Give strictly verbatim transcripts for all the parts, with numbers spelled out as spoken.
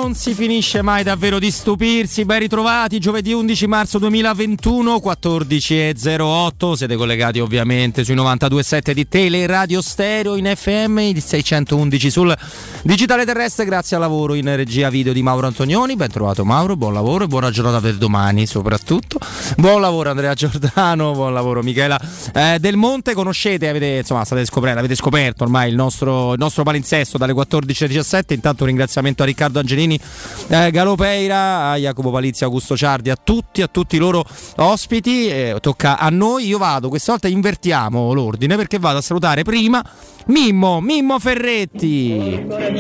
non si finisce mai davvero di stupirsi. Ben ritrovati, giovedì undici marzo duemilaventuno, quattordici e zero otto. Siete collegati ovviamente sui novantadue virgola sette di Tele Radio Stereo, in F M, il seicentoundici sul digitale terrestre, grazie al lavoro in regia video di Mauro Antonioni. Ben trovato Mauro, buon lavoro e buona giornata per domani soprattutto. Buon lavoro Andrea Giordano, buon lavoro Michela eh, Del Monte. Conoscete, avete, insomma, state scoprendo, avete scoperto ormai il nostro, il nostro palinsesto dalle quattordici alle diciassette. Intanto un ringraziamento a Riccardo Angelini, eh, Galopeira, a Jacopo Palizzi, Augusto Ciardi, a tutti, a tutti i loro ospiti. Eh, tocca a noi. Io vado, questa volta invertiamo l'ordine perché vado a salutare prima Mimmo, Mimmo Ferretti.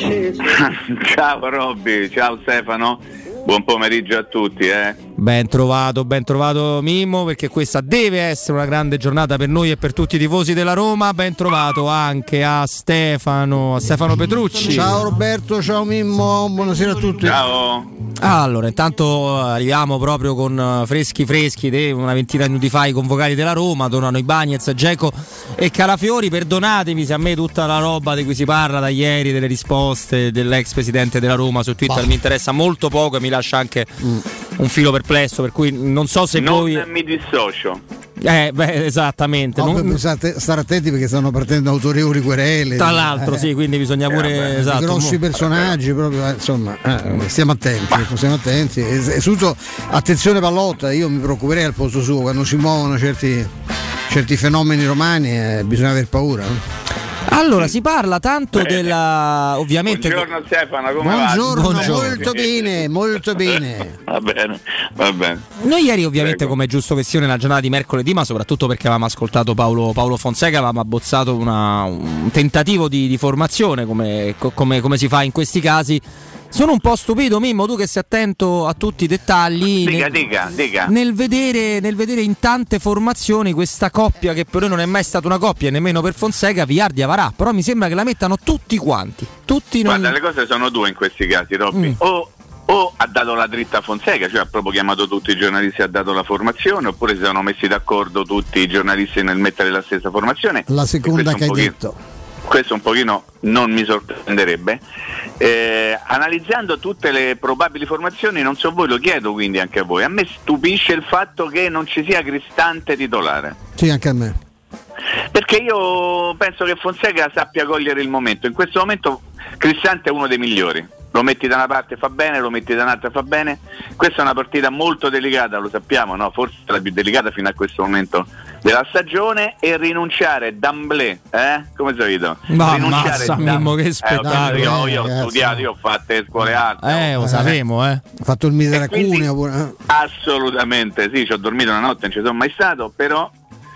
Ciao Robby, ciao Stefano. Buon pomeriggio a tutti, eh. Ben trovato, ben trovato Mimmo, perché questa deve essere una grande giornata per noi e per tutti i tifosi della Roma. Ben trovato anche a Stefano, a Stefano Petrucci. Ciao Roberto, ciao Mimmo, buonasera a tutti. Ciao. Allora, intanto arriviamo proprio con freschi freschi, de una ventina di minuti fa i convocati della Roma, tornano i Bagnez, Dzeko e Calafiori. Perdonatemi se a me tutta la roba di cui si parla da ieri, delle risposte dell'ex presidente della Roma su Twitter, bah. mi interessa molto poco e mi lascia anche mm. un filo perplesso, per cui non so se non voi... Non mi dissocio. Eh, beh, esattamente. No, non... state, stare attenti perché stanno partendo autorevoli querele. Tra l'altro, eh. sì, quindi bisogna pure. Eh, esatto, grossi mo... personaggi, proprio, eh, insomma, eh, stiamo attenti, stiamo attenti. E, e soprattutto, attenzione Pallotta, io mi preoccuperei al posto suo, quando si muovono certi, certi fenomeni romani, eh, bisogna aver paura. Eh. Allora, si parla tanto bene. della ovviamente. Buongiorno Stefano, come Buongiorno, va? Buongiorno, molto bene, molto bene. Va bene, va bene. Noi ieri ovviamente, Prego. come è giusto che sia nella giornata di mercoledì, ma soprattutto perché avevamo ascoltato Paolo, Paolo Fonseca, avevamo abbozzato una, un tentativo di, di formazione, come, come, come si fa in questi casi. Sono un po' stupito, Mimmo, tu che sei attento a tutti i dettagli, dica, nel, dica, dica. Nel, vedere, nel vedere in tante formazioni questa coppia che per noi non è mai stata una coppia, nemmeno per Fonseca, Villar Avarà, però mi sembra che la mettano tutti quanti. Tutti non... Guarda, le cose sono due in questi casi, Robby. Mm. O, o ha dato la dritta a Fonseca, cioè ha proprio chiamato tutti i giornalisti e ha dato la formazione, oppure si sono messi d'accordo tutti i giornalisti nel mettere la stessa formazione. La seconda che hai pochino... detto. Questo un pochino non mi sorprenderebbe. Eh, analizzando tutte le probabili formazioni, non so voi, lo chiedo quindi anche a voi, a me stupisce il fatto che non ci sia Cristante titolare. Sì, anche a me. Perché io penso che Fonseca sappia cogliere il momento. In questo momento Cristante è uno dei migliori. Lo metti da una parte fa bene, lo metti da un'altra fa bene. Questa è una partita molto delicata, lo sappiamo, no? Forse la più delicata fino a questo momento della stagione, e rinunciare d'amblè, eh? Come solito. Ma rinunciare mazza, Mimmo, che spettacolo. Eh, io, io ho eh, studiato, io ho fatto le scuole alte. Eh, lo sapemo, eh. Ho fatto il misera Cuneo pure. Assolutamente sì, ci ho dormito una notte, non ci sono mai stato, però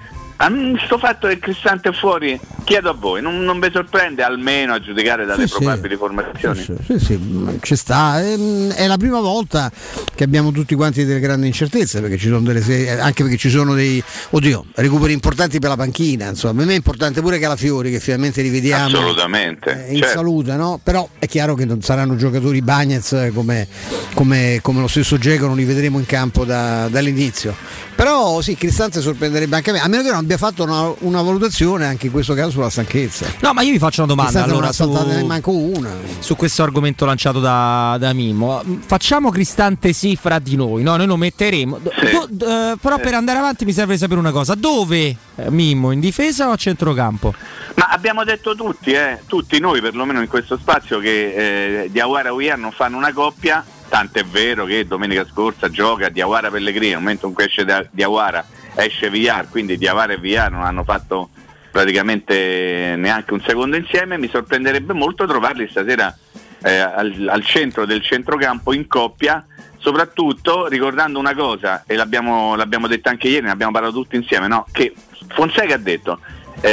questo fatto che Cristante è fuori, chiedo a voi, non, non vi sorprende almeno a giudicare dalle sì, probabili sì. formazioni? Sì, sì, sì, ci sta. È, è la prima volta che abbiamo tutti quanti delle grandi incertezze, perché ci sono delle serie, anche perché ci sono dei oddio, recuperi importanti per la panchina, insomma. Per me è importante pure Calafiori, che finalmente rivediamo. Assolutamente. Eh, in certo. salute, no? Però è chiaro che non saranno giocatori Bagnez come, come, come lo stesso Dzeko, non li vedremo in campo da, dall'inizio. Però sì, Cristante sorprenderebbe anche me, a meno che non abbia fatto una, una valutazione anche in questo caso sulla stanchezza. No, ma io vi faccio una domanda allora su, manco una. su questo argomento lanciato da, da Mimmo. Facciamo Cristante sì fra di noi, no? Noi lo metteremo. Sì. Do, do, però sì. Per andare avanti mi serve sapere una cosa: dove eh, Mimmo, in difesa o a centrocampo? Ma abbiamo detto tutti, eh, tutti noi perlomeno in questo spazio, che eh, Diawara e Villar non fanno una coppia. Tanto è vero che domenica scorsa gioca Diawara Pellegrini, nel momento in cui esce Diawara esce Villar, quindi Diawara e Villar non hanno fatto praticamente neanche un secondo insieme. Mi sorprenderebbe molto trovarli stasera eh, al, al centro del centrocampo in coppia, soprattutto ricordando una cosa, e l'abbiamo, l'abbiamo detto anche ieri, ne abbiamo parlato tutti insieme, no? Che Fonseca ha detto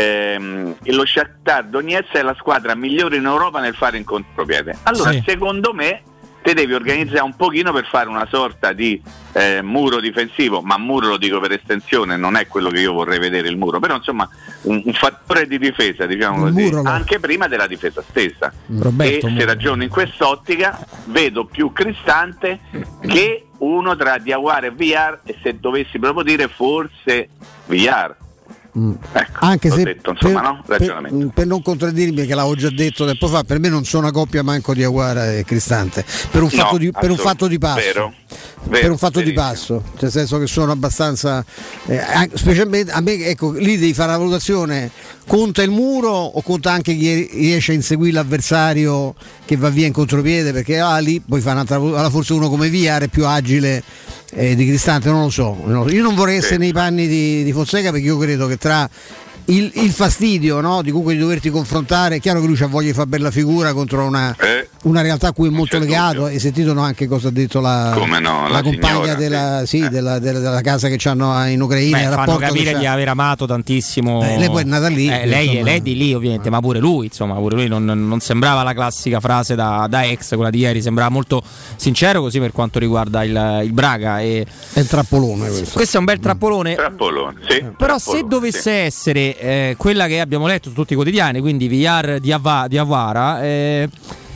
ehm, lo Shakhtar Donetsk è la squadra migliore in Europa nel fare in contropiede. Allora sì. Secondo me te devi organizzare un pochino per fare una sorta di eh, muro difensivo, ma muro lo dico per estensione, non è quello che io vorrei vedere il muro, però insomma un, un fattore di difesa, diciamo così, muro, anche prima della difesa stessa. Roberto, e se ragiono in quest'ottica vedo più Cristante che uno tra Diawara e Villar, e se dovessi proprio dire forse Villar. Mm. Ecco, anche se detto, insomma, per, no? Ragionamento. Per, per non contraddirmi, che l'avevo già detto tempo fa, per me non sono una coppia manco di Aguara e Cristante, per un fatto, no, di, per un fatto di passo. Vero, vero, per un fatto verissimo. di passo, cioè nel senso che sono abbastanza eh, specialmente a me, ecco, lì devi fare la valutazione: conta il muro o conta anche chi riesce a inseguire l'avversario che va via in contropiede, perché ah, lì poi fa un'altra, allora forse uno come Villar è più agile eh, di Cristante, non lo so, io non vorrei essere sì. nei panni di, di Fonseca, perché io credo che tra il, il fastidio, no, di comunque di doverti confrontare, è chiaro che lui ha voglia di fare bella figura contro una, eh, una realtà a cui è molto legato, dubbio. hai sentito, no, anche cosa ha detto la, Come no, la, la compagna signora, della, sì. sì, Eh. della, della, della casa che hanno in Ucraina. Beh, il fanno rapporto capire che di c'ha. aver amato tantissimo. Eh, lei poi è nata lì, Eh, lei, insomma. lei è di lì ovviamente, ma pure lui, insomma, pure lui non, non sembrava la classica frase da, da ex, quella di ieri, sembrava molto sincero, così per quanto riguarda il, il Braga. E È un trappolone questo. questo è un bel trappolone. Trappolone, sì. Però trappolone, se dovesse sì. essere eh, quella che abbiamo letto su tutti i quotidiani, quindi Villar di, Ava, di Aguara, eh,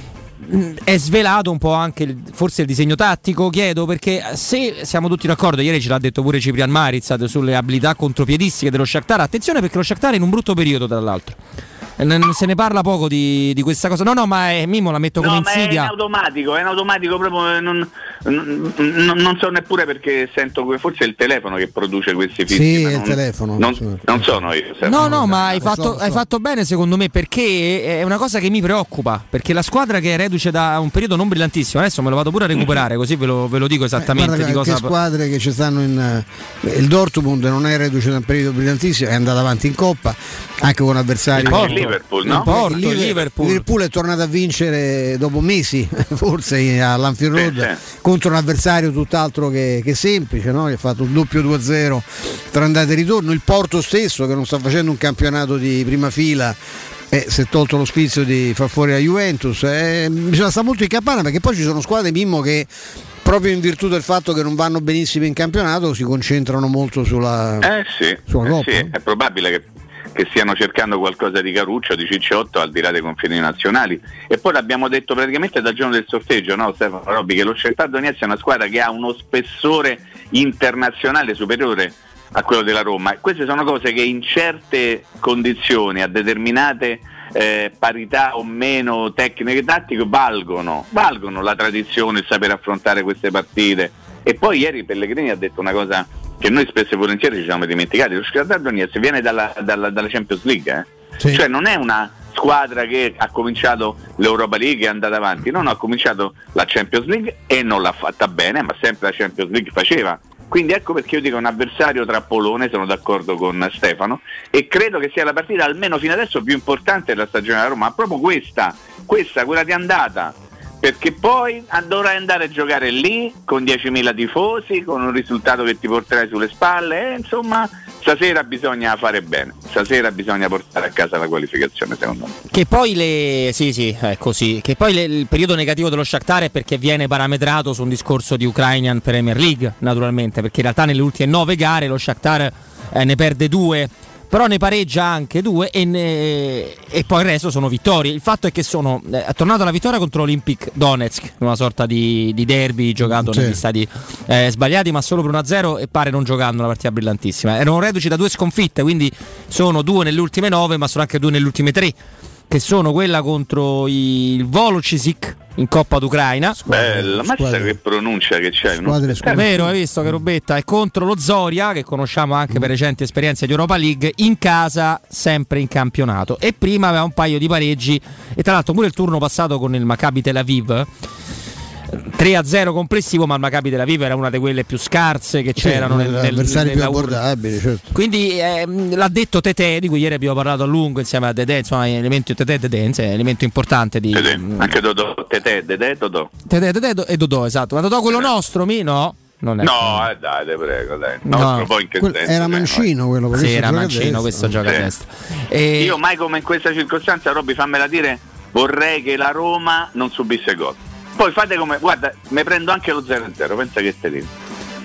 è svelato un po' anche il, forse il disegno tattico, chiedo, perché se siamo tutti d'accordo, ieri ce l'ha detto pure Ciprian Maritz sulle abilità contropiedistiche dello Shakhtar, attenzione perché lo Shakhtar è in un brutto periodo, tra l'altro. Se ne parla poco di, di questa cosa. No, no, ma è, Mimmo la metto come no, ma insidia. è in automatico, è in automatico proprio. Non, non, non so neppure perché sento que- forse è il telefono che produce questi film. Sì, è non, il telefono. Non, non sono io. No, no, ma hai lo so, fatto, lo so. hai fatto bene secondo me, perché è una cosa che mi preoccupa, perché la squadra che è reduce da un periodo non brillantissimo, adesso me lo vado pure a recuperare, così ve lo, ve lo dico esattamente Eh, guarda, di cosa. che squadre che ci stanno in eh, il Dortmund non è reduce da un periodo brillantissimo, è andato avanti in Coppa anche con avversari. Il Porto. il Liverpool, no? Il Porto. Il Liverpool, Liverpool. il Liverpool è tornato a vincere dopo mesi forse all'Anfield Road, Sì, sì. contro un avversario tutt'altro che, che semplice, no? Gli ha fatto un doppio due a zero tra andata e ritorno. Il Porto stesso, che non sta facendo un campionato di prima fila, eh, si è tolto lo sfizio di far fuori la Juventus. Eh, bisogna stare molto in campana, perché poi ci sono squadre, Mimmo, che proprio in virtù del fatto che non vanno benissimo in campionato si concentrano molto sulla, Eh sì, sulla eh Coppa. sì, è probabile che, che stiano cercando qualcosa di caruccio, di cicciotto al di là dei confini nazionali. E poi l'abbiamo detto praticamente dal giorno del sorteggio, no, Stefano Robbi, che lo Shakhtar Donetsk è una squadra che ha uno spessore internazionale superiore a quello della Roma. E queste sono cose che in certe condizioni, a determinate eh, parità o meno tecniche e tattiche, valgono, valgono la tradizione, il saper affrontare queste partite. E poi ieri Pellegrini ha detto una cosa che noi spesso e volentieri ci siamo dimenticati: lo Shakhtar Donetsk viene dalla, dalla, dalla Champions League, eh? Sì. Cioè non è una squadra che ha cominciato l'Europa League e è andata avanti, no, no, ha cominciato la Champions League e non l'ha fatta bene, ma sempre la Champions League faceva. Quindi ecco perché io dico un avversario trappolone, sono d'accordo con Stefano, e credo che sia la partita almeno fino adesso più importante della stagione della Roma, ma proprio questa, questa, quella di andata, perché poi dovrai andare a giocare lì con diecimila tifosi, con un risultato che ti porterai sulle spalle, e insomma stasera bisogna fare bene, stasera bisogna portare a casa la qualificazione, secondo me. Che poi le sì sì è così, che poi le, il periodo negativo dello Shakhtar è perché viene parametrato su un discorso di Ukrainian Premier League, naturalmente, perché in realtà nelle ultime nove gare lo Shakhtar eh, ne perde due, però ne pareggia anche due e, ne, e poi il resto sono vittorie. Il fatto è che sono eh, è tornato alla vittoria contro l'Olympic Donetsk, una sorta di, di derby giocato sì. negli stadi eh, sbagliati, ma solo per uno a zero, e pare non giocando una partita brillantissima. Erano reduci da due sconfitte, quindi sono due nelle ultime nove, ma sono anche due nelle ultime tre, che sono quella contro il Volochysk in Coppa d'Ucraina. Bella, ma squadre. sai che pronuncia che c'hai? Squadre, no? squadre. Vero, hai visto che robetta? E contro lo Zoria, che conosciamo anche per recenti esperienze di Europa League, in casa, sempre in campionato. E prima aveva un paio di pareggi, e tra l'altro pure il turno passato con il Maccabi Tel Aviv, tre a zero complessivo, ma il Maccabi Tel Aviv era una di quelle più scarse che c'erano sì, nel, nel, avversari più nella Ur- abbordabili, certo. Quindi ehm, l'ha detto Tetè, di cui ieri abbiamo parlato a lungo insieme a Dedè, insomma, elemento Tetè Dedè, è un elemento importante di Tetè, anche Dodò, Tetè, Dedè, Dodò. Tetè Dedè e Dodò, esatto. Ma Dodò quello nostro, mi? No, non è. No, eh, dai, te prego, dai. No. Nostro poi in che Quel- senso, era dai, Mancino quello, perché Sì, questo era gioca a Mancino, destra. questo gioca a Sì. destra. E Io mai come in questa circostanza, Robby, fammela dire, vorrei che la Roma non subisse gol. Poi fate come, guarda, mi prendo anche lo zero a zero, pensa che te dico.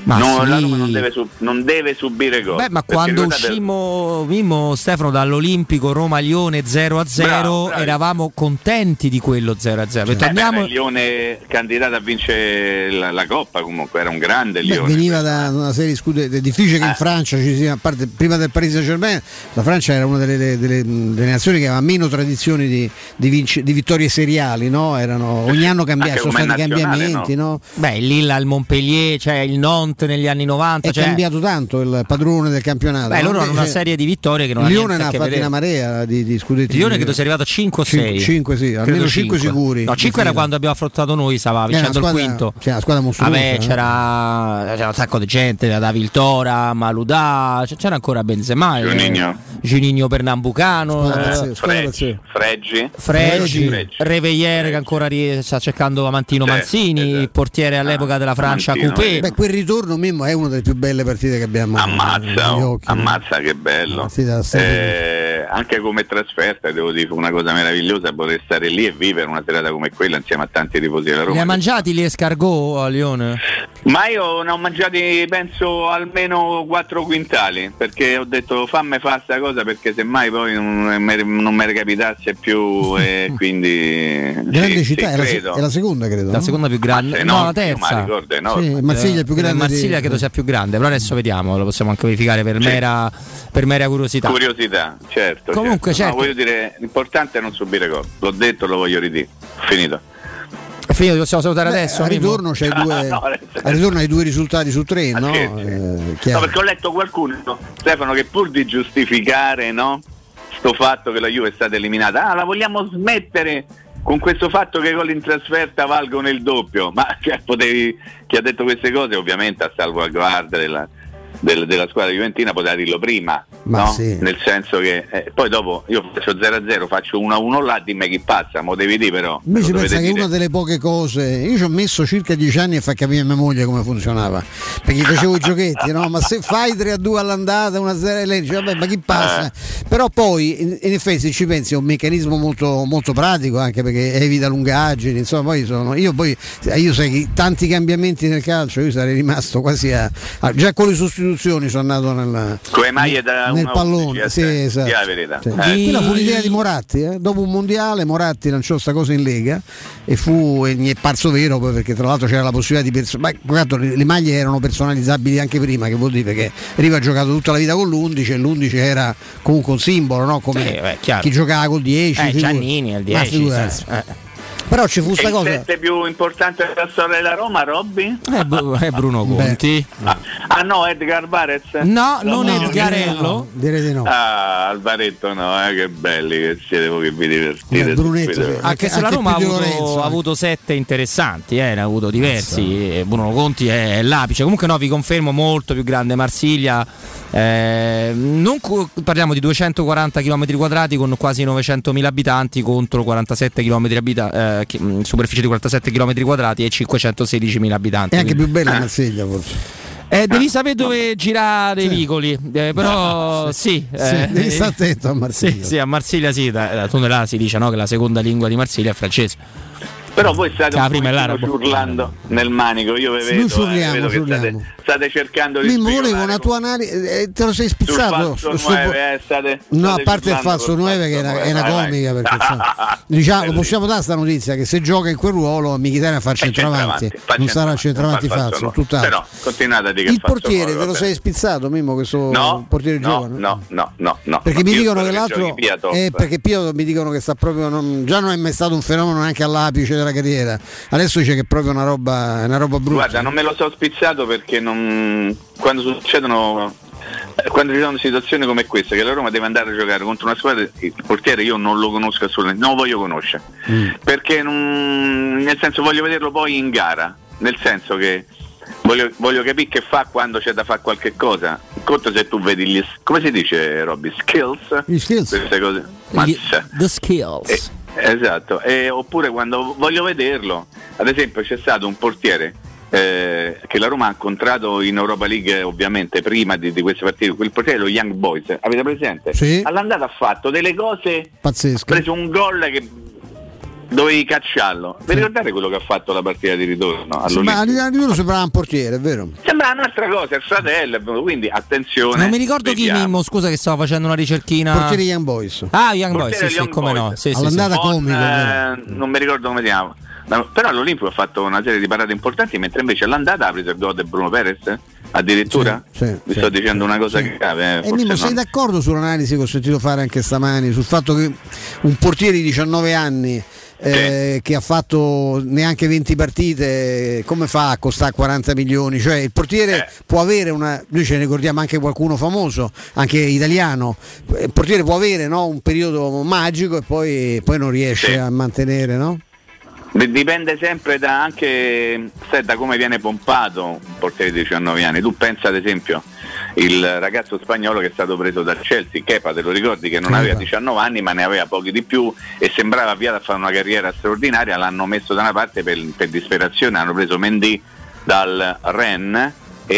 Ma no, sì. la Roma non deve, sub- non deve subire gol. Beh, ma perché quando guardate, uscimmo, Mimmo, Stefano, dall'Olimpico Roma-Lione zero a zero, Bravo, bravi. eravamo contenti di quello zero a zero. Eh, Torniamo... beh, il Lione candidato a vincere la, la Coppa, comunque era un grande Beh, Lione. veniva da una serie di scudetti. È difficile che in Eh. Francia ci sia, a parte prima del Paris Saint-Germain, la Francia era una delle, delle, delle nazioni che aveva meno tradizioni di, di, vinci, di vittorie seriali, no? Erano, ogni anno cambiato, sono stati cambiamenti, no? no? Beh, il Lille, il Montpellier, cioè il Nantes negli anni novanta. È cioè... cambiato tanto il padrone del campionato. Beh, loro no? hanno una Cioè, serie di vittorie che non il ha Lione niente ne a ha che fatti vedere. una marea di, di scudetti. Il Lione credo sia arrivato a cinque o sei. cinque sì, almeno cinque sicuri. No, cinque era quando abbiamo affrontato noi, stava vincendo squadra, il quinto. C'era una squadra mostruosa. Vabbè, c'era, c'era un sacco di gente, da Viltora, Maludà, c'era ancora Benzema, Juninho, Juninho Pernambucano, Squadra eh, pazzesca, squadra Freggi, pazzesca. Freggi, Freggi, Freggi. Reveillère che ancora rie- sta cercando Amantino Sì, Manzini, esatto. il portiere all'epoca Ah, della Francia Amantino, Coupé. eh. Beh, quel ritorno Mimmo è una delle più belle partite che abbiamo Ammazza, negli oh, occhi. ammazza che bello. Ah, sì, da Eh, anche come trasferta devo dire una cosa meravigliosa, poter stare lì e vivere una serata come quella insieme a tanti tifosi della Li Roma. ha mangiati gli escargot a Lione? Ma io ne ho mangiati penso almeno quattro quintali, perché ho detto fammi fare sta cosa perché semmai poi non me- non mi recapitasse più e quindi Grande sì, città, sì, è, la, se- credo. è la seconda credo. La no? seconda più grande, Ma se no, no, la io me terza. la ricordo enorme. Sì, Marsiglia è più Eh, grande. Marsiglia di... credo sia più grande, però adesso vediamo, lo possiamo anche verificare per, Sì. mera, per mera curiosità. Curiosità, certo. Comunque, certo. certo. No, voglio dire, l'importante è non subire gol. L'ho detto, lo voglio ridire. Finito. È finito, possiamo salutare Beh, adesso? al Mimmo? ritorno c'hai due, No, al ritorno hai due risultati su tre, Ah, no? sì, sì. Eh, No, chiaro. perché ho letto qualcuno, Stefano, che pur di giustificare, no, sto fatto che la Juve è stata eliminata, ah, la vogliamo smettere con questo fatto che i gol in trasferta valgono il doppio. Ma cioè, potevi, chi ha detto queste cose ovviamente a salvaguardia della, del, della squadra juventina poteva dirlo prima, Ma no? sì. Nel senso che eh, poi dopo io faccio zero a zero, faccio uno a uno là, dimmi chi passa, mo devi dire però. me lo Invece dovete pensa che dire. una delle poche cose, io ci ho messo circa dieci anni a far capire a mia moglie come funzionava, perché facevo i giochetti, no? Ma se fai tre a due all'andata, uno a zero, e lei dice vabbè ma chi passa? Però poi in, in effetti se ci pensi è un meccanismo molto, molto pratico, anche perché evita lungaggini, insomma poi sono, io poi io sai che tanti cambiamenti nel calcio, io sarei rimasto quasi a, a già con le sostituzioni sono andato nel, Con le maglie da nel uno a pallone, undici, sì, eh, esatto. sì, è la verità. Sì. Eh. Quella fu l'idea di Moratti, eh? Dopo un mondiale Moratti lanciò sta cosa in Lega e fu e mi è parso vero poi perché tra l'altro c'era la possibilità di perso- ma guarda, le, le maglie erano personalizzabili anche prima, che vuol dire che Riva ha giocato tutta la vita con l'undici e l'undici era comunque un simbolo, no? Come Sì, beh, chiaro. chi giocava col dieci, Eh, figurati. Giannini è il Ma dieci. figurati. eh. Però ci fu E sta il cosa. sette più importante della storia della Roma, Robby? È, Bru- è Bruno Conti. Ah, ah no, Edgar Varez? No, non No, Edgarello. no, direi di no. Ah, Alvaretto no, eh, che belli che siete voi che vi divertite. Beh, Brunetto, Qui dove- sì. Anche se la anche Roma ha più di avuto, Lorenzo, ha eh. avuto sette interessanti, eh, ne ha avuto diversi. E Bruno Conti è, è l'apice. Comunque, no, vi confermo molto più grande Marsiglia. Eh, non cu- parliamo di duecentoquaranta chilometri quadrati con quasi novecentomila abitanti contro quarantasette chilometri abita- eh, chi- mh, superficie di quarantasette chilometri quadrati e cinquecentosedicimila abitanti. È anche Quindi- più bella Marsiglia forse. Eh, devi sapere dove girare i Sì. vicoli, eh, però sì, Sì, eh, devi stare attento a sì, Marsiglia. sì, a Marsiglia sì, da, da Tonelà si dice, no, che la seconda lingua di Marsiglia è francese. Però voi state La un prima è pochettino l'arabo. urlando nel manico, io ve Sì, vedo, noi ci urliamo, eh, vedo ci che state, urliamo. state cercando di Mi volevo spionare una tua analisi, eh, te lo sei sul spizzato falso sul- nueve, eh, state- No, a state parte il urlando falso col nueve che è una, falso è una nueve, vai, comica vai. perché insomma, diciamo, lo possiamo dare sta notizia che se gioca in quel ruolo Mkhitaryan fa il Fa centravanti, fa non sarà il centravanti, centravanti non fa il falso, falso tutt'altro. nuove. Però continuate a dire che Il è falso portiere nuove, te lo va sei bene. spizzato Mimmo questo No, portiere no, giovane? no, no, no, no. Perché mi Io dicono spero che l'altro giochi via top. eh, perché Pio mi dicono che sta proprio non- già non è mai stato un fenomeno neanche all'apice della carriera. Adesso dice che è proprio una roba, è una roba brutta. Guarda, non me lo so spizzato perché non, quando succedono eh, quando ci sono situazioni come questa che la Roma deve andare a giocare contro una squadra, il portiere io non lo conosco assolutamente, non lo voglio conoscere Mm. perché non, nel senso voglio vederlo poi in gara, nel senso che voglio, voglio capire che fa quando c'è da fare qualche cosa. Conto se tu vedi gli, come si dice Robby, skills, Gli skills. queste cose. Mazza. The skills. Eh, esatto, e, oppure quando voglio vederlo, ad esempio c'è stato un portiere eh, che la Roma ha incontrato in Europa League ovviamente prima di, di queste partite, quel portiere lo Young Boys, avete presente? Sì. All'andata ha fatto delle cose, ha Pazzesco. preso un gol che dovevi cacciarlo. Vi ricordate quello che ha fatto la partita di ritorno? Sì, ma di ritorno sembrava un portiere, è vero? Sembrava un'altra cosa, il fratello è venuto, quindi attenzione. Non mi ricordo vediamo. chi Mimmo, scusa che stavo facendo una ricerchina. Portiere Young Boys. Ah, Young Boys, Portiere sì, Young sì, come Boys. no. Sì, sì, All'andata sì. comico. Eh, non mi ricordo come si chiama. Però all'Olimpio ha fatto una serie di parate importanti, mentre invece all'andata ha preso il gol di Bruno Perez. Addirittura? Sì, sì, vi sì, sto dicendo sì, una cosa sì. che cade. E Mimmo, sei d'accordo sull'analisi che ho sentito fare anche stamani sul fatto che un portiere di diciannove anni eh, sì. che ha fatto neanche venti partite, come fa a costare quaranta milioni? Cioè il portiere eh. può avere una, noi ce ne ricordiamo anche qualcuno famoso, anche italiano, il portiere può avere, no, un periodo magico e poi, poi non riesce sì. a mantenere, no? Dipende sempre da anche da come viene pompato un portiere di diciannove anni. Tu pensa ad esempio il ragazzo spagnolo che è stato preso dal Chelsea, Kepa, te lo ricordi, che non aveva diciannove anni ma ne aveva pochi di più e sembrava avviato a fare una carriera straordinaria, l'hanno messo da una parte per, per disperazione, hanno preso Mendy dal Rennes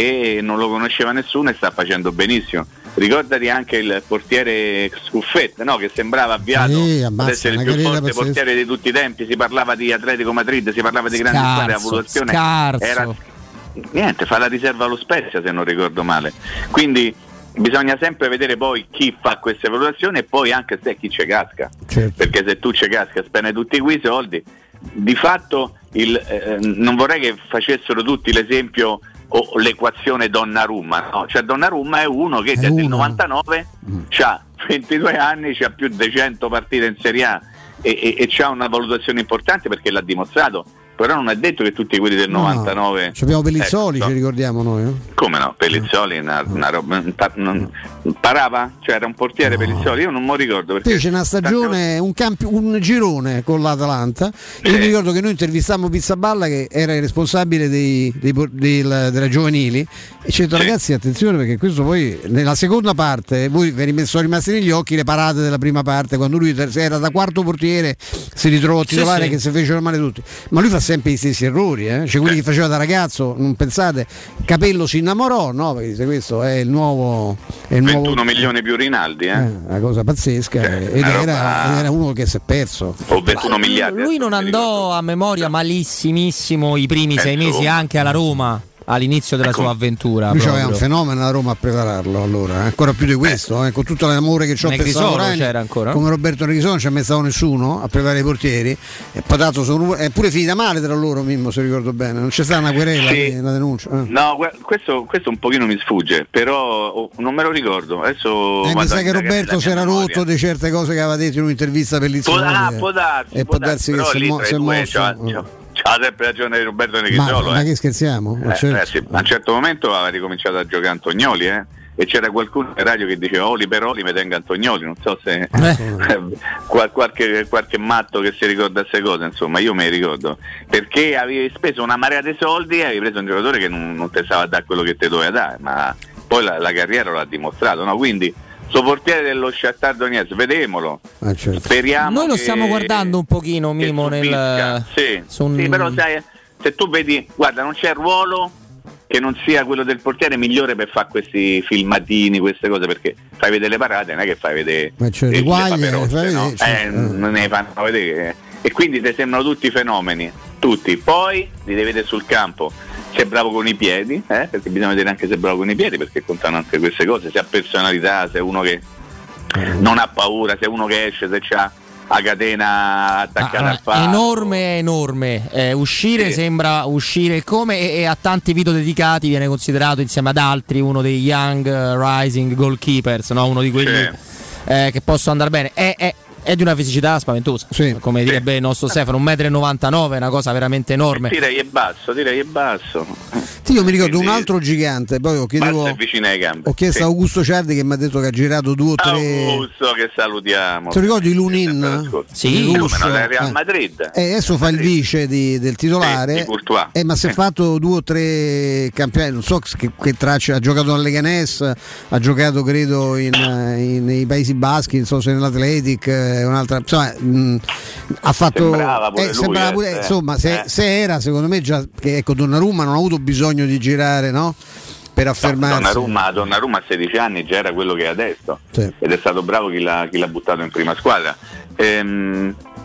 e non lo conosceva nessuno e sta facendo benissimo. Ricordati anche il portiere Scuffet, no? Che sembrava avviato sì, ad essere il più forte pazzesca. portiere di tutti i tempi. Si parlava di Atletico Madrid, si parlava di grandi squadre, la valutazione era niente, fa la riserva allo Spezia se non ricordo male. Quindi bisogna sempre vedere poi chi fa queste valutazioni e poi anche se chi ci casca, certo. Perché se tu ci casca spende tutti quei soldi. Di fatto il, eh, non vorrei che facessero tutti l'esempio o l'equazione Donnarumma, no? Cioè Donnarumma è uno che è del uno. novantanove, mm. ha ventidue anni, ha più di cento partite in Serie A e, e, e c'ha una valutazione importante perché l'ha dimostrato, però non è detto che tutti quelli del no, novantanove abbiamo Pellizzoli, ecco. ci ricordiamo noi, no? Come no? Pellizzoli una, una roba, non, parava? Cioè era un portiere no. Pellizzoli, io non me lo ricordo perché fece una stagione, un, campi- un girone con l'Atalanta e io mi ricordo che noi intervistammo Pizzaballa che era il responsabile dei, dei, dei, della giovanili e ci ha detto sì. ragazzi attenzione perché questo poi nella seconda parte voi vi sono rimasti negli occhi le parate della prima parte quando lui era da quarto portiere si ritrovò a titolare sì, sì. che si fecero male tutti, ma lui fa sempre gli stessi errori, eh? Cioè quelli sì. che faceva da ragazzo, non pensate, Capello si innamorò, no? Perché questo è il nuovo è il ventuno nuovo, milioni più Rinaldi, eh? eh una cosa pazzesca cioè, ed, era, roba... ed era uno che si è perso. O ventuno miliardi. Lui non andò a memoria malissimissimo i primi eh, sei mesi Roma. Anche alla Roma. All'inizio della ecco. sua avventura lui c'aveva un fenomeno a Roma a prepararlo allora, eh? Ancora più di questo, eh? Con tutto l'amore che c'ho per Savorani, c'era ancora come Roberto Negrisolo non ci ha messo nessuno a preparare i portieri e patato sono, è pure finita male tra loro Mimmo se ricordo bene, non c'è stata una querela, sì. una denuncia eh. no questo, questo un pochino mi sfugge però oh, non me lo ricordo adesso eh, mi sa che Roberto si era rotto di certe cose che aveva detto in un'intervista per l'Izzone ah, può darsi, e può darsi, darsi che si è mosso c'ha sempre ragione di Roberto Negrisolo, ma, eh. ma che scherziamo? Eh, certo. eh, sì. A un certo momento aveva ricominciato a giocare Antonioli, eh? E c'era qualcuno in radio che diceva Oli per Oli mi tenga Antonioli, non so se eh. qualche, qualche matto che si ricorda queste cose, insomma io me ne ricordo, perché avevi speso una marea di soldi e avevi preso un giocatore che non, non ti stava a dare quello che ti doveva dare, ma poi la, la carriera l'ha dimostrato, no? Quindi suo portiere dello Shakhtar Donetsk, vedemolo. Ah, certo. Speriamo noi lo che, stiamo guardando un pochino Mimo nel sì, un... sì, però sai, se tu vedi, guarda, non c'è ruolo che non sia quello del portiere migliore per fare questi filmatini, queste cose, perché fai vedere le parate, non è che fai vedere cioè, le guaglie, paperozze, fai no? vedere, eh, non ne fanno vedere e quindi ti sembrano tutti fenomeni, tutti, poi li devi vedere sul campo. Se è bravo con i piedi, eh? Perché bisogna vedere anche se è bravo con i piedi, perché contano anche queste cose, se ha personalità, se è uno che non ha paura, se è uno che esce, se c'ha la catena attaccata ah, al palo. Enorme, enorme. Eh, uscire sì. sembra uscire come e, e a tanti video dedicati viene considerato insieme ad altri uno dei young uh, rising goalkeepers, no? Uno di quelli sì. eh, che possono andare bene. È, è è di una fisicità spaventosa, sì. come direbbe sì. il nostro Stefano, un metro e novantanove, una cosa veramente enorme. Direi è basso, direi è basso. Sì, io mi ricordo Quindi, un altro gigante, poi ho, chiedevo, ho chiesto sì. a Augusto Ciardi che mi ha detto che ha girato due o tre. Augusto che salutiamo. Ti ricordi Lunin? Sì, come no, Real Madrid. E eh, adesso fa il vice di, del titolare. Sì, di Courtois. Eh, ma si è fatto due o tre campionati, non so che, che tracce, ha giocato alla Leganés, ha giocato credo in, in, nei Paesi Baschi, non so se nell'Atletic. Un'altra, insomma, mh, ha fatto sembrava pure, eh, lui, sembrava pure eh, insomma se, eh. se era secondo me già che ecco Donnarumma non ha avuto bisogno di girare, no? Per affermarsi. No, Donnarumma, Donnarumma a sedici anni già era quello che è adesso sì. ed è stato bravo chi l'ha, chi l'ha buttato in prima squadra. Ehm,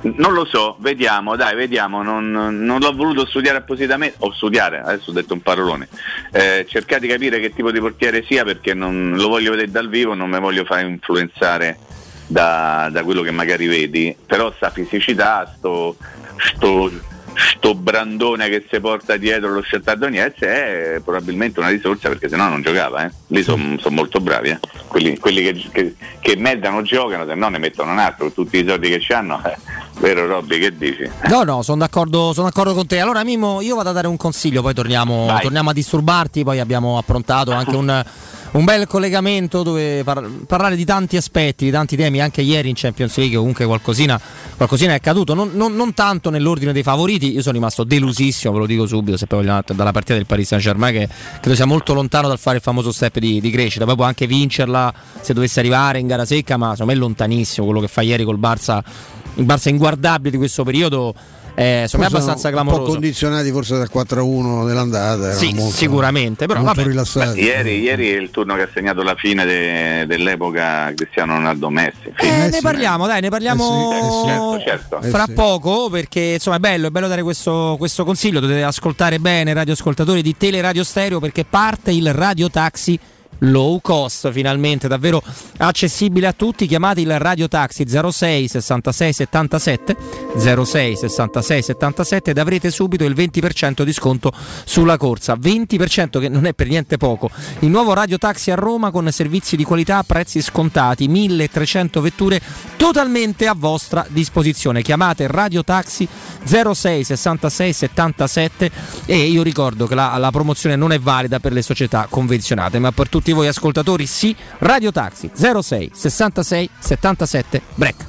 Non lo so, vediamo, dai, vediamo. Non, non l'ho voluto studiare appositamente, o studiare, adesso ho detto un parolone. Eh, cercare di capire che tipo di portiere sia, perché non lo voglio vedere dal vivo, non mi voglio fare influenzare da, da quello che magari vedi. Però sta fisicità, sto, sto, sto brandone che si porta dietro lo Shakhtar Donetsk è probabilmente una risorsa, perché sennò non giocava. Eh. Lì sono son molto bravi, eh. quelli, quelli che, che, che mezzano giocano, se no ne mettono un altro con tutti i soldi che hanno. Eh. Vero Robby, che dici? No, no, sono d'accordo, sono d'accordo con te. Allora Mimmo, io vado a dare un consiglio, poi torniamo, torniamo a disturbarti, poi abbiamo approntato anche un, un bel collegamento dove par- parlare di tanti aspetti, di tanti temi. Anche ieri in Champions League comunque qualcosina, qualcosina è accaduto, non, non, non tanto nell'ordine dei favoriti. Io sono rimasto delusissimo, ve lo dico subito, se poi vogliamo, dalla partita del Paris Saint-Germain, che credo sia molto lontano dal fare il famoso step di, di crescita. Poi può anche vincerla se dovesse arrivare in gara secca, ma secondo me è lontanissimo. Quello che fa ieri col Barça, il Barça inguardabile di questo periodo, eh, secondo me è abbastanza clamoroso. Un po' condizionati forse dal quattro a uno dell'andata. Sì, molto, sicuramente, però molto vabbè. rilassati. Ieri, ieri è il turno che ha segnato la fine de, dell'epoca Cristiano Ronaldo Messi. Eh, eh, ne sì, parliamo, dai, ne parliamo eh sì, eh sì, certo, certo. fra Eh sì. poco, perché insomma è bello, è bello dare questo, questo consiglio. Dovete ascoltare bene, radioascoltatori di Teleradio Stereo, perché parte il Radio Taxi low cost, finalmente davvero accessibile a tutti. Chiamate il Radio Taxi zero sei sessantasei settantasette zero sei sessantasei settantasette ed avrete subito il venti per cento di sconto sulla corsa, venti per cento che non è per niente poco. Il nuovo Radio Taxi a Roma con servizi di qualità a prezzi scontati, milletrecento vetture totalmente a vostra disposizione. Chiamate Radio Taxi zero sei sessantasei settantasette e io ricordo che la, la promozione non è valida per le società convenzionate, ma per tutti voi ascoltatori sì. Radio Taxi zero sei sessantasei settantasette break.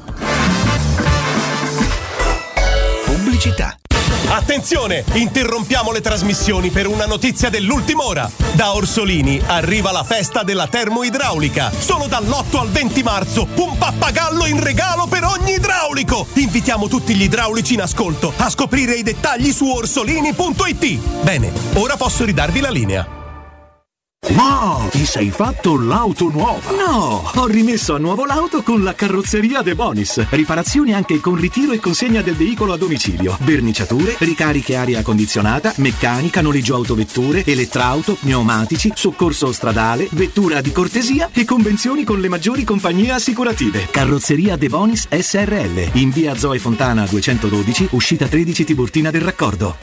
Pubblicità. Attenzione, interrompiamo le trasmissioni per una notizia dell'ultima ora. Da Orsolini arriva la festa della termoidraulica. Solo dall'otto al venti marzo, un pappagallo in regalo per ogni idraulico. Invitiamo tutti gli idraulici in ascolto a scoprire i dettagli su orsolini punto it. Bene, ora posso ridarvi la linea. Wow, ti sei fatto l'auto nuova? No, ho rimesso a nuovo l'auto con la carrozzeria De Bonis. Riparazioni anche con ritiro e consegna del veicolo a domicilio. Verniciature, ricariche aria condizionata, meccanica, noleggio autovetture, elettrauto, pneumatici, soccorso stradale, vettura di cortesia e convenzioni con le maggiori compagnie assicurative. Carrozzeria De Bonis S R L, in via Zoe Fontana duecentododici, uscita tredici Tiburtina del Raccordo.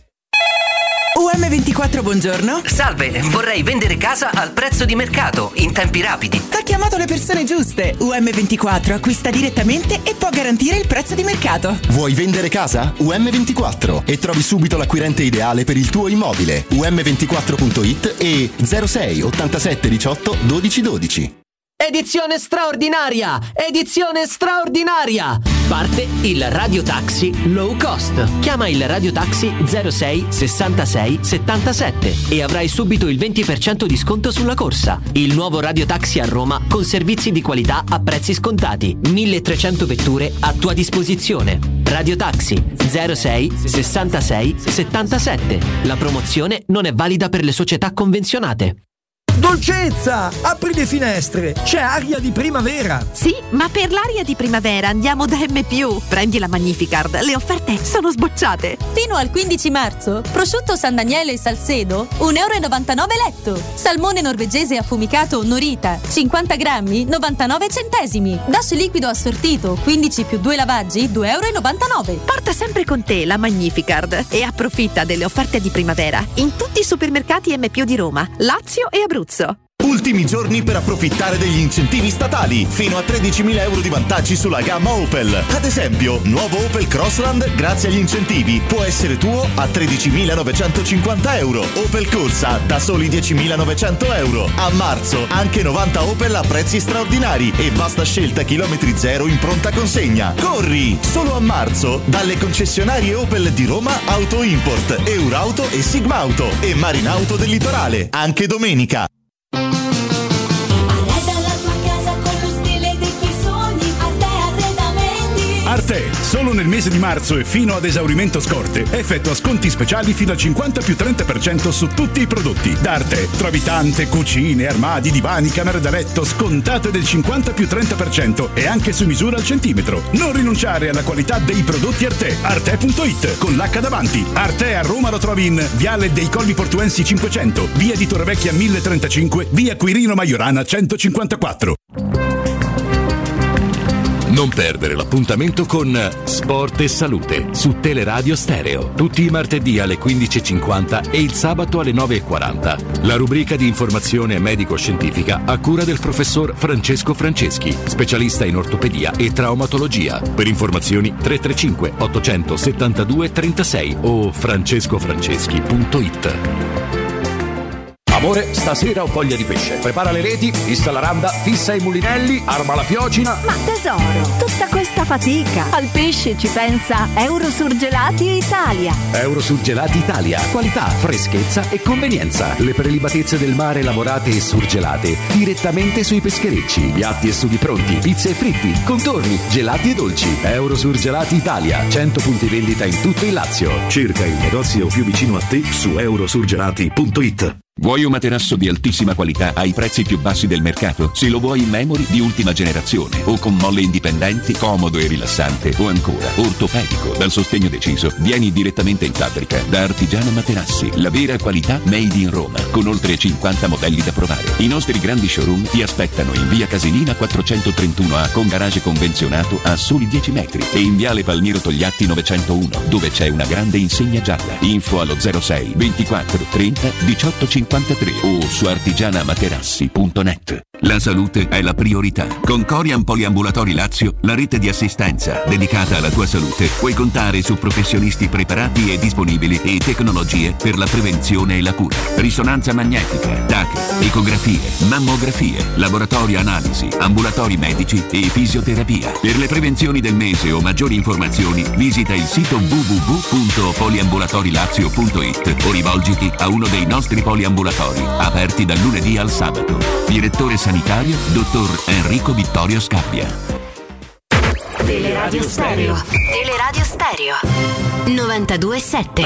U M ventiquattro, buongiorno. Salve, vorrei vendere casa al prezzo di mercato, in tempi rapidi. Ha chiamato le persone giuste. U M ventiquattro acquista direttamente e può garantire il prezzo di mercato. Vuoi vendere casa? U M ventiquattro e trovi subito l'acquirente ideale per il tuo immobile. U M ventiquattro punto it e zero sei ottantasette diciotto dodici dodici. Edizione straordinaria! Edizione straordinaria! Parte il Radio Taxi Low Cost. Chiama il Radio Taxi zero sei sessantasei settantasette e avrai subito il venti per cento di sconto sulla corsa. Il nuovo Radio Taxi a Roma con servizi di qualità a prezzi scontati. milletrecento vetture a tua disposizione. Radio Taxi zero sei sessantasei settantasette. La promozione non è valida per le società convenzionate. Dolcezza! Apri le finestre! C'è aria di primavera! Sì, ma per l'aria di primavera andiamo da M più. Prendi la Magnificard, le offerte sono sbocciate. Fino al quindici marzo, prosciutto San Daniele e Salcedo, un euro e novantanove letto. Salmone norvegese affumicato Norita, cinquanta grammi, novantanove centesimi. Dash liquido assortito, quindici più due lavaggi, due euro e novantanove. Porta sempre con te la Magnificard e approfitta delle offerte di primavera in tutti i supermercati M più di Roma, Lazio e Abruzzo. Ultimi giorni per approfittare degli incentivi statali, fino a tredicimila euro di vantaggi sulla gamma Opel. Ad esempio, nuovo Opel Crossland grazie agli incentivi può essere tuo a tredicimilanovecentocinquanta euro. Opel Corsa da soli diecimilanovecento euro. A marzo anche novanta Opel a prezzi straordinari e vasta scelta chilometri zero in pronta consegna. Corri! Solo a marzo dalle concessionarie Opel di Roma, Auto Import, Eurauto e Sigma Auto e Marinauto del Litorale. Anche domenica. Arte, Solo nel mese di marzo e fino ad esaurimento scorte effettua sconti speciali fino al cinquanta più trenta per cento su tutti i prodotti. Da Arte trovi tante cucine, armadi, divani, camere da letto scontate del cinquanta più trenta per cento e anche su misura al centimetro. Non rinunciare alla qualità dei prodotti Arte. Arte punto it con l'H davanti. Arte a Roma lo trovi in Viale dei Colli Portuensi cinquecento, via di Torrevecchia mille e trentacinque, via Quirino Maiorana centocinquantaquattro. Non perdere l'appuntamento con Sport e Salute su Teleradio Stereo, tutti i martedì alle quindici e cinquanta e il sabato alle nove e quaranta. La rubrica di informazione medico-scientifica a cura del professor Francesco Franceschi, specialista in ortopedia e traumatologia. Per informazioni tre tre cinque ottocentosettantadue trentasei o francescofranceschi punto it. Amore, stasera ho voglia di pesce. Prepara le reti, fissa la randa, fissa i mulinelli, arma la fiocina. Ma tesoro, tutta questa fatica. Al pesce ci pensa Eurosurgelati Italia. Eurosurgelati Italia. Qualità, freschezza e convenienza. Le prelibatezze del mare lavorate e surgelate direttamente sui pescherecci. Piatti e sughi pronti, pizze e fritti, contorni, gelati e dolci. Eurosurgelati Italia. cento punti vendita in tutto il Lazio. Cerca il negozio più vicino a te su eurosurgelati punto it. Vuoi un materasso di altissima qualità ai prezzi più bassi del mercato? Se lo vuoi in memory di ultima generazione o con molle indipendenti, comodo e rilassante, o ancora ortopedico dal sostegno deciso, vieni direttamente in fabbrica da Artigiano Materassi, la vera qualità made in Roma, con oltre cinquanta modelli da provare. I nostri grandi showroom ti aspettano in via Casilina quattrocentotrentuno A con garage convenzionato a soli dieci metri e in viale Palmiro Togliatti novecentouno dove c'è una grande insegna gialla. Info allo zero sei ventiquattro trenta diciotto cinquantatré o su artigianamaterassi punto net. La salute è la priorità. Con Corian Poliambulatori Lazio, la rete di assistenza dedicata alla tua salute, puoi contare su professionisti preparati e disponibili e tecnologie per la prevenzione e la cura. Risonanza magnetica, T A C, ecografie, mammografie, laboratorio analisi, ambulatori medici e fisioterapia. Per le prevenzioni del mese o maggiori informazioni, visita il sito w w w punto poliambulatorilazio punto it o rivolgiti a uno dei nostri poliambulatori, aperti dal lunedì al sabato. Direttore sanitario, dottor Enrico Vittorio Scabbia. Teleradio Stereo. Teleradio Stereo. novantadue sette.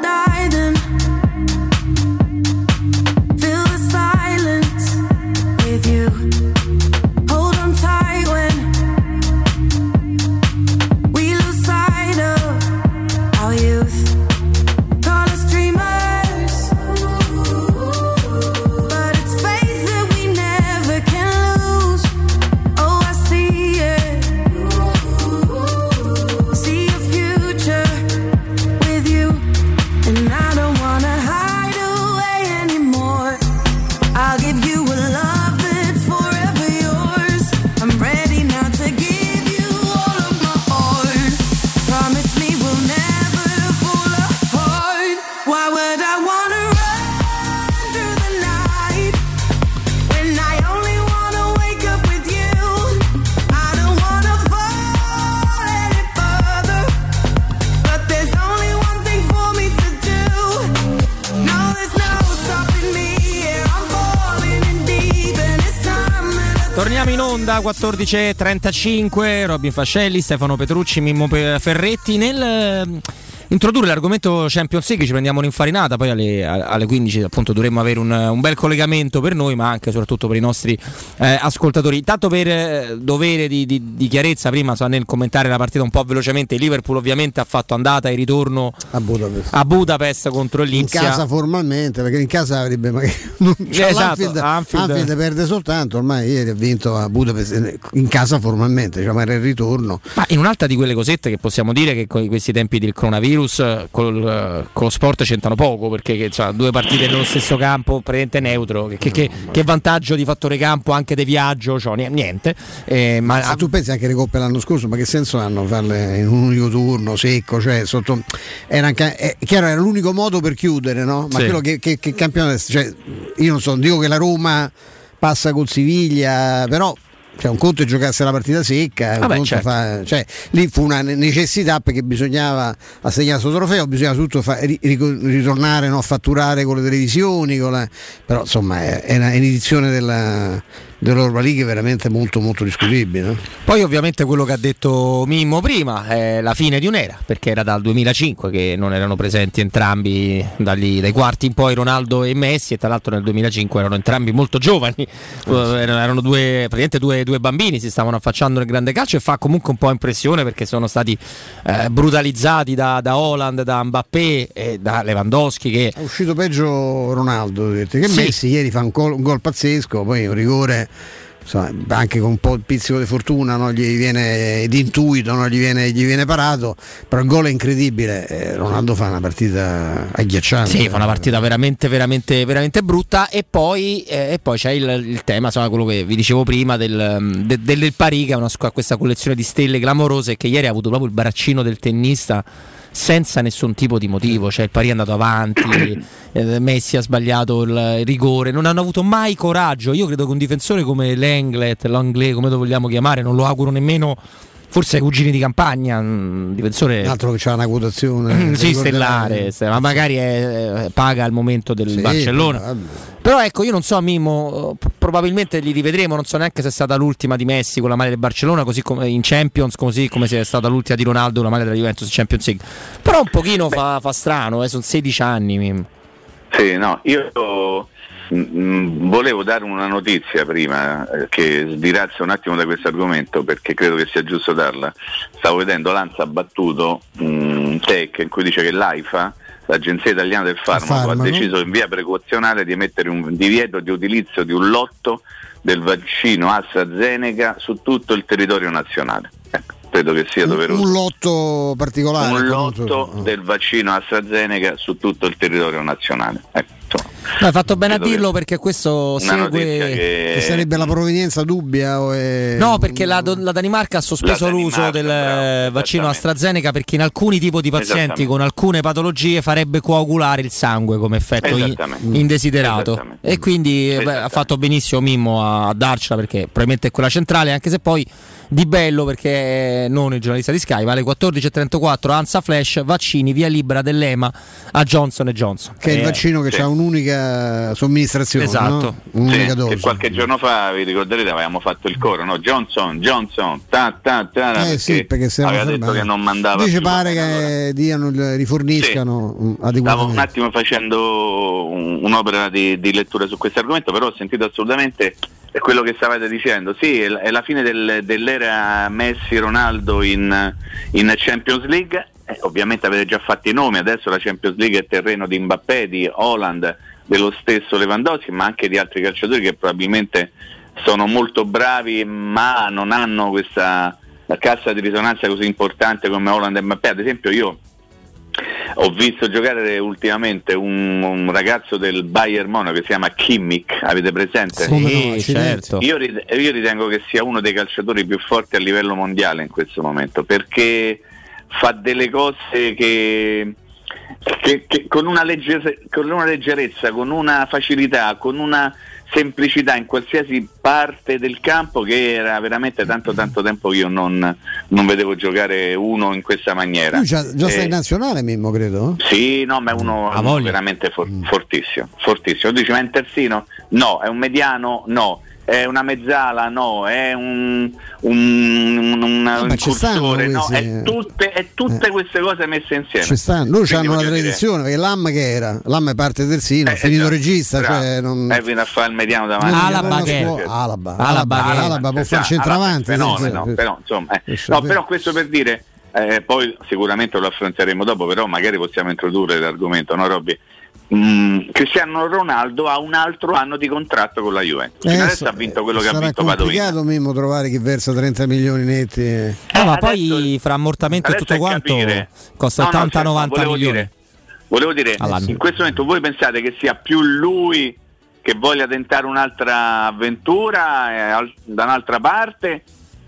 Torniamo in onda, quattordici e trentacinque, Robin Fascelli, Stefano Petrucci, Mimmo Ferretti. Nel introdurre l'argomento Champions League ci prendiamo un'infarinata, poi alle, alle quindici appunto dovremmo avere un, un bel collegamento per noi, ma anche e soprattutto per i nostri eh, ascoltatori. Tanto per eh, dovere di, di, di chiarezza, prima so, nel commentare la partita un po' velocemente, il Liverpool ovviamente ha fatto andata e ritorno a Budapest, a Budapest contro l'Ipsia. In casa formalmente, perché in casa avrebbe magari non cioè, esatto, Anfield, Anfield. Anfield perde soltanto, ormai ieri ha vinto a Budapest in casa formalmente, diciamo era il ritorno. Ma in un'altra di quelle cosette che possiamo dire che con questi tempi del coronavirus col, con lo sport c'entrano poco, perché che, cioè, due partite nello stesso campo, praticamente neutro, che, che, che vantaggio di fattore campo anche di viaggio, cioè, niente. Eh, ma se tu pensi anche alle coppe l'anno scorso, ma che senso hanno farle in un unico turno secco? Cioè, sotto, era, anche, è chiaro, era l'unico modo per chiudere, no? Ma sì. quello che, che, che campionato, cioè, io non so, dico che la Roma passa col Siviglia, però cioè un conto è giocarsi la partita secca, un conto certo. fa, cioè, lì fu una necessità perché bisognava assegnare questo trofeo, bisognava tutto fa, ritornare, no, a fatturare con le televisioni, con la, però insomma è, è un'edizione della dell'Europa League veramente molto molto discutibile. No? Poi ovviamente quello che ha detto Mimmo prima è la fine di un'era, perché era dal duemilacinque che non erano presenti entrambi dagli, dai quarti in poi Ronaldo e Messi, e tra l'altro nel duemilacinque erano entrambi molto giovani, erano due, praticamente due, due bambini, si stavano affacciando nel grande calcio, e fa comunque un po' impressione perché sono stati eh, brutalizzati da, da Haaland, da Mbappé e da Lewandowski, che è uscito peggio Ronaldo, che sì. Messi ieri fa un gol, un gol pazzesco, poi un rigore, insomma, anche con un po' il pizzico di fortuna, no? Gli viene di intuito, no? gli, viene, gli viene parato, però il gol è incredibile. eh, Ronaldo fa una partita agghiacciante, sì, fa una partita veramente veramente veramente brutta. E poi, eh, e poi c'è il, il tema, insomma, quello che vi dicevo prima del, de, del Paris, che è una, questa collezione di stelle clamorose, che ieri ha avuto proprio il baraccino del tennista senza nessun tipo di motivo, cioè il Paris è andato avanti, eh, Messi ha sbagliato il rigore, non hanno avuto mai coraggio. Io credo che un difensore come Lenglet, Langlais, come lo vogliamo chiamare, non lo auguro nemmeno forse ai cugini di campagna, un difensore un altro che c'ha una quotazione sì, stellare, ma magari è, paga al momento del sì, Barcellona. Vabbè. Però ecco, io non so, Mimmo, probabilmente li rivedremo, non so neanche se è stata l'ultima di Messi con la maglia del Barcellona, così come in Champions, così come se è stata l'ultima di Ronaldo con la maglia della Juventus in Champions League. Però un pochino fa, fa strano, eh, sono sedici anni, Mimmo. Sì, no, io mh, volevo dare una notizia prima eh, che sdirazza un attimo da questo argomento, perché credo che sia giusto darla. Stavo vedendo, l'Ansa ha battuto un tech in cui dice che l'AIFA, l'Agenzia Italiana del Farmaco, Farmaco, ha deciso in via precauzionale di emettere un divieto di utilizzo di un lotto del vaccino AstraZeneca su tutto il territorio nazionale. Ecco, credo che sia doveroso. Un, un lotto particolare. Un lotto oh. del vaccino AstraZeneca su tutto il territorio nazionale. Ecco. No, hai fatto bene a dirlo, perché questo segue che... che sarebbe la provenienza dubbia o è... no, perché la, la Danimarca ha sospeso l'uso del bravo, vaccino AstraZeneca, perché in alcuni tipi di pazienti con alcune patologie farebbe coagulare il sangue come effetto in, indesiderato, e quindi beh, ha fatto benissimo Mimmo a darcela, perché probabilmente è quella centrale, anche se poi Di Bello, perché non il giornalista di Sky, vale quattordici e trentaquattro, Ansa Flash, vaccini, via libera dell'E M A a Johnson and Johnson, che è il vaccino che sì. ha un'unica somministrazione, esatto, no? Un'unica sì, dose. Che qualche giorno fa, vi ricorderete, avevamo fatto il coro, no? Johnson, Johnson, ta ta ta, eh, perché, sì, perché aveva detto che non mandava. Invece pare che allora. diano, riforniscano sì. adeguatamente. Stavo un attimo facendo un, un'opera di, di lettura su questo argomento, però ho sentito assolutamente è quello che stavate dicendo. Sì, è la fine del, dell'era Messi-Ronaldo in, in Champions League. Eh, ovviamente avete già fatto i nomi, adesso la Champions League è terreno di Mbappé, di Haaland, dello stesso Lewandowski, ma anche di altri calciatori che probabilmente sono molto bravi, ma non hanno questa cassa di risonanza così importante come Haaland e Mbappé. Ad esempio, io ho visto giocare ultimamente un, un ragazzo del Bayern Monaco che si chiama Kimmich, avete presente? Sì, no, certo. Io, io ritengo che sia uno dei calciatori più forti a livello mondiale in questo momento, perché fa delle cose che, che, che con, una legger, con una leggerezza, con una facilità, con una semplicità in qualsiasi parte del campo, che era veramente tanto tanto tempo che io non, non vedevo giocare uno in questa maniera. Lui già, già eh, sta in nazionale, Mimmo, credo? Sì, no, ma è uno, uno veramente for, fortissimo, fortissimo. Tu dici, ma è un terzino? No. È un mediano? No. È una mezzala? No. È un, un, un, un, no, un cursore? No. Questi... È tutte, è tutte eh. queste cose messe insieme. Ci stanno. Loro hanno una tradizione, dire... perché Lam che era? Lam è parte terzino, eh, finito esatto, regista. Cioè non... E viene a fare il mediano davanti. Alaba che Alaba, Alaba, Alaba, Alaba, Alaba può fare centravanti. Fenomeno, sì, però insomma. Eh. No, però questo per dire, eh, poi sicuramente lo affronteremo dopo, però magari possiamo introdurre l'argomento, no Robby? Mm, Cristiano Ronaldo ha un altro anno di contratto con la Juventus. Eh, adesso ha vinto quello che ha vinto Padoini. È complicato Mimmo trovare chi versa trenta milioni netti. Eh, eh, ma poi fra ammortamento e tutto quanto capire. costa no, ottanta novanta no, milioni. Dire, volevo dire, all'anno. In questo momento voi pensate che sia più lui che voglia tentare un'altra avventura eh, da un'altra parte,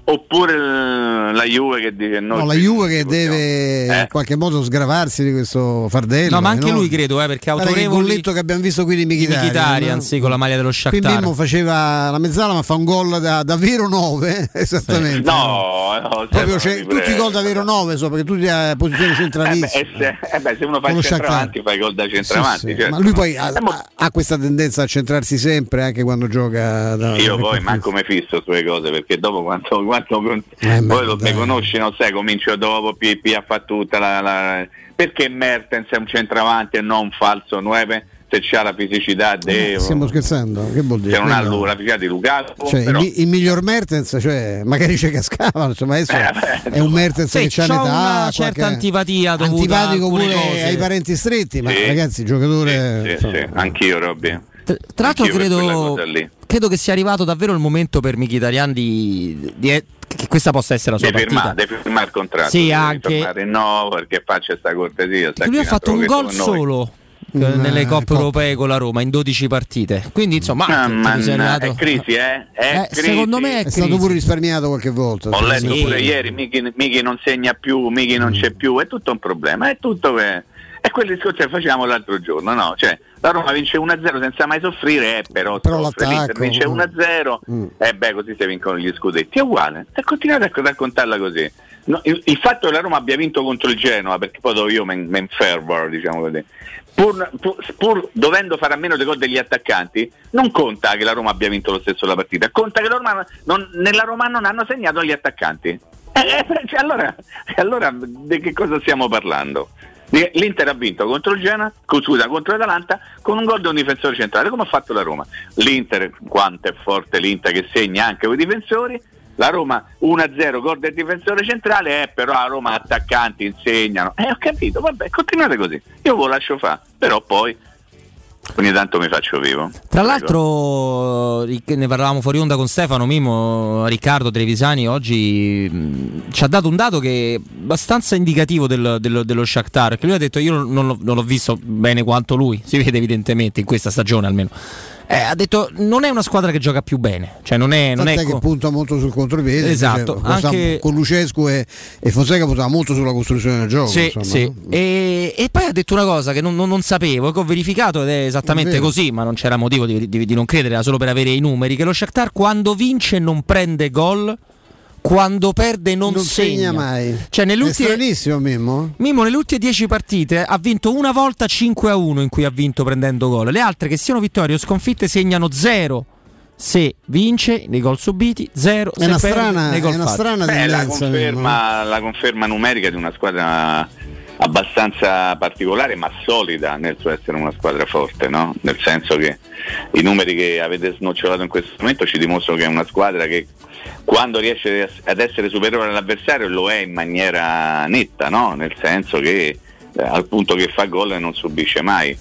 oppure la Juve che dice no, no la Juve che deve eh. in qualche modo sgravarsi di questo fardello. No, ma anche no? lui credo, eh, perché autorevoli. Il golletto che abbiamo visto qui di Mkhitaryan, Mkhitaryan, sì, con la maglia dello Shakhtar. Qui Mimmo faceva la mezzala, ma fa un gol da davvero nove, esattamente. Sì. No, no, proprio tutti i gol davvero nove, so, perché tutti a posizione centralissima. Eh beh, se, eh beh, se uno fa il centravanti fa i gol da centravanti. Sì, sì. Certo. Ma lui poi ha, ha questa tendenza a centrarsi sempre, anche quando gioca. Da, Io poi manco me fisso sulle cose, perché dopo quanto, quanto eh, poi lo mi conosci, non sai, comincio dopo P P a fare tutta la, la perché Mertens è un centravanti e non un falso nove, se c'ha la fisicità de... stiamo scherzando, che vuol dire? Se non ha la fisicità di Lukaku, cioè, però... il, il miglior Mertens, cioè magari ci cascava, insomma adesso eh, beh, è un Mertens sì, che c'ha un'età, una certa antipatia dovuta antipatico pure cose. Ai parenti stretti, ma sì, ragazzi, il giocatore sì, sì, sì. Anch'io Robby. Tra l'altro credo, credo che sia arrivato davvero il momento per Mkhitaryan di, di che questa possa essere la sua deve partita. Firmare, deve firmare il contratto, sì, deve anche no, perché faccia sta cortesia. Sta lui ha fatto un gol solo mm, nelle coppe europee con la Roma in dodici partite. Quindi insomma, ah, man, è crisi, eh? È eh, crisi. Secondo me è, è crisi. stato pure risparmiato qualche volta. Ho letto sì. pure ieri, Miki, Miki non segna più, Miki non mm. c'è più, è tutto un problema, è tutto che è quel discorso che facevamo l'altro giorno, no? Cioè, la Roma vince uno a zero senza mai soffrire, eh, però, però soffre, l'Inter vince uno a zero, mm. e eh, beh, così si vincono gli scudetti. È uguale, e continuate a raccontarla così. No, il, il fatto che la Roma abbia vinto contro il Genoa, perché poi do io men, men fervor, diciamo così, pur, pur, pur dovendo fare a meno dei gol degli attaccanti, non conta che la Roma abbia vinto lo stesso la partita, conta che la Roma non, nella Roma non hanno segnato gli attaccanti. Eh, cioè, allora, allora di che cosa stiamo parlando? L'Inter ha vinto contro il Genoa, scusa, contro l'Atalanta con un gol di un difensore centrale, come ha fatto la Roma. L'Inter, quanto è forte l'Inter che segna anche con i difensori, la Roma uno a zero, gol del difensore centrale, eh, però la Roma attaccanti insegnano, eh ho capito, vabbè, continuate così, io ve lo lascio fare, però poi ogni tanto mi faccio vivo. Tra l'altro ne parlavamo fuori onda con Stefano, Mimmo, Riccardo Trevisani oggi mh, ci ha dato un dato che è abbastanza indicativo del, del, dello Shakhtar, che lui ha detto io non, l'ho, non l'ho visto bene quanto lui, si vede evidentemente in questa stagione almeno. Eh, ha detto non è una squadra che gioca più bene, cioè non è, non è che co- punta molto sul contropiede, esatto, cioè, anche con Lucescu e, e Fonseca puntava molto sulla costruzione del gioco, sì, insomma, sì. no? e, e poi ha detto una cosa che non, non, non sapevo, che ho verificato ed è esattamente è così, ma non c'era motivo di, di, di non credere, era solo per avere i numeri, che lo Shakhtar quando vince non prende gol, quando perde non, non segna. segna mai. Cioè, è stranissimo Mimmo. Mimmo nelle ultime dieci partite ha vinto una volta cinque a uno in cui ha vinto prendendo gol. Le altre che siano vittorie o sconfitte segnano zero se vince nei gol subiti, zero è se una perde strana, nei gol è una fatti. strana Beh, la, tendenza, conferma, la conferma numerica di una squadra abbastanza particolare ma solida nel suo essere una squadra forte, no? Nel senso che i numeri che avete snocciolato in questo momento ci dimostrano che è una squadra che quando riesce ad essere superiore all'avversario lo è in maniera netta, no? Nel senso che eh, al punto che fa gol e non subisce mai.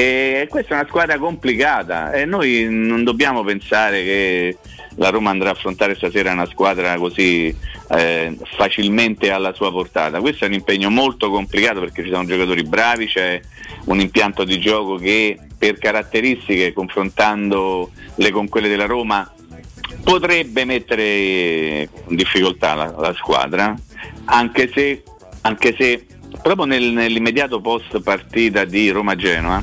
E questa è una squadra complicata e noi non dobbiamo pensare che la Roma andrà a affrontare stasera una squadra così eh, facilmente alla sua portata. Questo è un impegno molto complicato perché ci sono giocatori bravi, c'è un impianto di gioco che per caratteristiche, confrontando le con quelle della Roma, potrebbe mettere in difficoltà la, la squadra, anche se, anche se proprio nel, nell'immediato post partita di Roma-Genoa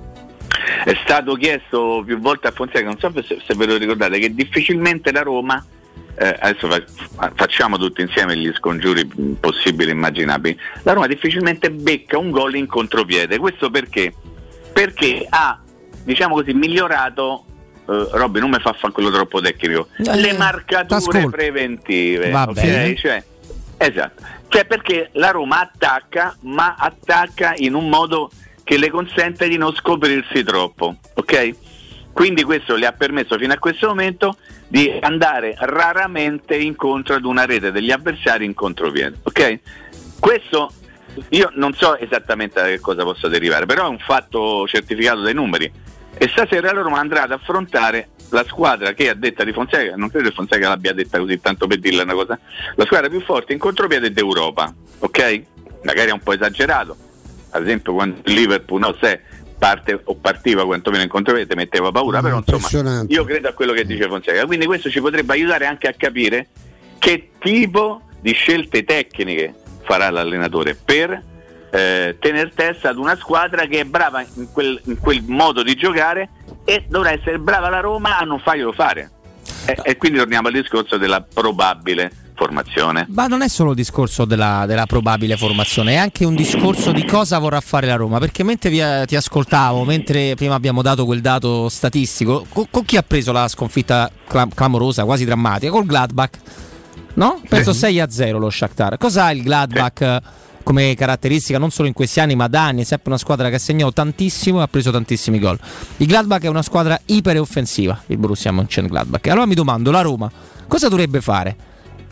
è stato chiesto più volte a Fonseca, non so se, se ve lo ricordate, che difficilmente la Roma, eh, adesso fa, facciamo tutti insieme gli scongiuri possibili e immaginabili, la Roma difficilmente becca un gol in contropiede. Questo perché? Perché ha, diciamo così, migliorato, uh, Robby non mi fa fare quello troppo tecnico, eh, le marcature preventive, va okay? bene. Cioè, esatto, cioè perché la Roma attacca, ma attacca in un modo che le consente di non scoprirsi troppo, ok? Quindi questo le ha permesso fino a questo momento di andare raramente incontro ad una rete degli avversari in contropiede, ok? Questo io non so esattamente da che cosa possa derivare, però è un fatto certificato dai numeri. E stasera la Roma andrà ad affrontare la squadra che, a detta di Fonseca, non credo che Fonseca l'abbia detta così tanto per dirle una cosa, la squadra più forte in contropiede d'Europa, ok? Magari è un po' esagerato, ad esempio quando il Liverpool no, se parte o partiva quantomeno in contropiede metteva paura, mm, però insomma io credo a quello che dice Fonseca, quindi questo ci potrebbe aiutare anche a capire che tipo di scelte tecniche farà l'allenatore per eh, tener testa ad una squadra che è brava in quel, in quel modo di giocare e dovrà essere brava la Roma a non farglielo fare. E, e quindi torniamo al discorso della probabile formazione. Ma non è solo il discorso della, della probabile formazione, è anche un discorso di cosa vorrà fare la Roma, perché mentre vi, ti ascoltavo, mentre prima abbiamo dato quel dato statistico, con, con chi ha preso la sconfitta clam- clamorosa, quasi drammatica? Col Gladbach, no? Penso sei a zero lo Shakhtar. Cos'ha il Gladbach sì. come caratteristica, non solo in questi anni ma da anni? È sempre una squadra che ha segnato tantissimo e ha preso tantissimi gol. Il Gladbach è una squadra iperoffensiva, il Borussia Mönchengladbach. Allora mi domando, la Roma cosa dovrebbe fare?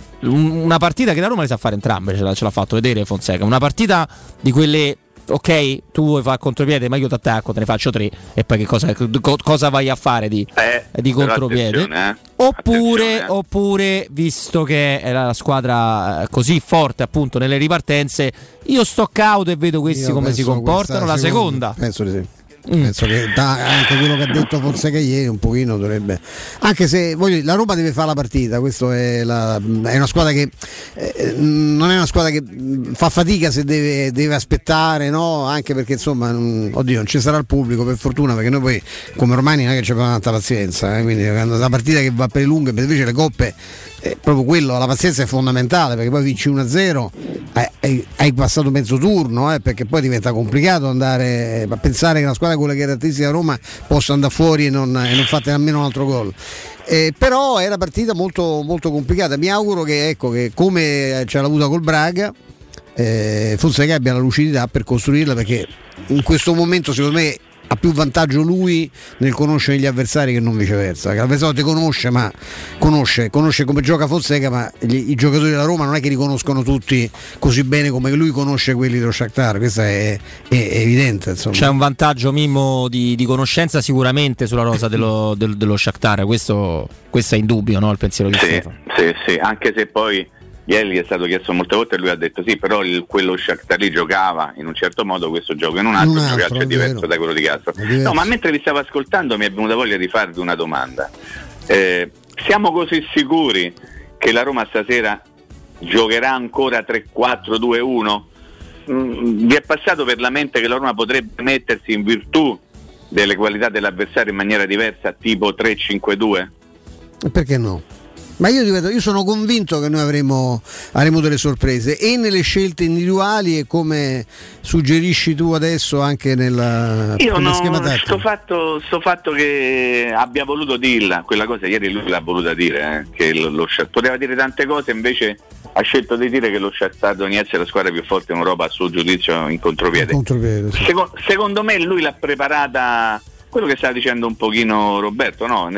Una partita che la Roma le sa fare entrambe, ce l'ha, ce l'ha fatto vedere Fonseca, una partita di quelle, ok, tu vuoi fare contropiede ma io ti attacco, te ne faccio tre e poi che cosa, cosa vai a fare di, eh, di contropiede eh. oppure, oppure visto che è la squadra così forte appunto nelle ripartenze, io sto cauto e vedo questi io come si comportano la seconda, seconda. Penso di sì. Mm. Penso che da, anche quello che ha detto Fonseca ieri un pochino dovrebbe, anche se voglio, la Roma deve fare la partita, questo è, la, è una squadra che eh, non è una squadra che fa fatica se deve, deve aspettare, no? Anche perché insomma oddio non ci sarà il pubblico per fortuna, perché noi poi come romani non è che ci abbiamo tanta pazienza, eh? Quindi la partita che va per le lunghe, invece le coppe eh, proprio quello, la pazienza è fondamentale, perché poi vinci uno a zero, eh, hai, hai passato mezzo turno, eh, perché poi diventa complicato andare a pensare che una squadra con le caratteristiche da Roma possa andare fuori e non, e non fate nemmeno un altro gol. Eh, però è una partita molto, molto complicata. Mi auguro che, ecco, che come ce l'ha avuta col Braga, eh, Fonseca abbia la lucidità per costruirla, perché in questo momento secondo me ha più vantaggio lui nel conoscere gli avversari che non viceversa. L'avversario ti conosce, ma conosce, conosce come gioca Fonseca, ma gli, i giocatori della Roma non è che li conoscono tutti così bene come lui conosce quelli dello Shakhtar, questo è, è, è evidente. Insomma. C'è un vantaggio Mimmo di, di conoscenza sicuramente sulla rosa dello, del, dello Shakhtar, questo, questo è indubbio, no? Il pensiero di sì, Stefano. Sì, sì, anche se poi ieri gli è stato chiesto molte volte e lui ha detto sì, però il, quello Shakhtar lì giocava in un certo modo, questo gioco in un altro, un altro il gioco è diverso da quello di Castro. No, ma mentre vi stavo ascoltando mi è venuta voglia di farvi una domanda. Eh, siamo così sicuri che la Roma stasera giocherà ancora tre quattro due uno? Mm, vi è passato per la mente che la Roma potrebbe mettersi in virtù delle qualità dell'avversario in maniera diversa, tipo tre cinque due? Perché no? Ma io ripeto, io sono convinto che noi avremo, avremo delle sorprese e nelle scelte individuali e come suggerisci tu adesso anche nella io no, schema tattico. Sto fatto, sto fatto che abbia voluto dirla, quella cosa ieri lui l'ha voluta dire, eh, che lo, lo, poteva dire tante cose, invece ha scelto di dire che lo Shakhtar Donetsk è la squadra più forte in Europa a suo giudizio in contropiede. In contropiede sì. Secondo, secondo me lui l'ha preparata, quello che stava dicendo un pochino Roberto, no?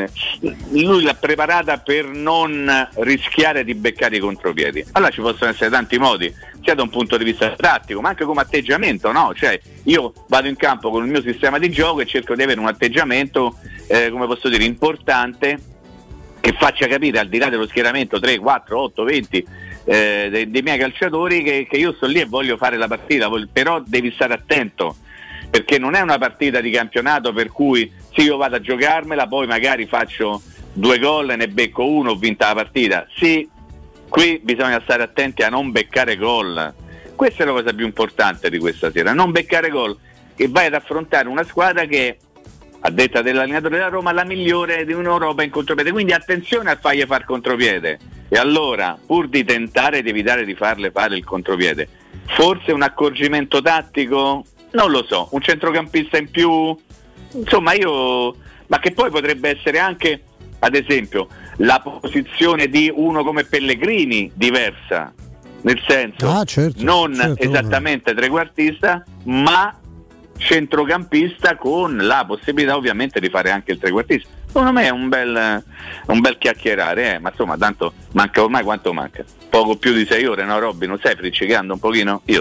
Lui l'ha preparata per non rischiare di beccare i contropiedi. Allora ci possono essere tanti modi, sia da un punto di vista tattico, ma anche come atteggiamento, no? Cioè io vado in campo con il mio sistema di gioco e cerco di avere un atteggiamento, eh, come posso dire, importante, che faccia capire, al di là dello schieramento tre, quattro, otto, venti eh, dei, dei miei calciatori, che, che io sto lì e voglio fare la partita, però devi stare attento, perché non è una partita di campionato per cui sì, io vado a giocarmela, poi magari faccio due gol e ne becco uno, ho vinto la partita. Sì, qui bisogna stare attenti a non beccare gol. Questa è la cosa più importante di questa sera, non beccare gol, che vai ad affrontare una squadra che, a detta dell'allenatore della Roma, la migliore di un'Europa in contropiede, quindi attenzione a fargli far contropiede. E allora, pur di tentare di evitare di farle fare il contropiede, forse un accorgimento tattico? Non lo so, un centrocampista in più, insomma io, ma che poi potrebbe essere anche, ad esempio, la posizione di uno come Pellegrini diversa, nel senso ah, certo, non certo, esattamente trequartista, ma centrocampista con la possibilità ovviamente di fare anche il trequartista. Secondo me è un bel, un bel chiacchierare, eh? Ma insomma tanto manca ormai, quanto manca? Poco più di sei ore, no Robby? Non stai friccicando un pochino? Io sì.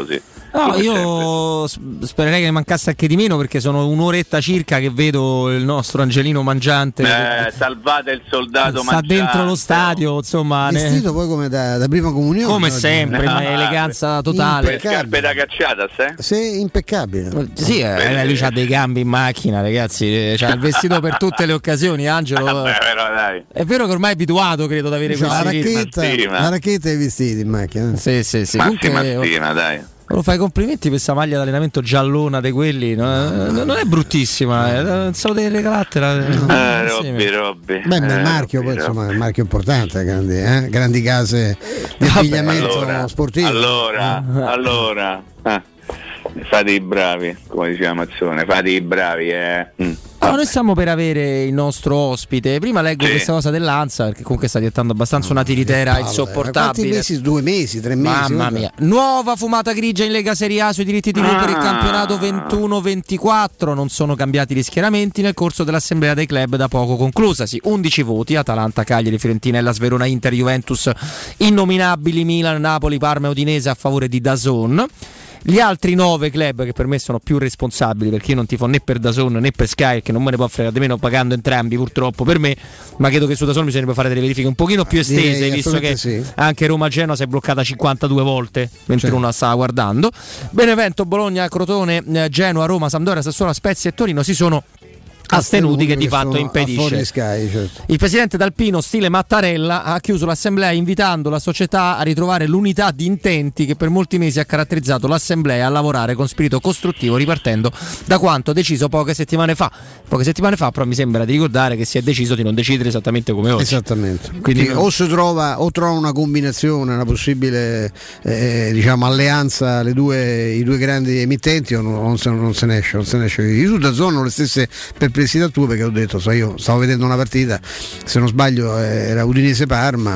No, io spererei che ne mancasse anche di meno, perché sono un'oretta circa che vedo il nostro Angelino Mangiante. Eh, salvate il soldato sta Mangiante. dentro lo stadio, insomma. Vestito ne... poi come da, da prima comunione. Come oggi. sempre, No, ma eleganza totale. Scarpe da cacciata, se? Sì, impeccabile. Sì, eh, lui ha dei gambi in macchina, ragazzi. C'ha il vestito per tutte le occasioni, Angelo. Vabbè, però, dai. È vero che ormai è abituato, credo, ad avere Cioè, la questi racchetta, sì, ma- la racchetta e i vestiti in macchina. Sì, sì, sì. Ma sì, Comunque, Martina, dai. lo fai complimenti per questa maglia d'allenamento giallona di quelli, no? Non è bruttissima, eh. Non so delle regalattere. Eh, Robby, Robby. Beh, ma il Eh, marchio, poi, insomma, il marchio importante, grandi, eh? grandi case di abbigliamento allora, sportivo. Allora, allora, eh, fate i bravi, come diceva Mazzone, fate i bravi, eh. Mm. No, noi stiamo per avere il nostro ospite. Prima leggo Sì. questa cosa dell'Anza, perché comunque sta diventando abbastanza una tiritera Quanti insopportabile. mesi? Due mesi, tre mesi? Mamma guarda. mia, nuova fumata grigia in Lega Serie A sui diritti tivù per il campionato ventuno ventiquattro. Non sono cambiati gli schieramenti nel corso dell'assemblea dei club da poco conclusasi. undici voti: Atalanta, Cagliari, Fiorentina, Hellas Verona, Inter, Juventus, innominabili Milan, Napoli, Parma e Udinese a favore di DAZN. Gli altri nove club, che per me sono più responsabili, perché io non tifo né per DAZN né per Sky, che non me ne può fregare di meno pagando entrambi purtroppo per me, ma credo che su DAZN bisognerebbe fare delle verifiche un pochino più estese, Direi visto che assolutamente sì. anche Roma-Genoa si è bloccata cinquantadue volte mentre Certo. uno la stava guardando. Benevento, Bologna, Crotone, eh, Genoa, Roma, Sampdoria, Sassuolo, Spezia e Torino si sono astenuti, che di fatto sono a impedisce. fuori Sky, certo. Il presidente D'Alpino, stile Mattarella, ha chiuso l'assemblea invitando la società a ritrovare l'unità di intenti che per molti mesi ha caratterizzato l'assemblea, a lavorare con spirito costruttivo, ripartendo da quanto deciso poche settimane fa. Poche settimane fa, però, mi sembra di ricordare che si è deciso di non decidere esattamente come oggi. Esattamente. Quindi Che o si trova o trova una combinazione, una possibile eh, diciamo alleanza, le due, i due grandi emittenti, o non, non, se, non se ne esce, non se ne esce. Io su DAZN ho le stesse perplessità tue, perché ho detto, so, io stavo vedendo una partita, se non sbaglio era Udinese-Parma,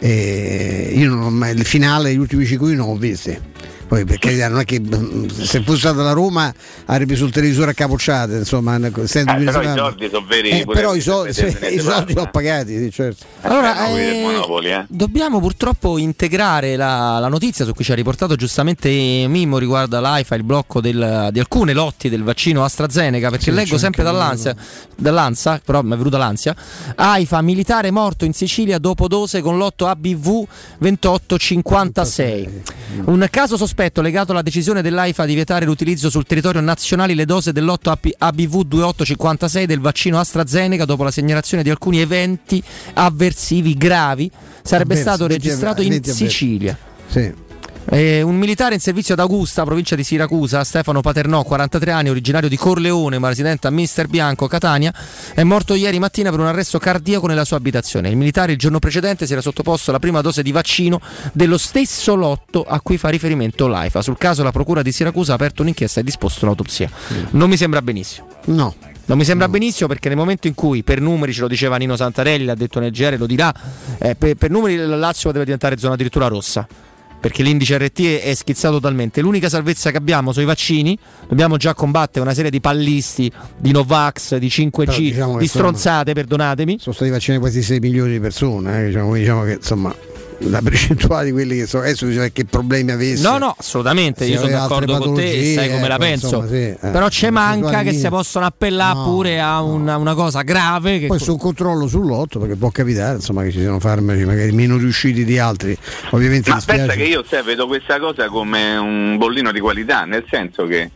e io non ho mai, il finale, gli ultimi cinque non ho visti. Poi per carità, non è che se fosse stata la Roma avrebbe sul televisore a capocciate, insomma, Eh, però i soldi sono veri, eh, pure però i, se soldi, vedete i ne soldi parla. li ho pagati, sì, certo. Allora, Eh, no, eh, Monopoli, eh. dobbiamo purtroppo integrare la, la notizia su cui ci ha riportato giustamente Mimmo riguardo all'AIFA, il blocco del, di alcune lotti del vaccino AstraZeneca, perché Sì, leggo c'è sempre anche dall'ansia, dall'Ansa, però mi è venuta l'ansia. AIFA, militare morto in Sicilia dopo dose con lotto A B V ventotto cinquantasei. Un caso sospetto legato alla decisione dell'AIFA di vietare l'utilizzo sul territorio nazionale le dose del lotto A B V ventotto cinquantasei del vaccino AstraZeneca dopo la segnalazione di alcuni eventi avversivi gravi sarebbe Avversi, stato eventi registrato avver- in eventi avversi. Sicilia. Sì. Eh, un militare in servizio ad Augusta, provincia di Siracusa, Stefano Paternò, quarantatré anni, originario di Corleone, ma residente a Mister Bianco, Catania, è morto ieri mattina per un arresto cardiaco nella sua abitazione. Il militare il giorno precedente si era sottoposto alla prima dose di vaccino dello stesso lotto a cui fa riferimento l'AIFA. Sul caso la procura di Siracusa ha aperto un'inchiesta e disposto un'autopsia. Non mi sembra benissimo. No. Non mi sembra benissimo, perché nel momento in cui, per numeri, ce lo diceva Nino Santarelli, l'ha detto nel G R, lo dirà, eh, per, per numeri la Lazio deve diventare zona addirittura rossa, perché l'indice R T è schizzato totalmente. L'unica salvezza che abbiamo sono i vaccini. Dobbiamo già combattere una serie di pallisti, di Novax, di cinque G, Però diciamo che, di insomma, stronzate, perdonatemi. Sono stati vaccinati quasi sei milioni di persone, eh, diciamo, diciamo che insomma la percentuale di quelli che sono adesso bisogna che problemi avesse. No, no, assolutamente, Se io sono aveva altre d'accordo con te, patologie, sai come la ecco, penso. insomma, sì, eh. Però c'è Una manca percentuale che si minima. possono appellare No, pure a una, una cosa grave. Che Poi su un controllo sull'otto, perché può capitare insomma che ci siano farmaci magari meno riusciti di altri. Ovviamente Ma mi spiace. pensa che io se vedo questa cosa come un bollino di qualità, nel senso che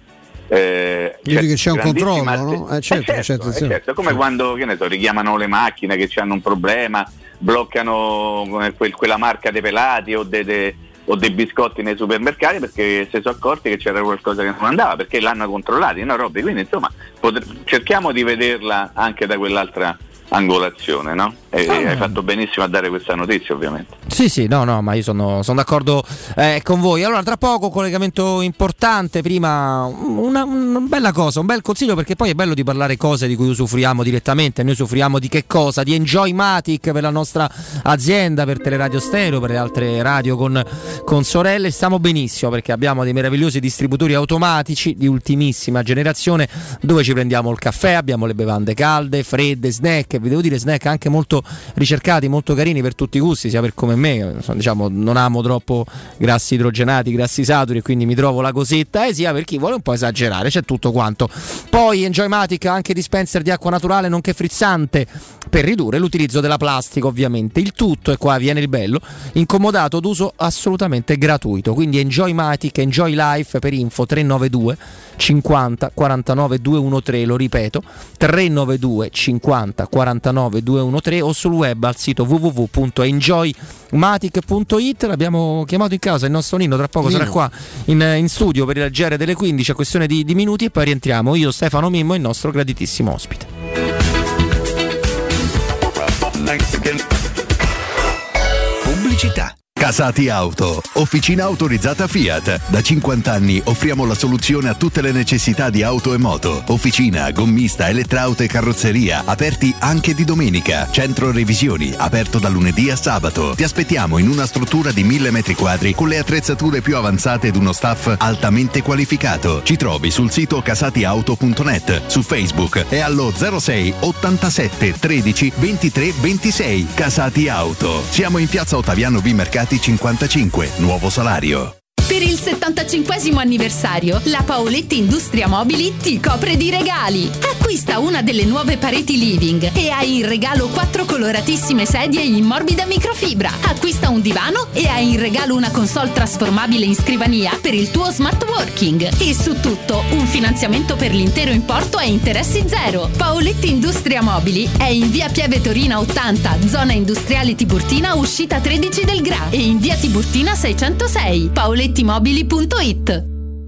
eh, Dici che c'è un grandissima- controllo, no? Eh, certo, eh, certo, eh, certo. certo. È come quando, che ne so, richiamano le macchine che hanno un problema, bloccano eh, quel- quella marca dei pelati o dei de, o dei biscotti nei supermercati, perché si sono accorti che c'era qualcosa che non andava, perché l'hanno controllati, no, Robby? Quindi insomma potre- cerchiamo di vederla anche da quell'altra angolazione, no? E Ah. hai fatto benissimo a dare questa notizia, ovviamente. Sì, sì, no, no, ma io sono, sono d'accordo eh, con voi. Allora, tra poco collegamento importante. Prima una, una bella cosa, un bel consiglio, perché poi è bello di parlare cose di cui usufruiamo direttamente. Noi usufruiamo di che cosa? Di Enjoymatic per la nostra azienda, per Teleradio Stereo, per le altre radio con, con sorelle. Stiamo benissimo perché abbiamo dei meravigliosi distributori automatici di ultimissima generazione, dove ci prendiamo il caffè, abbiamo le bevande calde, fredde, snack, snack, vi devo dire snack anche molto ricercati, molto carini per tutti i gusti, sia per come me, diciamo non amo troppo grassi idrogenati, grassi saturi, e quindi mi trovo la cosetta, e sia per chi vuole un po' esagerare, c'è tutto quanto. Poi Enjoymatic ha anche dispenser di acqua naturale nonché frizzante per ridurre l'utilizzo della plastica, ovviamente. Il tutto, e qua viene il bello, incomodato d'uso assolutamente gratuito. Quindi Enjoymatic, Enjoy Life. Per info tre nove due cinquanta quarantanove duecentotredici, lo ripeto tre nove due cinquanta quarantanove duecentotredici, o sul web al sito w w w punto enjoymatic punto it. L'abbiamo chiamato in casa il nostro Nino, tra poco Nino sarà qua in, in studio per il G R delle quindici, a questione di, di minuti, e poi rientriamo io, Stefano Mimmo e il nostro graditissimo ospite. Pubblicità. Casati Auto, officina autorizzata Fiat. Da cinquanta anni offriamo la soluzione a tutte le necessità di auto e moto. Officina, gommista, elettrauto e carrozzeria, aperti anche di domenica. Centro revisioni, aperto da lunedì a sabato. Ti aspettiamo in una struttura di mille metri quadri con le attrezzature più avanzate ed uno staff altamente qualificato. Ci trovi sul sito casati auto punto net, su Facebook e allo zero sei ottantasette tredici ventitré ventisei. Casati Auto. Siamo in piazza Ottaviano B Mercati cinquantacinque, nuovo Salario. Per il settantacinquesimo anniversario, la Paoletti Industria Mobili ti copre di regali. Acquista una delle nuove pareti living e hai in regalo quattro coloratissime sedie in morbida microfibra. Acquista un divano e hai in regalo una console trasformabile in scrivania per il tuo smart working. E su tutto un finanziamento per l'intero importo a interessi zero. Paoletti Industria Mobili è in via Pieve Torina ottanta, zona industriale Tiburtina, uscita tredici del Gra, e in via Tiburtina seicentosei. Paoletti mobili punto it.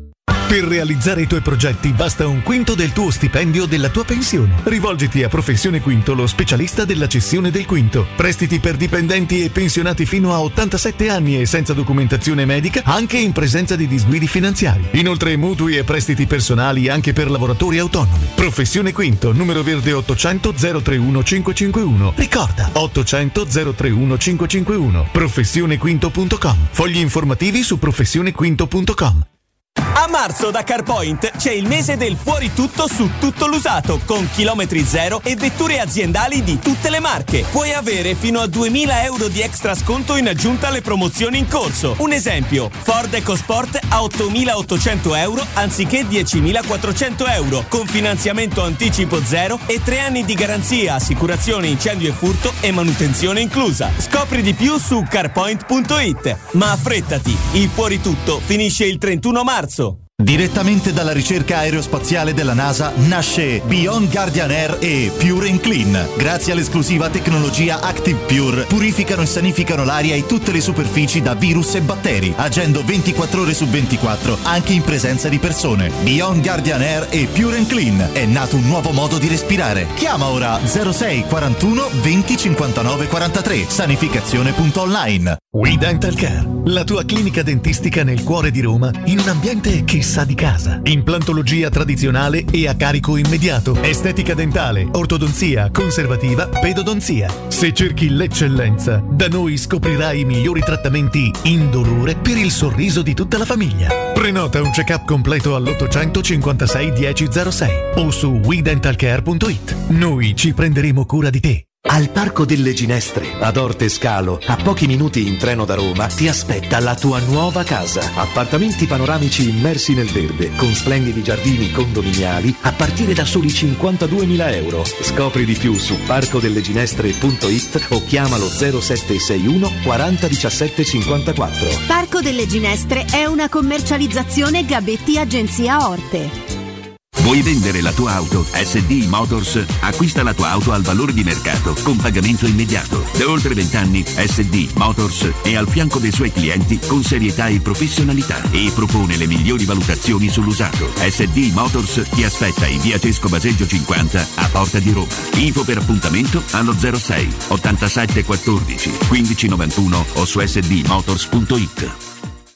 Per realizzare i tuoi progetti basta un quinto del tuo stipendio o della tua pensione. Rivolgiti a Professione Quinto, lo specialista della cessione del quinto. Prestiti per dipendenti e pensionati fino a ottantasette anni e senza documentazione medica, anche in presenza di disguidi finanziari. Inoltre mutui e prestiti personali anche per lavoratori autonomi. Professione Quinto, numero verde ottocento zero trentuno cinquecentocinquantuno. Ricorda, ottocento zero trentuno cinquecentocinquantuno. professione quinto punto com. Fogli informativi su professione quinto punto com. A marzo da CarPoint c'è il mese del fuori tutto su tutto l'usato, con chilometri zero e vetture aziendali di tutte le marche. Puoi avere fino a duemila euro di extra sconto in aggiunta alle promozioni in corso. Un esempio, Ford EcoSport a ottomilaottocento euro anziché diecimilaquattrocento euro, con finanziamento anticipo zero e tre anni di garanzia, assicurazione incendio e furto e manutenzione inclusa. Scopri di più su carpoint punto it. Ma affrettati, il fuori tutto finisce il trentuno marzo. Direttamente dalla ricerca aerospaziale della NASA nasce Beyond Guardian Air e Pure and Clean. Grazie all'esclusiva tecnologia Active Pure purificano e sanificano l'aria e tutte le superfici da virus e batteri, agendo ventiquattro ore su ventiquattro anche in presenza di persone. Beyond Guardian Air e Pure and Clean. È nato un nuovo modo di respirare. Chiama ora zero sei quarantuno venti cinquantanove quarantatré. Sanificazione punto online. We Dental Care, la tua clinica dentistica nel cuore di Roma, in un ambiente che sa di casa. Implantologia tradizionale e a carico immediato. Estetica dentale, ortodonzia, conservativa, pedodonzia. Se cerchi l'eccellenza, da noi scoprirai i migliori trattamenti indolore per il sorriso di tutta la famiglia. Prenota un check-up completo all'ottocento cinquantasei dieci zero sei o su we dental care punto it. Noi ci prenderemo cura di te. Al Parco delle Ginestre, ad Orte Scalo, a pochi minuti in treno da Roma, ti aspetta la tua nuova casa. Appartamenti panoramici immersi nel verde, con splendidi giardini condominiali, a partire da soli cinquantaduemila euro. Scopri di più su parco delle ginestre punto it o chiamalo zero sette sei uno quaranta diciassette cinquantaquattro. Parco delle Ginestre è una commercializzazione Gabetti Agenzia Orte. Vuoi vendere la tua auto? S D Motors acquista la tua auto al valore di mercato con pagamento immediato. Da oltre vent'anni S D Motors è al fianco dei suoi clienti con serietà e professionalità e propone le migliori valutazioni sull'usato. S D Motors ti aspetta in via Cesco Baseggio cinquanta a Porta di Roma. Info per appuntamento allo zero sei ottantasette quattordici quindici novantuno o su s d motors punto it.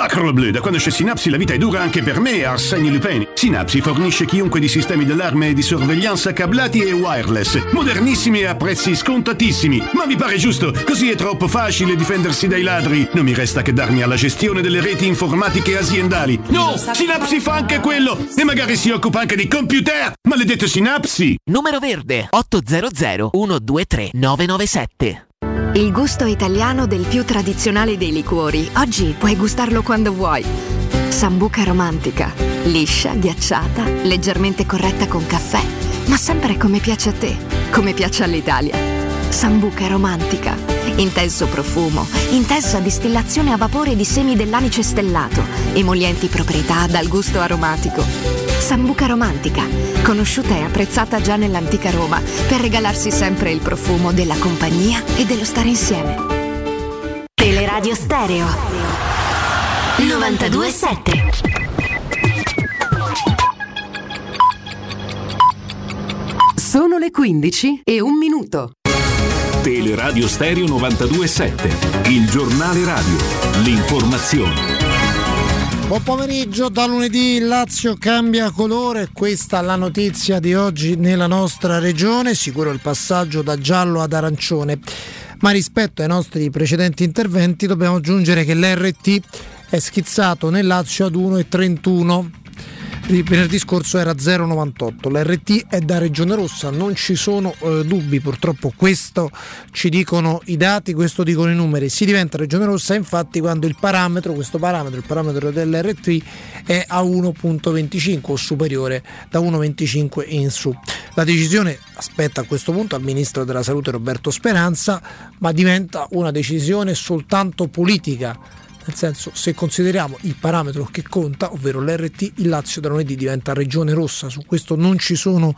Sacre bleu, da quando c'è Synapsi la vita è dura anche per me, Arsène Lupin. Synapsi fornisce chiunque di sistemi d'allarme e di sorveglianza cablati e wireless, modernissimi e a prezzi scontatissimi. Ma vi pare giusto? Così è troppo facile difendersi dai ladri. Non mi resta che darmi alla gestione delle reti informatiche aziendali. No, Synapsi fa anche quello e magari si occupa anche di computer. Maledetto Synapsi. Numero verde otto zero zero uno due tre nove nove sette. Il gusto italiano del più tradizionale dei liquori. Oggi puoi gustarlo quando vuoi. Sambuca romantica. Liscia, ghiacciata, leggermente corretta con caffè. Ma sempre come piace a te, come piace all'Italia. Sambuca romantica. Intenso profumo, intensa distillazione a vapore di semi dell'anice stellato, emolienti proprietà dal gusto aromatico. Sambuca romantica, conosciuta e apprezzata già nell'antica Roma per regalarsi sempre il profumo della compagnia e dello stare insieme. Teleradio Stereo novantadue sette. Sono le quindici e un minuto. Teleradio Stereo novantadue sette, il giornale radio, l'informazione. Buon pomeriggio, da lunedì il Lazio cambia colore, questa è la notizia di oggi nella nostra regione, sicuro il passaggio da giallo ad arancione, ma rispetto ai nostri precedenti interventi dobbiamo aggiungere che l'R T è schizzato nel Lazio ad uno virgola trentuno. Il venerdì scorso era zero virgola novantotto. L'R T è da Regione Rossa, non ci sono eh, dubbi, purtroppo questo ci dicono i dati, questo dicono i numeri. Si diventa Regione Rossa infatti quando il parametro, questo parametro, il parametro dell'R T è a uno virgola venticinque o superiore da uno virgola venticinque in su. La decisione aspetta a questo punto al Ministro della Salute Roberto Speranza, ma diventa una decisione soltanto politica. Nel senso, se consideriamo il parametro che conta, ovvero l'R T, il Lazio da lunedì diventa Regione Rossa, su questo non ci sono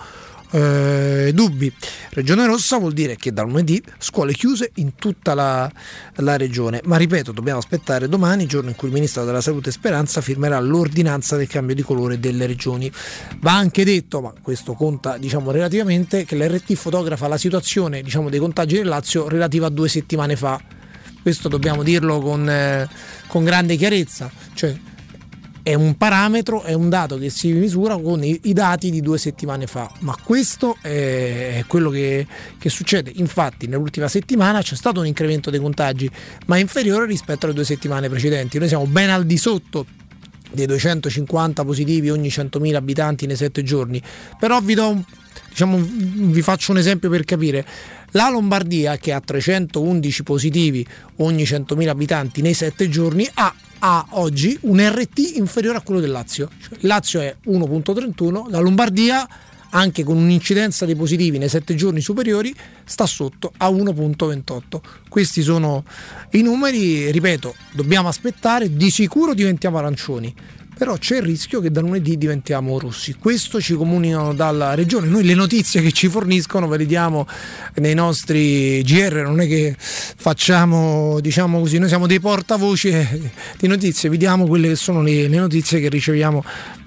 eh, dubbi. Regione Rossa vuol dire che da lunedì scuole chiuse in tutta la, la regione, ma ripeto, dobbiamo aspettare domani, giorno in cui il Ministro della Salute Speranza firmerà l'ordinanza del cambio di colore delle regioni. Va anche detto, ma questo conta diciamo relativamente, che l'R T fotografa la situazione diciamo dei contagi del Lazio relativa a due settimane fa. Questo dobbiamo dirlo con, eh, con grande chiarezza, cioè è un parametro, è un dato che si misura con i, i dati di due settimane fa, ma questo è, è quello che, che succede. Infatti nell'ultima settimana c'è stato un incremento dei contagi, ma inferiore rispetto alle due settimane precedenti. Noi siamo ben al di sotto dei duecentocinquanta positivi ogni centomila abitanti nei sette giorni, però vi do un, diciamo, vi faccio un esempio per capire. La Lombardia, che ha trecentoundici positivi ogni centomila abitanti nei sette giorni, ha, ha oggi un R T inferiore a quello del Lazio. Cioè, il Lazio è uno virgola trentuno, la Lombardia, anche con un'incidenza dei positivi nei sette giorni superiori, sta sotto a uno virgola ventotto. Questi sono i numeri, ripeto, dobbiamo aspettare, di sicuro diventiamo arancioni. Però c'è il rischio che da lunedì diventiamo rossi. Questo ci comunicano dalla regione. Noi le notizie che ci forniscono ve le diamo nei nostri G R, non è che facciamo, diciamo così, noi siamo dei portavoce di notizie, vi diamo quelle che sono le, le notizie che riceviamo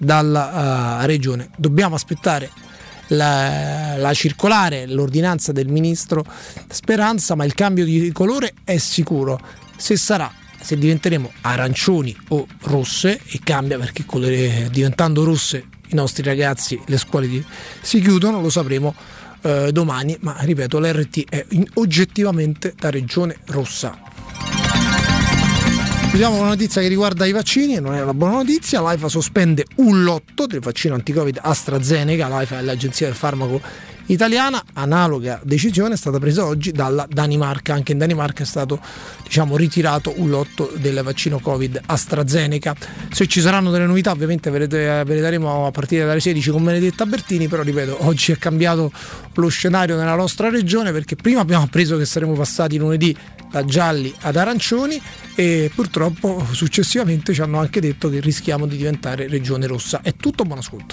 dalla uh, regione. Dobbiamo aspettare la, la circolare, l'ordinanza del ministro Speranza, ma il cambio di colore è sicuro. Se sarà se diventeremo arancioni o rosse, e cambia perché colore, diventando rosse i nostri ragazzi, le scuole di, si chiudono, lo sapremo eh, domani, ma ripeto, l'R T è in, oggettivamente da Regione Rossa. Vediamo una notizia che riguarda i vaccini, e non è una buona notizia. L'AIFA sospende un lotto del vaccino anti-Covid AstraZeneca. L'AIFA è l'agenzia del farmaco italiana. Analoga decisione è stata presa oggi dalla Danimarca. Anche in Danimarca è stato diciamo ritirato un lotto del vaccino Covid AstraZeneca. Se ci saranno delle novità ovviamente ve le, ve le daremo a partire dalle sedici con Benedetta Bertini, però ripeto, oggi è cambiato lo scenario nella nostra regione, perché prima abbiamo appreso che saremmo passati lunedì da gialli ad arancioni e purtroppo successivamente ci hanno anche detto che rischiamo di diventare regione rossa. È tutto, buon ascolto.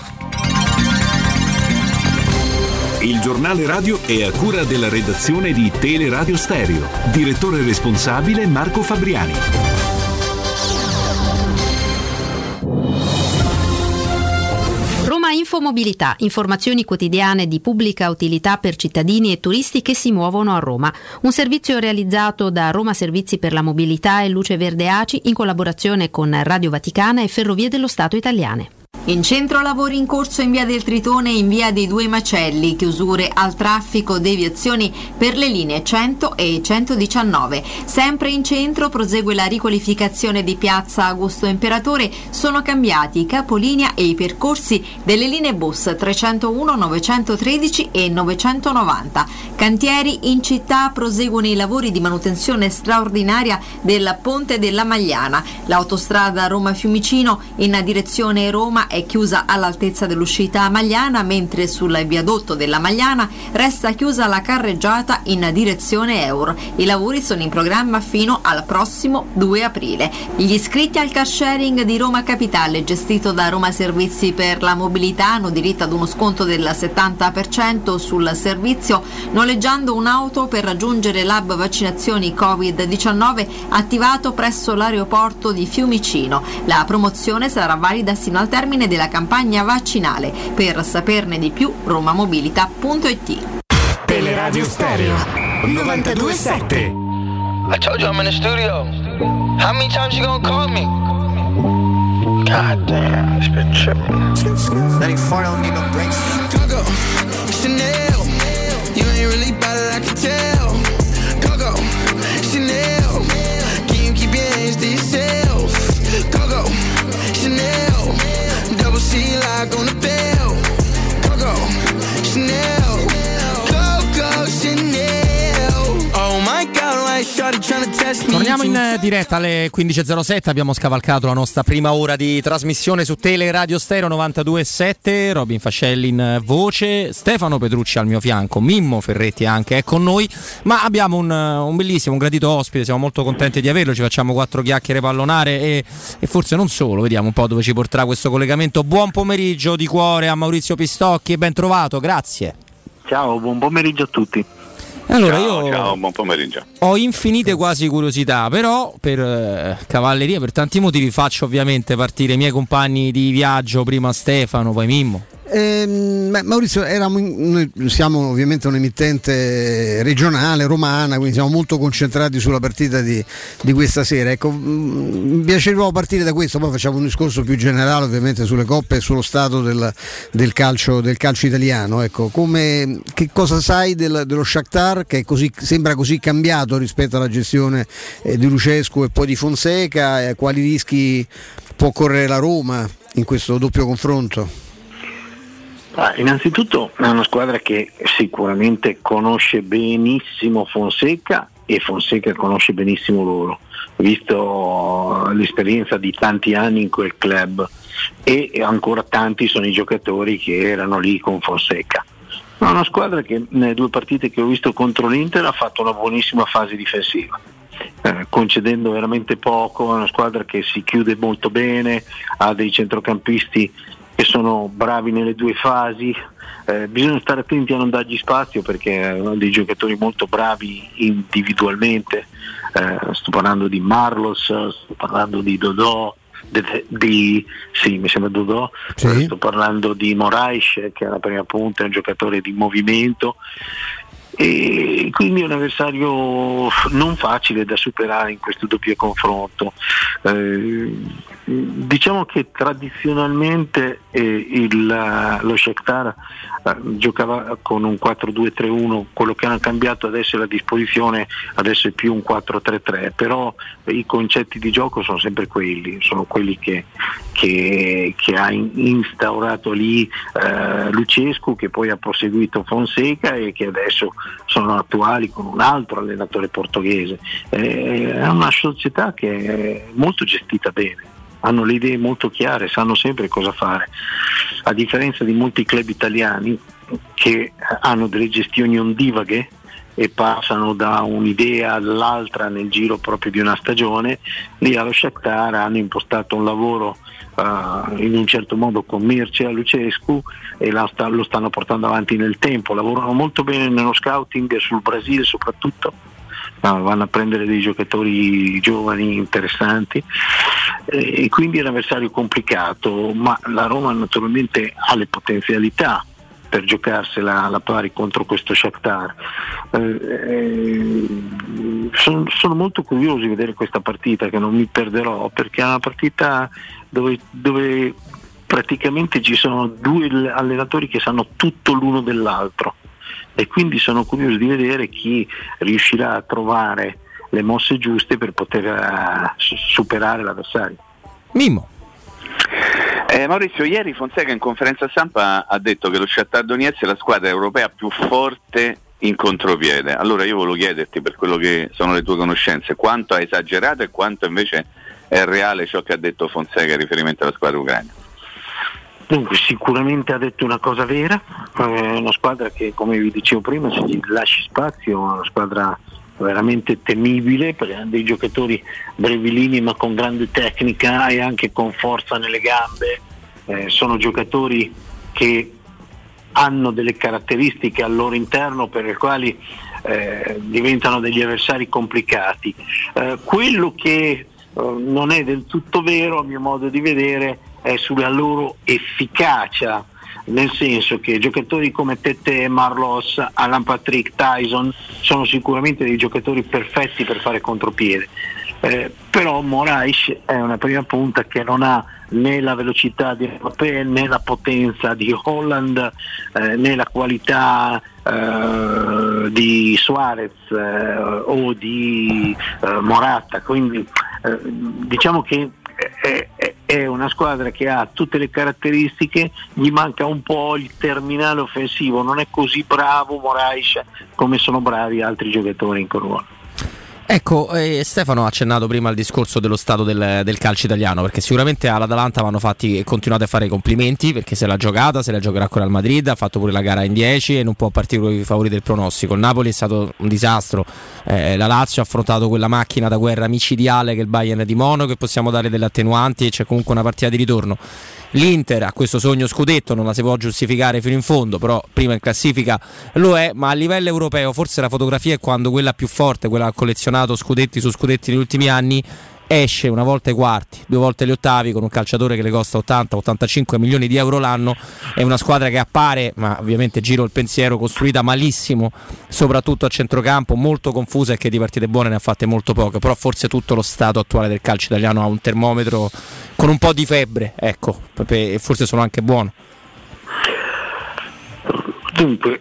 Il giornale radio è a cura della redazione di Teleradio Stereo. Direttore responsabile Marco Fabriani. Roma Infomobilità, informazioni quotidiane di pubblica utilità per cittadini e turisti che si muovono a Roma. Un servizio realizzato da Roma Servizi per la Mobilità e Luce Verde A C I in collaborazione con Radio Vaticana e Ferrovie dello Stato italiane. In centro lavori in corso in via del Tritone e in via dei Due Macelli, chiusure al traffico, deviazioni per le linee cento e centodiciannove. Sempre in centro prosegue la riqualificazione di piazza Augusto Imperatore, sono cambiati i capolinea e i percorsi delle linee bus trecentouno, novecentotredici e novecentonovanta. Cantieri in città, proseguono i lavori di manutenzione straordinaria del Ponte della Magliana. L'autostrada Roma-Fiumicino in direzione Roma è chiusa all'altezza dell'uscita Magliana, mentre sul viadotto della Magliana resta chiusa la carreggiata in direzione Eur. I lavori sono in programma fino al prossimo due aprile. Gli iscritti al car sharing di Roma Capitale, gestito da Roma Servizi per la Mobilità, hanno diritto ad uno sconto del settanta per cento sul servizio noleggiando un'auto per raggiungere l'hub vaccinazioni covid diciannove attivato presso l'aeroporto di Fiumicino. La promozione sarà valida sino al termine della campagna vaccinale. Per saperne di più, romamobilità punto it. Teleradio Stereo novantadue sette. I told you I'm in the studio. How many times you gonna call me? God damn, it's been tripping. That ain't far, don't need no breaks. Coco, Chanel, you ain't really bad it, I can tell. Coco, Chanel, can you keep your hands to yourself? Coco, Chanel, double C lock on the bell. Coco, Chanel, Coco, Chanel. Oh my God, like shawty trying to test me. Torniamo in diretta alle quindici e zero sette, abbiamo scavalcato la nostra prima ora di trasmissione su Teleradio Stereo novantadue sette, Robin Fascelli in voce, Stefano Petrucci al mio fianco, Mimmo Ferretti anche è con noi, ma abbiamo un, un bellissimo, un gradito ospite, siamo molto contenti di averlo, ci facciamo quattro chiacchiere pallonare e, e forse non solo, vediamo un po' dove ci porterà questo collegamento. Buon pomeriggio di cuore a Maurizio Pistocchi e ben trovato, grazie. Ciao, buon pomeriggio a tutti. Allora, ciao, io ciao, buon pomeriggio. Ho infinite quasi curiosità, però per eh, cavalleria, per tanti motivi, faccio ovviamente partire i miei compagni di viaggio, prima Stefano, poi Mimmo. Eh, Maurizio, eravamo in, noi siamo ovviamente un'emittente regionale romana, quindi siamo molto concentrati sulla partita di, di questa sera. Ecco, mi piacerebbe partire da questo, poi facciamo un discorso più generale ovviamente sulle coppe e sullo stato del, del, calcio, del calcio italiano. Ecco, come, che cosa sai del, dello Shakhtar che è così, sembra così cambiato rispetto alla gestione eh, di Lucescu e poi di Fonseca? Eh, quali rischi può correre la Roma in questo doppio confronto? Ah, innanzitutto è una squadra che sicuramente conosce benissimo Fonseca e Fonseca conosce benissimo loro, visto l'esperienza di tanti anni in quel club, e ancora tanti sono i giocatori che erano lì con Fonseca. È una squadra che nelle due partite che ho visto contro l'Inter ha fatto una buonissima fase difensiva, eh, concedendo veramente poco. È una squadra che si chiude molto bene, ha dei centrocampisti che sono bravi nelle due fasi, eh, bisogna stare attenti a non dargli spazio perché hanno dei giocatori molto bravi individualmente, eh, sto parlando di Marlos, sto parlando di Dodò, di, di sì mi sembra Dodò, sì. Sto parlando di Moraes che è la prima punta, è un giocatore di movimento, e quindi è un avversario non facile da superare in questo doppio confronto. Eh, diciamo che tradizionalmente eh, il, lo Shakhtar eh, giocava con un quattro due tre uno, quello che hanno cambiato adesso è la disposizione, adesso è più un quattro tre tre, però i concetti di gioco sono sempre quelli, sono quelli che, che, che ha instaurato lì eh, Lucescu, che poi ha proseguito Fonseca e che adesso sono attuali con un altro allenatore portoghese. Eh, è una società che è molto gestita bene, hanno le idee molto chiare, sanno sempre cosa fare, a differenza di molti club italiani che hanno delle gestioni ondivaghe e passano da un'idea all'altra nel giro proprio di una stagione. Lì allo Shakhtar hanno impostato un lavoro uh, in un certo modo con Mircea Lucescu e la sta, lo stanno portando avanti nel tempo, lavorano molto bene nello scouting sul Brasile soprattutto, no, vanno a prendere dei giocatori giovani interessanti e quindi è un avversario complicato, ma la Roma naturalmente ha le potenzialità per giocarsela alla pari contro questo Shakhtar. Eh, eh, sono, sono molto curioso di vedere questa partita, che non mi perderò, perché è una partita dove, dove praticamente ci sono due allenatori che sanno tutto l'uno dell'altro, e quindi sono curioso di vedere chi riuscirà a trovare le mosse giuste per poter uh, superare l'avversario. Mimmo. Eh, Maurizio, ieri Fonseca in conferenza stampa ha detto che lo Shakhtar Donetsk è la squadra europea più forte in contropiede. Allora io volevo chiederti, per quello che sono le tue conoscenze, quanto ha esagerato e quanto invece è reale ciò che ha detto Fonseca in riferimento alla squadra ucraina. Dunque, sicuramente ha detto una cosa vera, è una squadra che, come vi dicevo prima, se gli lasci spazio è una squadra veramente temibile, perché hanno dei giocatori brevilini ma con grande tecnica e anche con forza nelle gambe. Eh, sono giocatori che hanno delle caratteristiche al loro interno per le quali eh, diventano degli avversari complicati. Eh, quello che eh, non è del tutto vero, a mio modo di vedere, è sulla loro efficacia, nel senso che giocatori come Tete, Marlos, Alan Patrick, Tyson sono sicuramente dei giocatori perfetti per fare contropiede, eh, però Moraes è una prima punta che non ha né la velocità di Mbappé, né la potenza di Holland, eh, né la qualità eh, di Suarez eh, o di eh, Morata, quindi eh, diciamo che è, è, è una squadra che ha tutte le caratteristiche, gli manca un po' il terminale offensivo, non è così bravo Moraes come sono bravi altri giocatori in Corona. Ecco, eh, Stefano ha accennato prima al discorso dello stato del, del calcio italiano, perché sicuramente all'Atalanta vanno fatti e continuate a fare i complimenti, perché se l'ha giocata, se la giocherà con il Madrid, ha fatto pure la gara in dieci e non può partire con i favori del pronostico. Il Napoli è stato un disastro, eh, la Lazio ha affrontato quella macchina da guerra micidiale che è il Bayern di Monaco, che possiamo dare delle attenuanti e c'è comunque una partita di ritorno. L'Inter ha questo sogno scudetto, non la si può giustificare fino in fondo, però prima in classifica lo è, ma a livello europeo forse la fotografia è quando quella più forte, quella che ha collezionato scudetti su scudetti negli ultimi anni, esce una volta ai quarti, due volte agli ottavi con un calciatore che le costa ottanta ottantacinque milioni di euro l'anno. È una squadra che appare, ma ovviamente giro il pensiero, costruita malissimo, soprattutto a centrocampo, molto confusa e che di partite buone ne ha fatte molto poche, però forse tutto lo stato attuale del calcio italiano ha un termometro con un po' di febbre, ecco, e forse sono anche buono. Dunque,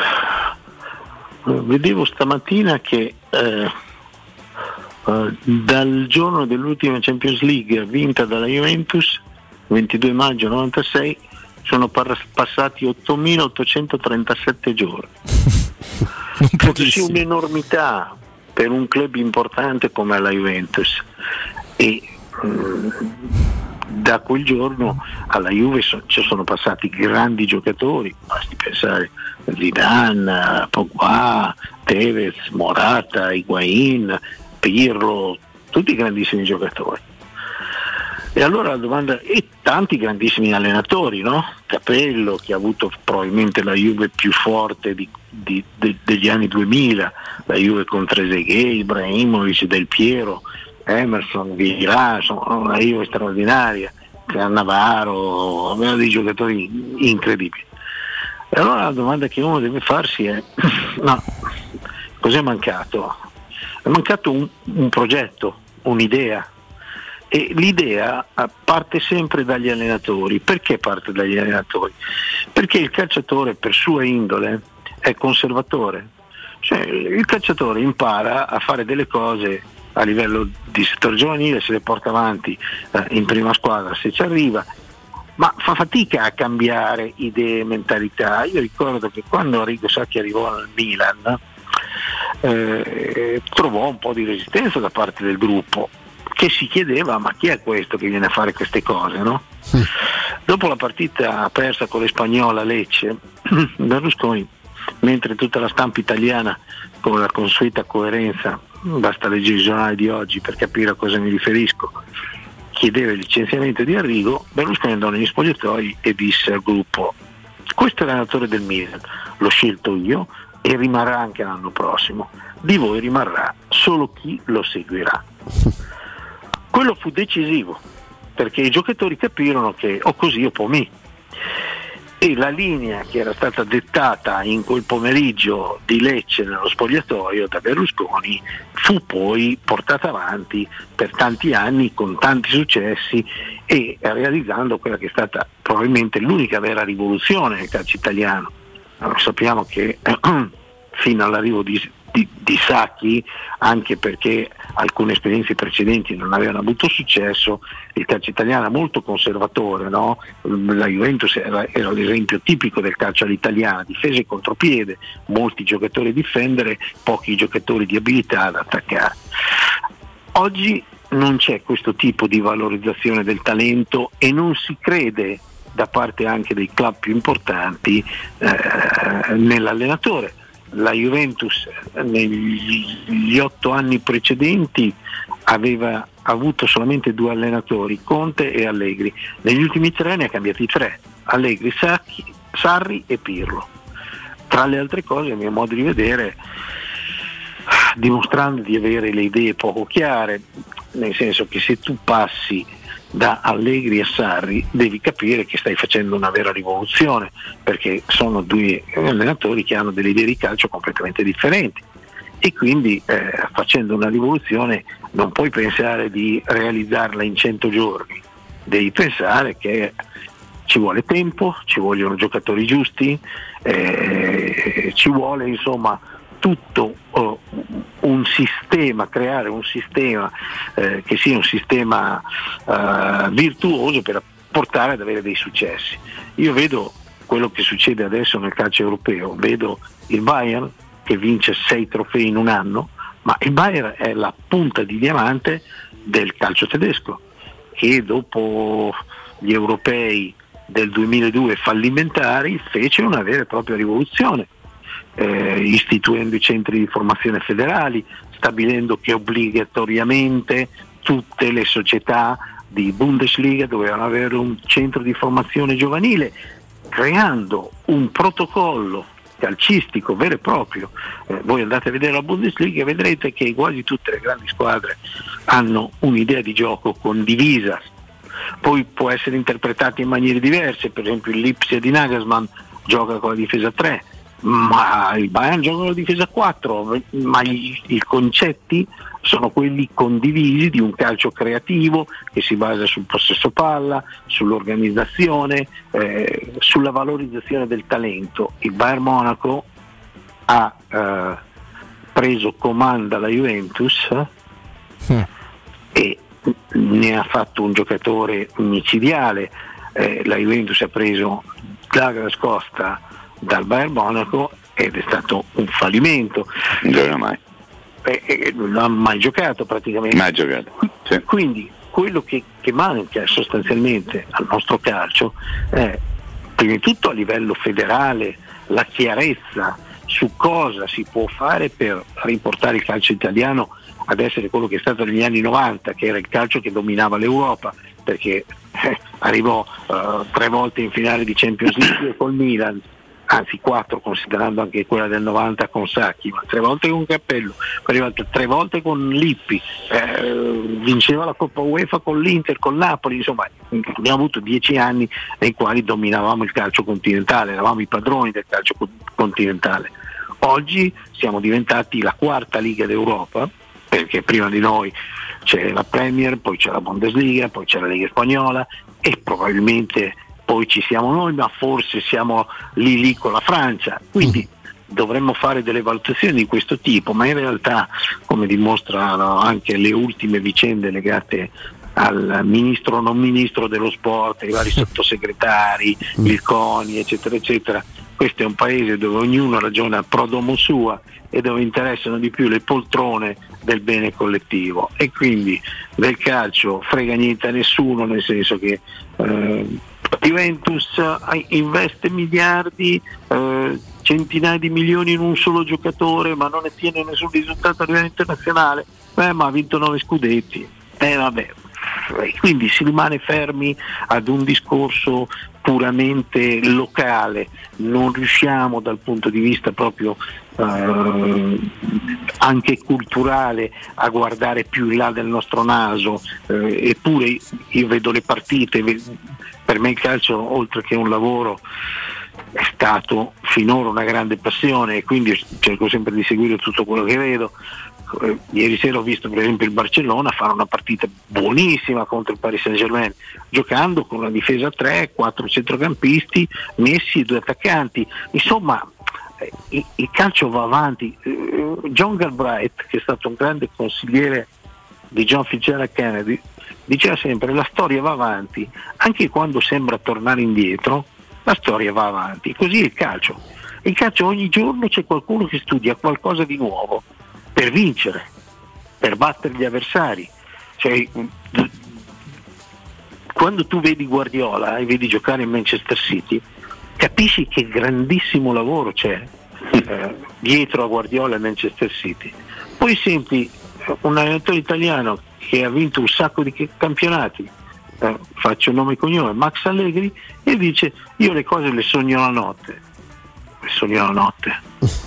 vedevo stamattina che eh, Uh, dal giorno dell'ultima Champions League vinta dalla Juventus, ventidue maggio novantasei, sono par- passati ottomilaottocentotrentasette giorni. Credo sia un'enormità per un club importante come la Juventus, e um, da quel giorno alla Juve so- ci sono passati grandi giocatori, basti pensare a Zidane, Pogba, Tevez, Morata, Higuain, Pirlo, tutti grandissimi giocatori. E allora la domanda, e tanti grandissimi allenatori, no? Capello, che ha avuto probabilmente la Juve più forte di, di, de, degli anni duemila, la Juve con Trezeguet, Ibrahimovic, Del Piero, Emerson, Vieira, insomma una Juve straordinaria, Cannavaro, aveva dei giocatori incredibili. E allora la domanda che uno deve farsi è, no, cos'è mancato? È mancato un, un progetto, un'idea, e l'idea parte sempre dagli allenatori. Perché parte dagli allenatori? Perché il calciatore per sua indole è conservatore, cioè il calciatore impara a fare delle cose a livello di settore giovanile, se le porta avanti eh, in prima squadra se ci arriva, ma fa fatica a cambiare idee e mentalità. Io ricordo che quando Arrigo Sacchi arrivò al Milan Eh, trovò un po' di resistenza da parte del gruppo, che si chiedeva ma chi è questo che viene a fare queste cose, no? Sì. Dopo la partita persa con l'Espagnola Lecce, Berlusconi, mentre tutta la stampa italiana con la consueta coerenza, basta leggere i giornali di oggi per capire a cosa mi riferisco, chiedeva il licenziamento di Arrigo, Berlusconi andò negli spogliatoi e disse al gruppo: questo è l'allenatore del Milan, l'ho scelto io e rimarrà anche l'anno prossimo, di voi rimarrà solo chi lo seguirà. Quello fu decisivo, perché i giocatori capirono che o così o pomì. E la linea che era stata dettata in quel pomeriggio di Lecce nello spogliatoio da Berlusconi fu poi portata avanti per tanti anni con tanti successi e realizzando quella che è stata probabilmente l'unica vera rivoluzione nel calcio italiano. Allora, sappiamo che eh, fino all'arrivo di Di, di Sacchi, anche perché alcune esperienze precedenti non avevano avuto successo, il calcio italiano è molto conservatore, no? La Juventus era, era l'esempio tipico del calcio all'italiana, difesa e contropiede, molti giocatori a difendere, pochi giocatori di abilità ad attaccare. Oggi non c'è questo tipo di valorizzazione del talento e non si crede da parte anche dei club più importanti eh, nell'allenatore. La Juventus negli otto anni precedenti aveva avuto solamente due allenatori, Conte e Allegri. Negli ultimi tre ne ha cambiati tre, Allegri, Sacchi, Sarri e Pirlo. Tra le altre cose, a mio modo di vedere, dimostrando di avere le idee poco chiare, nel senso che se tu passi da Allegri a Sarri devi capire che stai facendo una vera rivoluzione, perché sono due allenatori che hanno delle idee di calcio completamente differenti e quindi eh, facendo una rivoluzione non puoi pensare di realizzarla in cento giorni, devi pensare che ci vuole tempo, ci vogliono giocatori giusti, eh, ci vuole insomma tutto uh, un sistema, creare un sistema eh, che sia un sistema uh, virtuoso per portare ad avere dei successi. Io vedo quello che succede adesso nel calcio europeo, vedo il Bayern che vince sei trofei in un anno, ma il Bayern è la punta di diamante del calcio tedesco, che dopo gli europei del duemiladue fallimentari fece una vera e propria rivoluzione. Eh, istituendo i centri di formazione federali, stabilendo che obbligatoriamente tutte le società di Bundesliga dovevano avere un centro di formazione giovanile, creando un protocollo calcistico vero e proprio. Eh, voi andate a vedere la Bundesliga e vedrete che quasi tutte le grandi squadre hanno un'idea di gioco condivisa, poi può essere interpretata in maniere diverse, per esempio il Lipsia di Nagelsmann gioca con la difesa tre, ma il Bayern gioca con la difesa quattro, ma i, i concetti sono quelli condivisi di un calcio creativo che si basa sul possesso palla, sull'organizzazione, eh, sulla valorizzazione del talento. Il Bayern Monaco ha eh, preso comanda la Juventus mm. e ne ha fatto un giocatore micidiale. Eh, la Juventus ha preso Douglas Costa dal Bayern Monaco ed è stato un fallimento. Non gioca mai. Eh, eh, non ha mai giocato praticamente. Mai giocato. Sì. Quindi quello che, che manca sostanzialmente al nostro calcio è prima di tutto a livello federale la chiarezza su cosa si può fare per riportare il calcio italiano ad essere quello che è stato negli anni novanta, che era il calcio che dominava l'Europa, perché eh, arrivò uh, tre volte in finale di Champions League col Milan, anzi quattro considerando anche quella del novanta con Sacchi, ma tre volte con Cappello, arrivato tre volte con Lippi, eh, vinceva la Coppa UEFA con l'Inter, con Napoli, insomma abbiamo avuto dieci anni nei quali dominavamo il calcio continentale, eravamo i padroni del calcio continentale. Oggi siamo diventati la quarta Liga d'Europa, perché prima di noi c'è la Premier, poi c'è la Bundesliga, poi c'è la Lega Spagnola e probabilmente poi ci siamo noi, ma forse siamo lì lì con la Francia, quindi dovremmo fare delle valutazioni di questo tipo, ma in realtà, come dimostrano anche le ultime vicende legate al ministro o non ministro dello sport, ai vari sottosegretari, il CONI, eccetera, eccetera, questo è un paese dove ognuno ragiona pro domo sua e dove interessano di più le poltrone del bene collettivo, e quindi del calcio frega niente a nessuno, nel senso che eh, Juventus investe miliardi, eh, centinaia di milioni in un solo giocatore, ma non ottiene nessun risultato a livello internazionale. Beh, ma ha vinto nove scudetti. Eh vabbè, quindi si rimane fermi ad un discorso puramente locale, non riusciamo dal punto di vista proprio eh, anche culturale a guardare più in là del nostro naso, eh, eppure io vedo le partite, per me il calcio oltre che un lavoro è stato finora una grande passione e quindi cerco sempre di seguire tutto quello che vedo. Eh, ieri sera ho visto per esempio il Barcellona fare una partita buonissima contro il Paris Saint-Germain, giocando con una difesa a tre, quattro centrocampisti, Messi e due attaccanti. Insomma, eh, il, il calcio va avanti. Eh, John Galbraith, che è stato un grande consigliere di John Fitzgerald Kennedy, diceva sempre: la storia va avanti, anche quando sembra tornare indietro, la storia va avanti. Così è il calcio. Il calcio ogni giorno c'è qualcuno che studia qualcosa di nuovo per vincere, per battere gli avversari. Cioè, quando tu vedi Guardiola e vedi giocare in Manchester City, capisci che grandissimo lavoro c'è eh, dietro a Guardiola e Manchester City. Poi senti un allenatore italiano che ha vinto un sacco di campionati, eh, faccio nome e cognome, Max Allegri, e dice: io le cose le sogno la notte, le sogno la notte.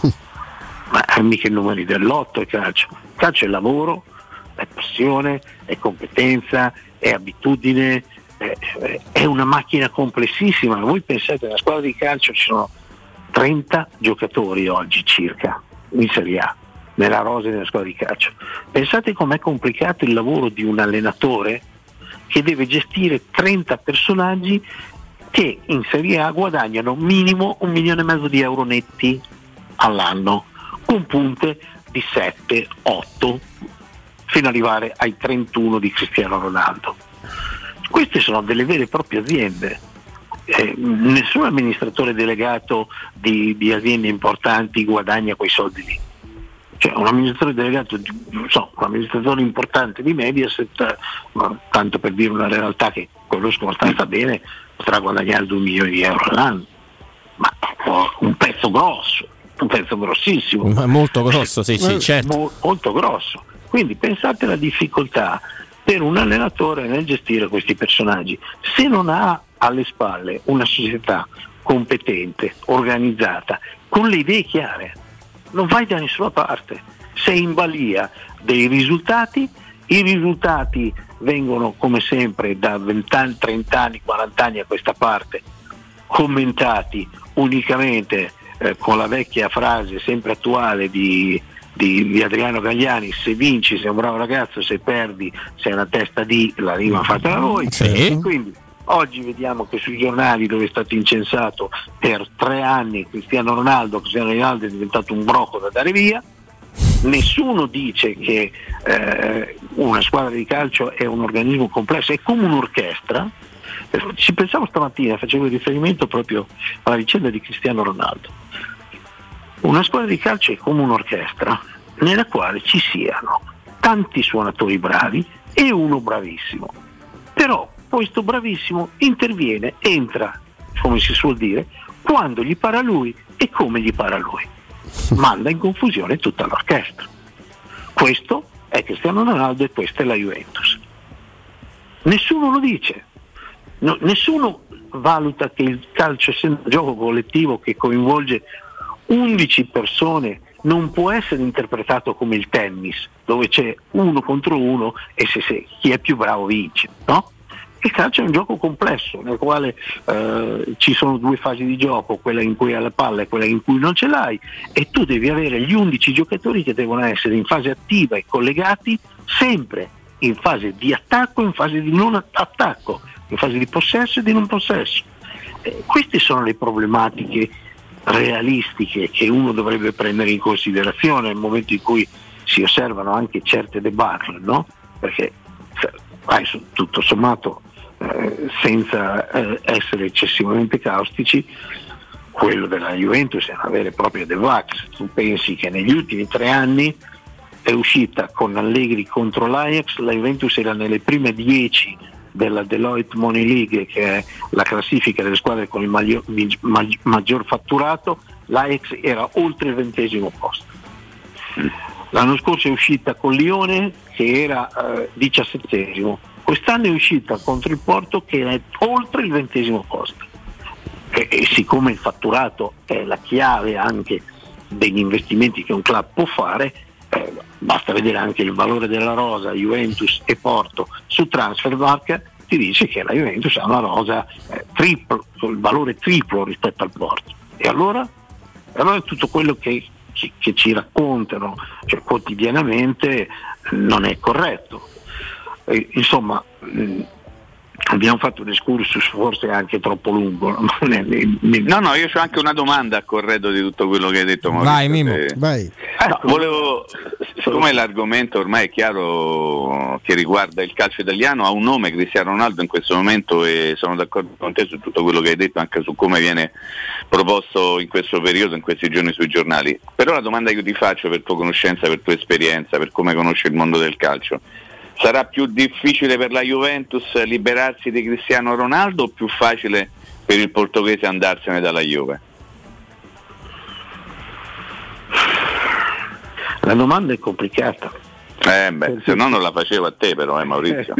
Ma mica i numeri dell'otto è calcio. Il calcio è lavoro, è passione, è competenza, è abitudine, è, è una macchina complessissima. Voi pensate, nella squadra di calcio ci sono trenta giocatori oggi circa in Serie A, nella rosa della squadra di calcio. Pensate com'è complicato il lavoro di un allenatore che deve gestire trenta personaggi che in Serie A guadagnano minimo un milione e mezzo di euro netti all'anno, con punte di sette otto fino ad arrivare ai trentuno di Cristiano Ronaldo. Queste sono delle vere e proprie aziende. Eh, nessun amministratore delegato di, di aziende importanti guadagna quei soldi lì. Cioè un amministratore delegato, non so, un amministratore importante di Mediaset, ma tanto per dire una realtà che quello scorta sta bene, potrà guadagnare due milioni di euro all'anno, ma un pezzo grosso, un pezzo grossissimo, ma molto grosso, sì, sì, certo. Mo- molto grosso. Quindi pensate alla difficoltà per un allenatore nel gestire questi personaggi. Se non ha alle spalle una società competente, organizzata, con le idee chiare, non vai da nessuna parte. Sei in balia dei risultati, i risultati vengono come sempre da venti anni, trenta anni, quaranta anni a questa parte commentati unicamente eh, con la vecchia frase sempre attuale di, di, di Adriano Gagliani: se vinci sei un bravo ragazzo, se perdi sei una testa di, la rima fatta da voi. Sì. Quindi oggi vediamo che sui giornali, dove è stato incensato per tre anni Cristiano Ronaldo, Cristiano Ronaldo è diventato un broco da dare via. Nessuno dice che eh, una squadra di calcio è un organismo complesso, è come un'orchestra. Ci pensavo stamattina, facevo riferimento proprio alla vicenda di Cristiano Ronaldo. Una squadra di calcio è come un'orchestra nella quale ci siano tanti suonatori bravi e uno bravissimo, però questo bravissimo interviene, entra, come si suol dire, quando gli pare a lui e come gli pare a lui, manda in confusione tutta l'orchestra. Questo è Cristiano Ronaldo e questa è la Juventus. Nessuno lo dice, no, nessuno valuta che il calcio, essendo un gioco collettivo che coinvolge undici persone, non può essere interpretato come il tennis, dove c'è uno contro uno e se, se chi è più bravo vince, no? Il calcio è un gioco complesso nel quale eh, ci sono due fasi di gioco, quella in cui hai la palla e quella in cui non ce l'hai, e tu devi avere gli undici giocatori che devono essere in fase attiva e collegati sempre in fase di attacco e in fase di non attacco, in fase di possesso e di non possesso. Eh, queste sono le problematiche realistiche che uno dovrebbe prendere in considerazione nel momento in cui si osservano anche certe debacle, no? Perché eh, tutto sommato, eh, senza eh, essere eccessivamente caustici, quello della Juventus è una vera e propria debacle. Tu pensi che negli ultimi tre anni è uscita con Allegri contro l'Ajax, la Juventus era nelle prime dieci della Deloitte Money League, che è la classifica delle squadre con il maggior, maggior fatturato, l'Ajax era oltre il ventesimo posto. L'anno scorso è uscita con Lione che era eh, diciassettesimo, quest'anno è uscita contro il Porto che è oltre il ventesimo posto e, e siccome il fatturato è la chiave anche degli investimenti che un club può fare, eh, basta vedere anche il valore della rosa Juventus e Porto su Transfermarkt, ti dice che la Juventus ha una rosa eh, triplo, il valore triplo rispetto al Porto. E allora, allora tutto quello che, che, che ci raccontano, cioè, quotidianamente non è corretto. Eh, insomma, mh, abbiamo fatto un excursus forse anche troppo lungo. No, no, io ho anche una domanda a corredo di tutto quello che hai detto, Maurizio. Vai, Mimo, eh, vai. No, volevo, siccome l'argomento ormai è chiaro che riguarda il calcio italiano, ha un nome, Cristiano Ronaldo, in questo momento, e sono d'accordo con te su tutto quello che hai detto, anche su come viene proposto in questo periodo, in questi giorni sui giornali. Però la domanda che io ti faccio, per tua conoscenza, per tua esperienza, per come conosci il mondo del calcio: sarà più difficile per la Juventus liberarsi di Cristiano Ronaldo o più facile per il portoghese andarsene dalla Juve? La domanda è complicata. Eh beh, perché? Se no non la facevo a te però, eh Maurizio.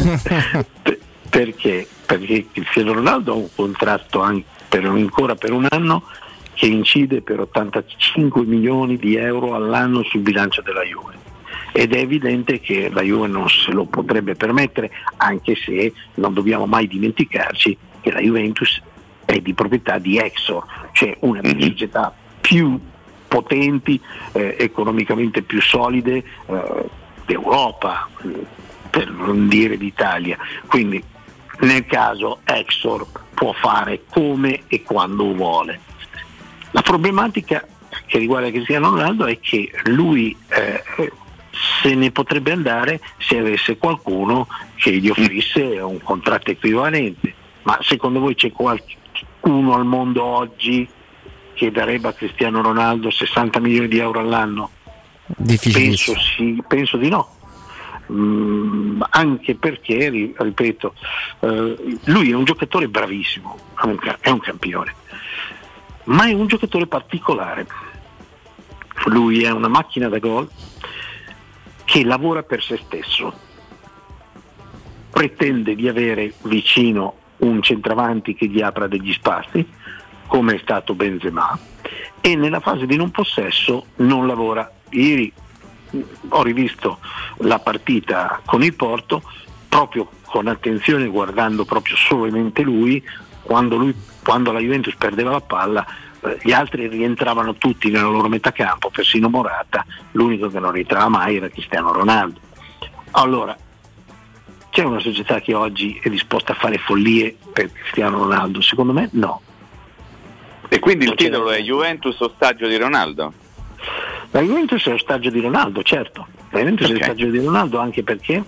Perché? Perché Cristiano Ronaldo ha un contratto anche per un, ancora per un anno che incide per ottantacinque milioni di euro all'anno sul bilancio della Juve. Ed è evidente che la Juve non se lo potrebbe permettere, anche se non dobbiamo mai dimenticarci che la Juventus è di proprietà di Exor, cioè una delle mm-hmm. società più potenti, eh, economicamente più solide eh, d'Europa, per non dire d'Italia. Quindi nel caso Exor può fare come e quando vuole. La problematica che riguarda Cristiano Ronaldo è che lui eh, se ne potrebbe andare se avesse qualcuno che gli offrisse un contratto equivalente. Ma secondo voi c'è qualcuno al mondo oggi che darebbe a Cristiano Ronaldo sessanta milioni di euro all'anno? Penso, sì, penso di no. Mm, anche perché, ripeto, eh, lui è un giocatore bravissimo, è un, è un campione, ma è un giocatore particolare. Lui è una macchina da gol che lavora per se stesso, pretende di avere vicino un centravanti che gli apra degli spazi, come è stato Benzema, e nella fase di non possesso non lavora. Ieri ho rivisto la partita con il Porto, proprio con attenzione, guardando proprio solamente lui. Quando, lui, quando la Juventus perdeva la palla, eh, gli altri rientravano tutti nella loro metà campo, persino Morata, l'unico che non rientrava mai era Cristiano Ronaldo. Allora, c'è una società che oggi è disposta a fare follie per Cristiano Ronaldo? Secondo me no. E quindi il titolo è Juventus ostaggio di Ronaldo? La Juventus è ostaggio di Ronaldo, certo. La Juventus okay. è ostaggio di Ronaldo anche perché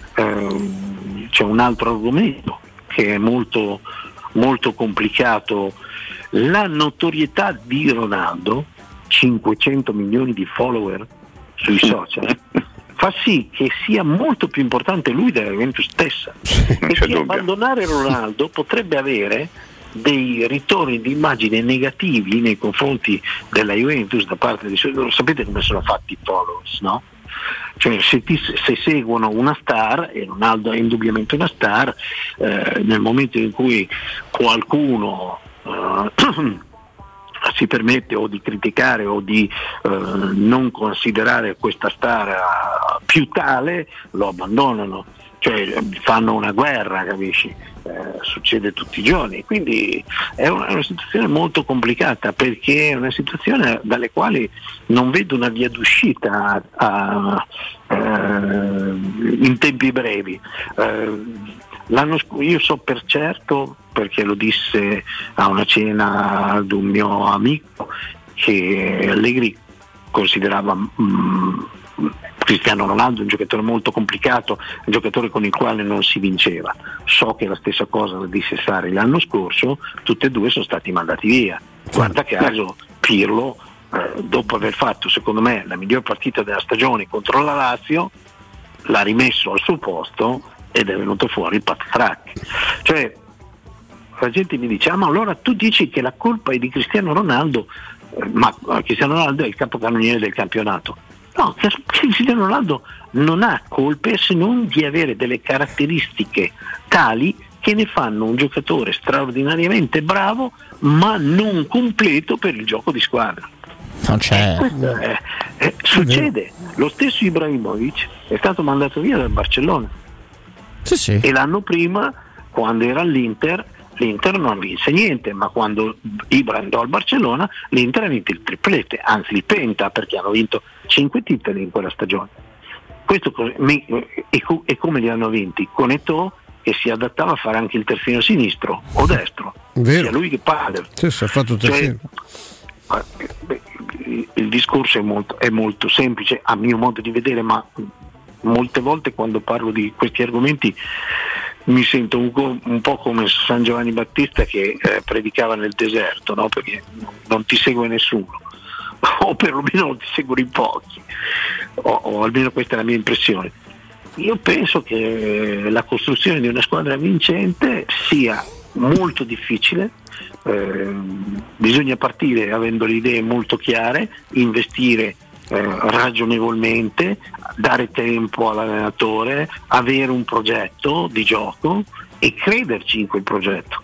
ehm, c'è un altro argomento che è molto, molto complicato. La notorietà di Ronaldo, cinquecento milioni di follower sui social, fa sì che sia molto più importante lui della Juventus stessa. Perché abbandonare Ronaldo potrebbe avere dei ritorni di immagine negativi nei confronti della Juventus da parte di suoi. Sapete come sono fatti i followers, no? Cioè se, ti, se seguono una star, e Ronaldo è indubbiamente una star, eh, nel momento in cui qualcuno eh, si permette o di criticare o di eh, non considerare questa star uh, più tale, lo abbandonano, cioè fanno una guerra, capisci? Eh, succede tutti i giorni, quindi è una, è una situazione molto complicata, perché è una situazione dalle quali non vedo una via d'uscita a, a, in tempi brevi. Eh, l'anno sc- io so per certo, perché lo disse a una cena ad un mio amico, che Allegri considerava mh, Cristiano Ronaldo un giocatore molto complicato, un giocatore con il quale non si vinceva. So che la stessa cosa la disse Sarri l'anno scorso, tutti e due sono stati mandati via. Guarda caso Pirlo, eh, dopo aver fatto secondo me la miglior partita della stagione contro la Lazio, l'ha rimesso al suo posto ed è venuto fuori il patrack. Cioè la gente mi dice: ah, ma allora tu dici che la colpa è di Cristiano Ronaldo, eh, ma Cristiano Ronaldo è il capocannoniere del campionato. No, Cristiano Ronaldo non ha colpe se non di avere delle caratteristiche tali che ne fanno un giocatore straordinariamente bravo ma non completo per il gioco di squadra. Non c'è. Eh, è, è, succede. Lo stesso Ibrahimovic è stato mandato via dal Barcellona. Sì, sì. E l'anno prima, quando era all'Inter, l'Inter non vinse niente, ma quando Ibra andò al Barcellona, l'Inter ha vinto il triplete, anzi il penta, perché hanno vinto cinque titoli in quella stagione. Questo e come li hanno vinti? Con Eto'o, che si adattava a fare anche il terzino sinistro o destro, vero, sia lui che Padre. Sì, si è fatto il terzino. Cioè, il discorso è molto, è molto semplice a mio modo di vedere, ma molte volte quando parlo di questi argomenti mi sento un, un po' come San Giovanni Battista che eh, predicava nel deserto, no? Perché non ti segue nessuno o perlomeno non ti seguono in pochi, o, o almeno questa è la mia impressione. Io penso che la costruzione di una squadra vincente sia molto difficile, eh, bisogna partire avendo le idee molto chiare, investire eh, ragionevolmente, dare tempo all'allenatore, avere un progetto di gioco e crederci in quel progetto.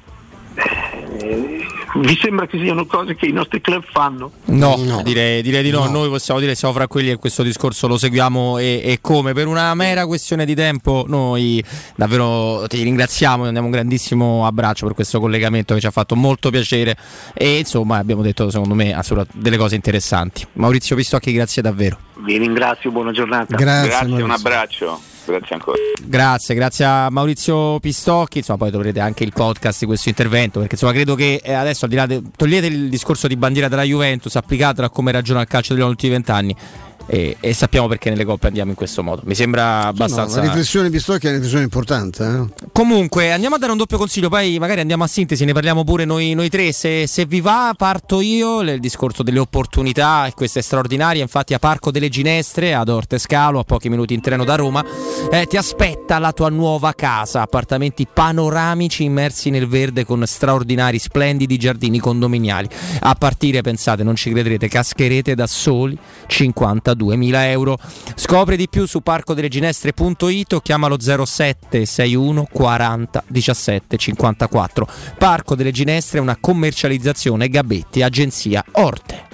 Eh, vi sembra che siano cose che i nostri club fanno? No, no. Direi, direi di no. no. Noi possiamo dire che siamo fra quelli che questo discorso lo seguiamo e, e come per una mera questione di tempo. Noi davvero ti ringraziamo, diamo un grandissimo abbraccio per questo collegamento che ci ha fatto molto piacere e insomma abbiamo detto secondo me delle cose interessanti. Maurizio Pistocchi, grazie davvero. Vi ringrazio, buona giornata. Grazie, grazie un abbraccio. Grazie ancora. Grazie, grazie a Maurizio Pistocchi. Insomma, poi troverete anche il podcast di questo intervento, perché insomma credo che adesso al di là de, togliete il discorso di bandiera della Juventus, applicatelo a come ragiona il calcio degli ultimi vent'anni e, e sappiamo perché nelle coppe andiamo in questo modo. Mi sembra abbastanza. No, la riflessione di Pistocchi è una riflessione importante. Eh? Comunque andiamo a dare un doppio consiglio, poi magari andiamo a sintesi, ne parliamo pure noi, noi tre. Se, se vi va, parto io. Il discorso delle opportunità, e questa è straordinaria. Infatti, a Parco delle Ginestre, ad Orte Scalo, a pochi minuti in treno da Roma, eh, ti aspetta la tua nuova casa. Appartamenti panoramici immersi nel verde con straordinari, splendidi giardini condominiali. A partire, pensate, non ci crederete, cascherete da soli cinquantaduemila euro. Scopri di più su parco delle ginestre punto it o chiamalo zero sette sei uno quaranta diciassette cinquantaquattro. Parco delle Ginestre è una commercializzazione Gabetti, agenzia Orte.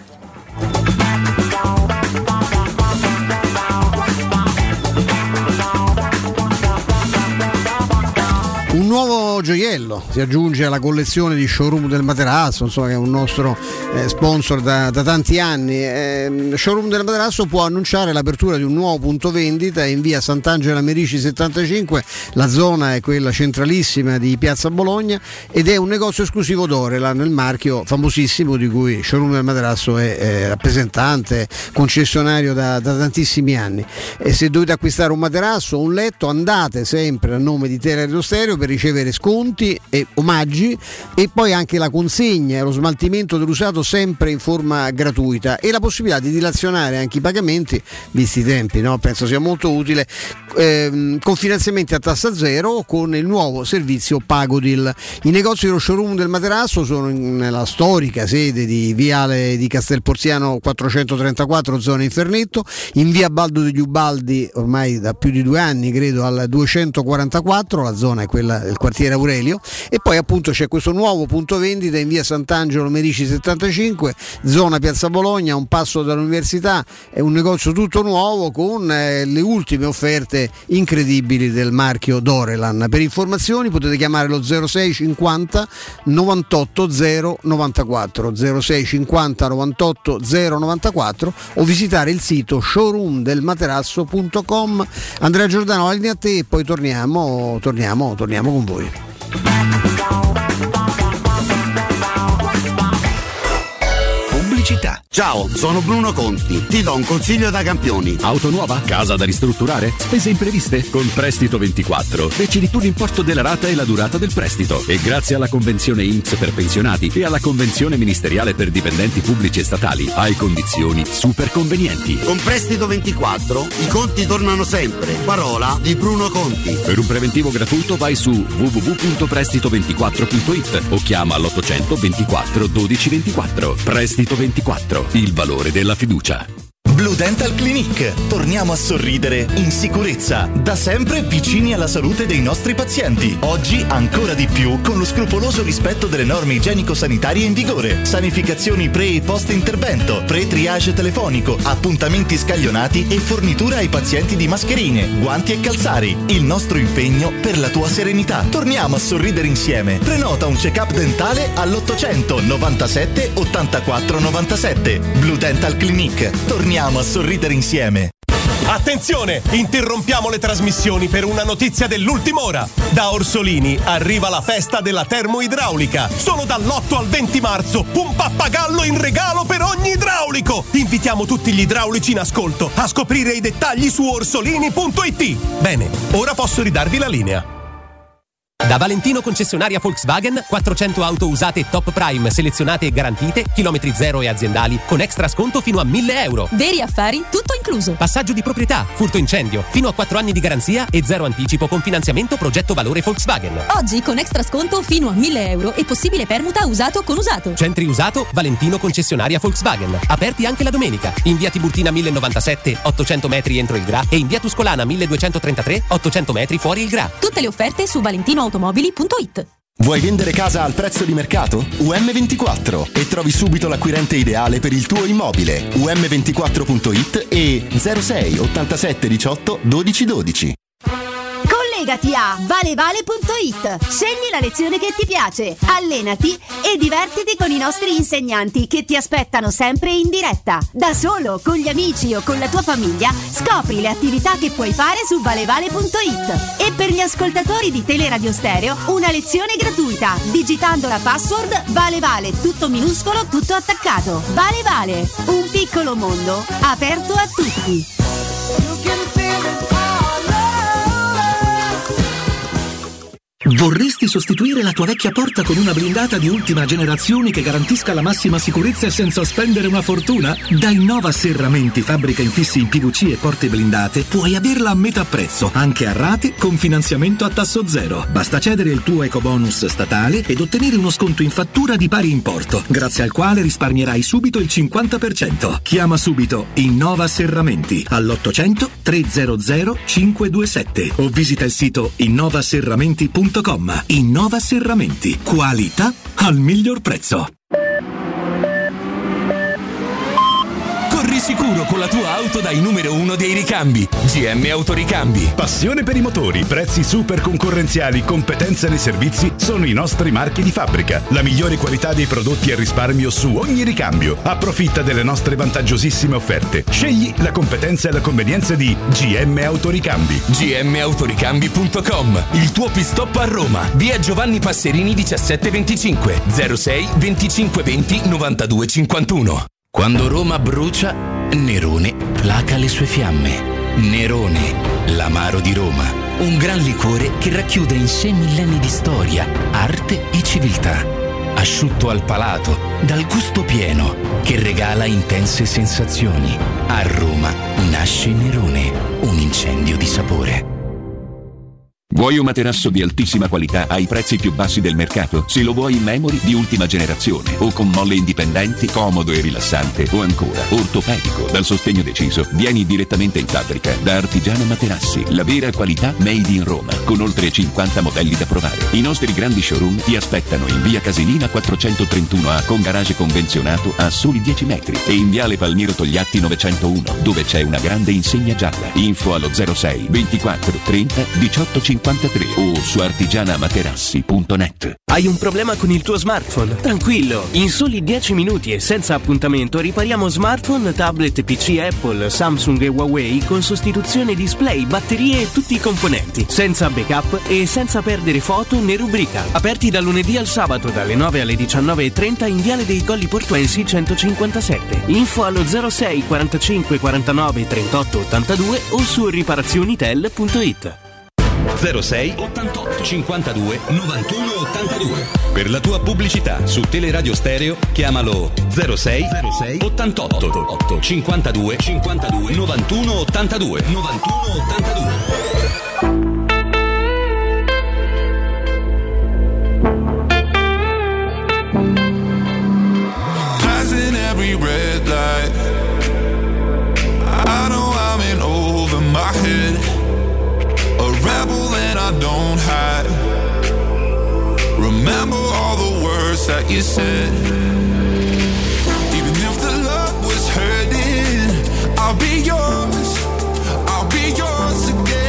Un nuovo gioiello si aggiunge alla collezione di Showroom del Materasso, insomma, che è un nostro eh, sponsor da, da tanti anni. Eh, Showroom del Materasso può annunciare l'apertura di un nuovo punto vendita in via Sant'Angela Merici settantacinque. La zona è quella centralissima di Piazza Bologna ed è un negozio esclusivo Dorelan, il marchio famosissimo di cui Showroom del Materasso è eh, rappresentante, concessionario da, da tantissimi anni. E se dovete acquistare un materasso o un letto, andate sempre a nome di Teleradio Stereo per ricevere sconti e omaggi e poi anche la consegna e lo smaltimento dell'usato sempre in forma gratuita e la possibilità di dilazionare anche i pagamenti, visti i tempi, no? Penso sia molto utile, ehm, con finanziamenti a tassa zero con il nuovo servizio Pagodil. I negozi dello Showroom del Materasso sono nella storica sede di Viale di Castelporziano quattrocentotrentaquattro, zona Infernetto, in via Baldo degli Ubaldi ormai da più di due anni credo al duecentoquarantaquattro, la zona è quella del quartiere Aurelio, e poi appunto c'è questo nuovo punto vendita in via Sant'Angelo Merici settantacinque, zona Piazza Bologna, un passo dall'università. È un negozio tutto nuovo con eh, le ultime offerte incredibili del marchio Dorelan. Per informazioni potete chiamare lo zero sei cinquanta novantotto zero novantaquattro zero sei cinquanta novantotto zero novantaquattro o visitare il sito showroom del materasso punto com. Andrea Giordano, la linea a te e poi torniamo torniamo torniamo con voi. Pubblicità. Ciao, sono Bruno Conti. Ti do un consiglio da campioni. Auto nuova? Casa da ristrutturare? Spese impreviste? Con Prestito ventiquattro decidi tu l'importo della rata e la durata del prestito. E grazie alla convenzione I N P S per pensionati e alla convenzione ministeriale per dipendenti pubblici e statali hai condizioni super convenienti. Con Prestito ventiquattro i conti tornano sempre. Parola di Bruno Conti. Per un preventivo gratuito vai su w w w punto prestito ventiquattro punto it o chiama all'ottocento ventiquattro dodici ventiquattro. Prestito ventiquattro, il valore della fiducia. Blue Dental Clinic. Torniamo a sorridere in sicurezza, da sempre vicini alla salute dei nostri pazienti. Oggi ancora di più con lo scrupoloso rispetto delle norme igienico-sanitarie in vigore. Sanificazioni pre e post intervento, pre-triage telefonico, appuntamenti scaglionati e fornitura ai pazienti di mascherine, guanti e calzari. Il nostro impegno per la tua serenità. Torniamo a sorridere insieme. Prenota un check-up dentale all'ottocento novantasette ottantaquattro novantasette. Blue Dental Clinic. Torniamo a sorridere insieme. Attenzione! Interrompiamo le trasmissioni per una notizia dell'ultima ora. Da Orsolini arriva la festa della termoidraulica. Solo dall'otto al venti marzo un pappagallo in regalo per ogni idraulico. Invitiamo tutti gli idraulici in ascolto a scoprire i dettagli su orsolini punto it. Bene, ora posso ridarvi la linea. Da Valentino concessionaria Volkswagen, quattrocento auto usate top prime, selezionate e garantite, chilometri zero e aziendali, con extra sconto fino a mille euro. Veri affari, tutto incluso. Passaggio di proprietà, furto incendio, fino a quattro anni di garanzia e zero anticipo con finanziamento progetto valore Volkswagen. Oggi con extra sconto fino a mille euro e possibile permuta usato con usato. Centri usato, Valentino concessionaria Volkswagen. Aperti anche la domenica. In via Tiburtina mille novantasette, ottocento metri entro il Gra, e in via Tuscolana milleduecentotrentatré, ottocento metri fuori il Gra. Tutte le offerte su valentino automobili punto it. Vuoi vendere casa al prezzo di mercato? U M ventiquattro e trovi subito l'acquirente ideale per il tuo immobile. U M ventiquattro punto it e zero sei ottantasette diciotto dodici dodici. Collegati a valevale punto it, scegli la lezione che ti piace, allenati e divertiti con i nostri insegnanti che ti aspettano sempre in diretta. Da solo, con gli amici o con la tua famiglia, scopri le attività che puoi fare su valevale punto it. E per gli ascoltatori di Teleradio Stereo, una lezione gratuita, digitando la password Valevale, tutto minuscolo, tutto attaccato. Valevale, un piccolo mondo aperto a tutti. Vorresti sostituire la tua vecchia porta con una blindata di ultima generazione che garantisca la massima sicurezza e senza spendere una fortuna? Da Innova Serramenti, fabbrica infissi in P V C e porte blindate, puoi averla a metà prezzo, anche a rate con finanziamento a tasso zero. Basta cedere il tuo ecobonus statale ed ottenere uno sconto in fattura di pari importo, grazie al quale risparmierai subito il cinquanta per cento. Chiama subito Innova Serramenti all'ottocento trecento cinquecentoventisette o visita il sito innovaserramenti punto com. Innova Serramenti, qualità al miglior prezzo. Corri sicuro con la tua auto dai numero uno dei ricambi. G M Autoricambi. Passione per i motori, prezzi super concorrenziali, competenza nei servizi sono i nostri marchi di fabbrica. La migliore qualità dei prodotti e risparmio su ogni ricambio. Approfitta delle nostre vantaggiosissime offerte. Scegli la competenza e la convenienza di G M Autoricambi. G M Autoricambi punto com. Il tuo pit stop a Roma. Via Giovanni Passerini diciassette venticinque, zero sei venticinque venti novantadue cinquantuno. Quando Roma brucia, Nerone placa le sue fiamme. Nerone, l'amaro di Roma. Un gran liquore che racchiude in sé millenni di storia, arte e civiltà. Asciutto al palato, dal gusto pieno, che regala intense sensazioni. A Roma nasce Nerone, un incendio di sapore. Vuoi un materasso di altissima qualità ai prezzi più bassi del mercato? Se lo vuoi in memory di ultima generazione o con molle indipendenti, comodo e rilassante, o ancora ortopedico dal sostegno deciso, vieni direttamente in fabbrica da Artigiana Materassi, la vera qualità made in Roma, con oltre cinquanta modelli da provare. I nostri grandi showroom ti aspettano in via Casilina quattrocentotrentuno A con garage convenzionato a soli dieci metri e in viale Palmiro Togliatti novecentouno dove c'è una grande insegna gialla. Info allo zero sei ventiquattro trenta diciotto cinquantatré o su artigianamaterassi punto net. Hai un problema con il tuo smartphone? Tranquillo, in soli dieci minuti e senza appuntamento ripariamo smartphone, tablet, P C Apple, Samsung e Huawei con sostituzione display, batterie e tutti i componenti, senza backup e senza perdere foto né rubrica. Aperti dal lunedì al sabato dalle nove alle diciannove e trenta in Viale dei Colli Portuensi centocinquantasette. Info allo zero sei quarantacinque quarantanove trentotto ottantadue o su riparazionitel punto it. zero sei ottantotto cinquantadue novantuno ottantadue. Per la tua pubblicità su Teleradio Stereo chiamalo zero sei ottantotto cinquantadue cinquantadue novantuno ottantadue novantuno ottantadue. Passing every red light, words that you said. Even if the love was hurting, I'll be yours, I'll be yours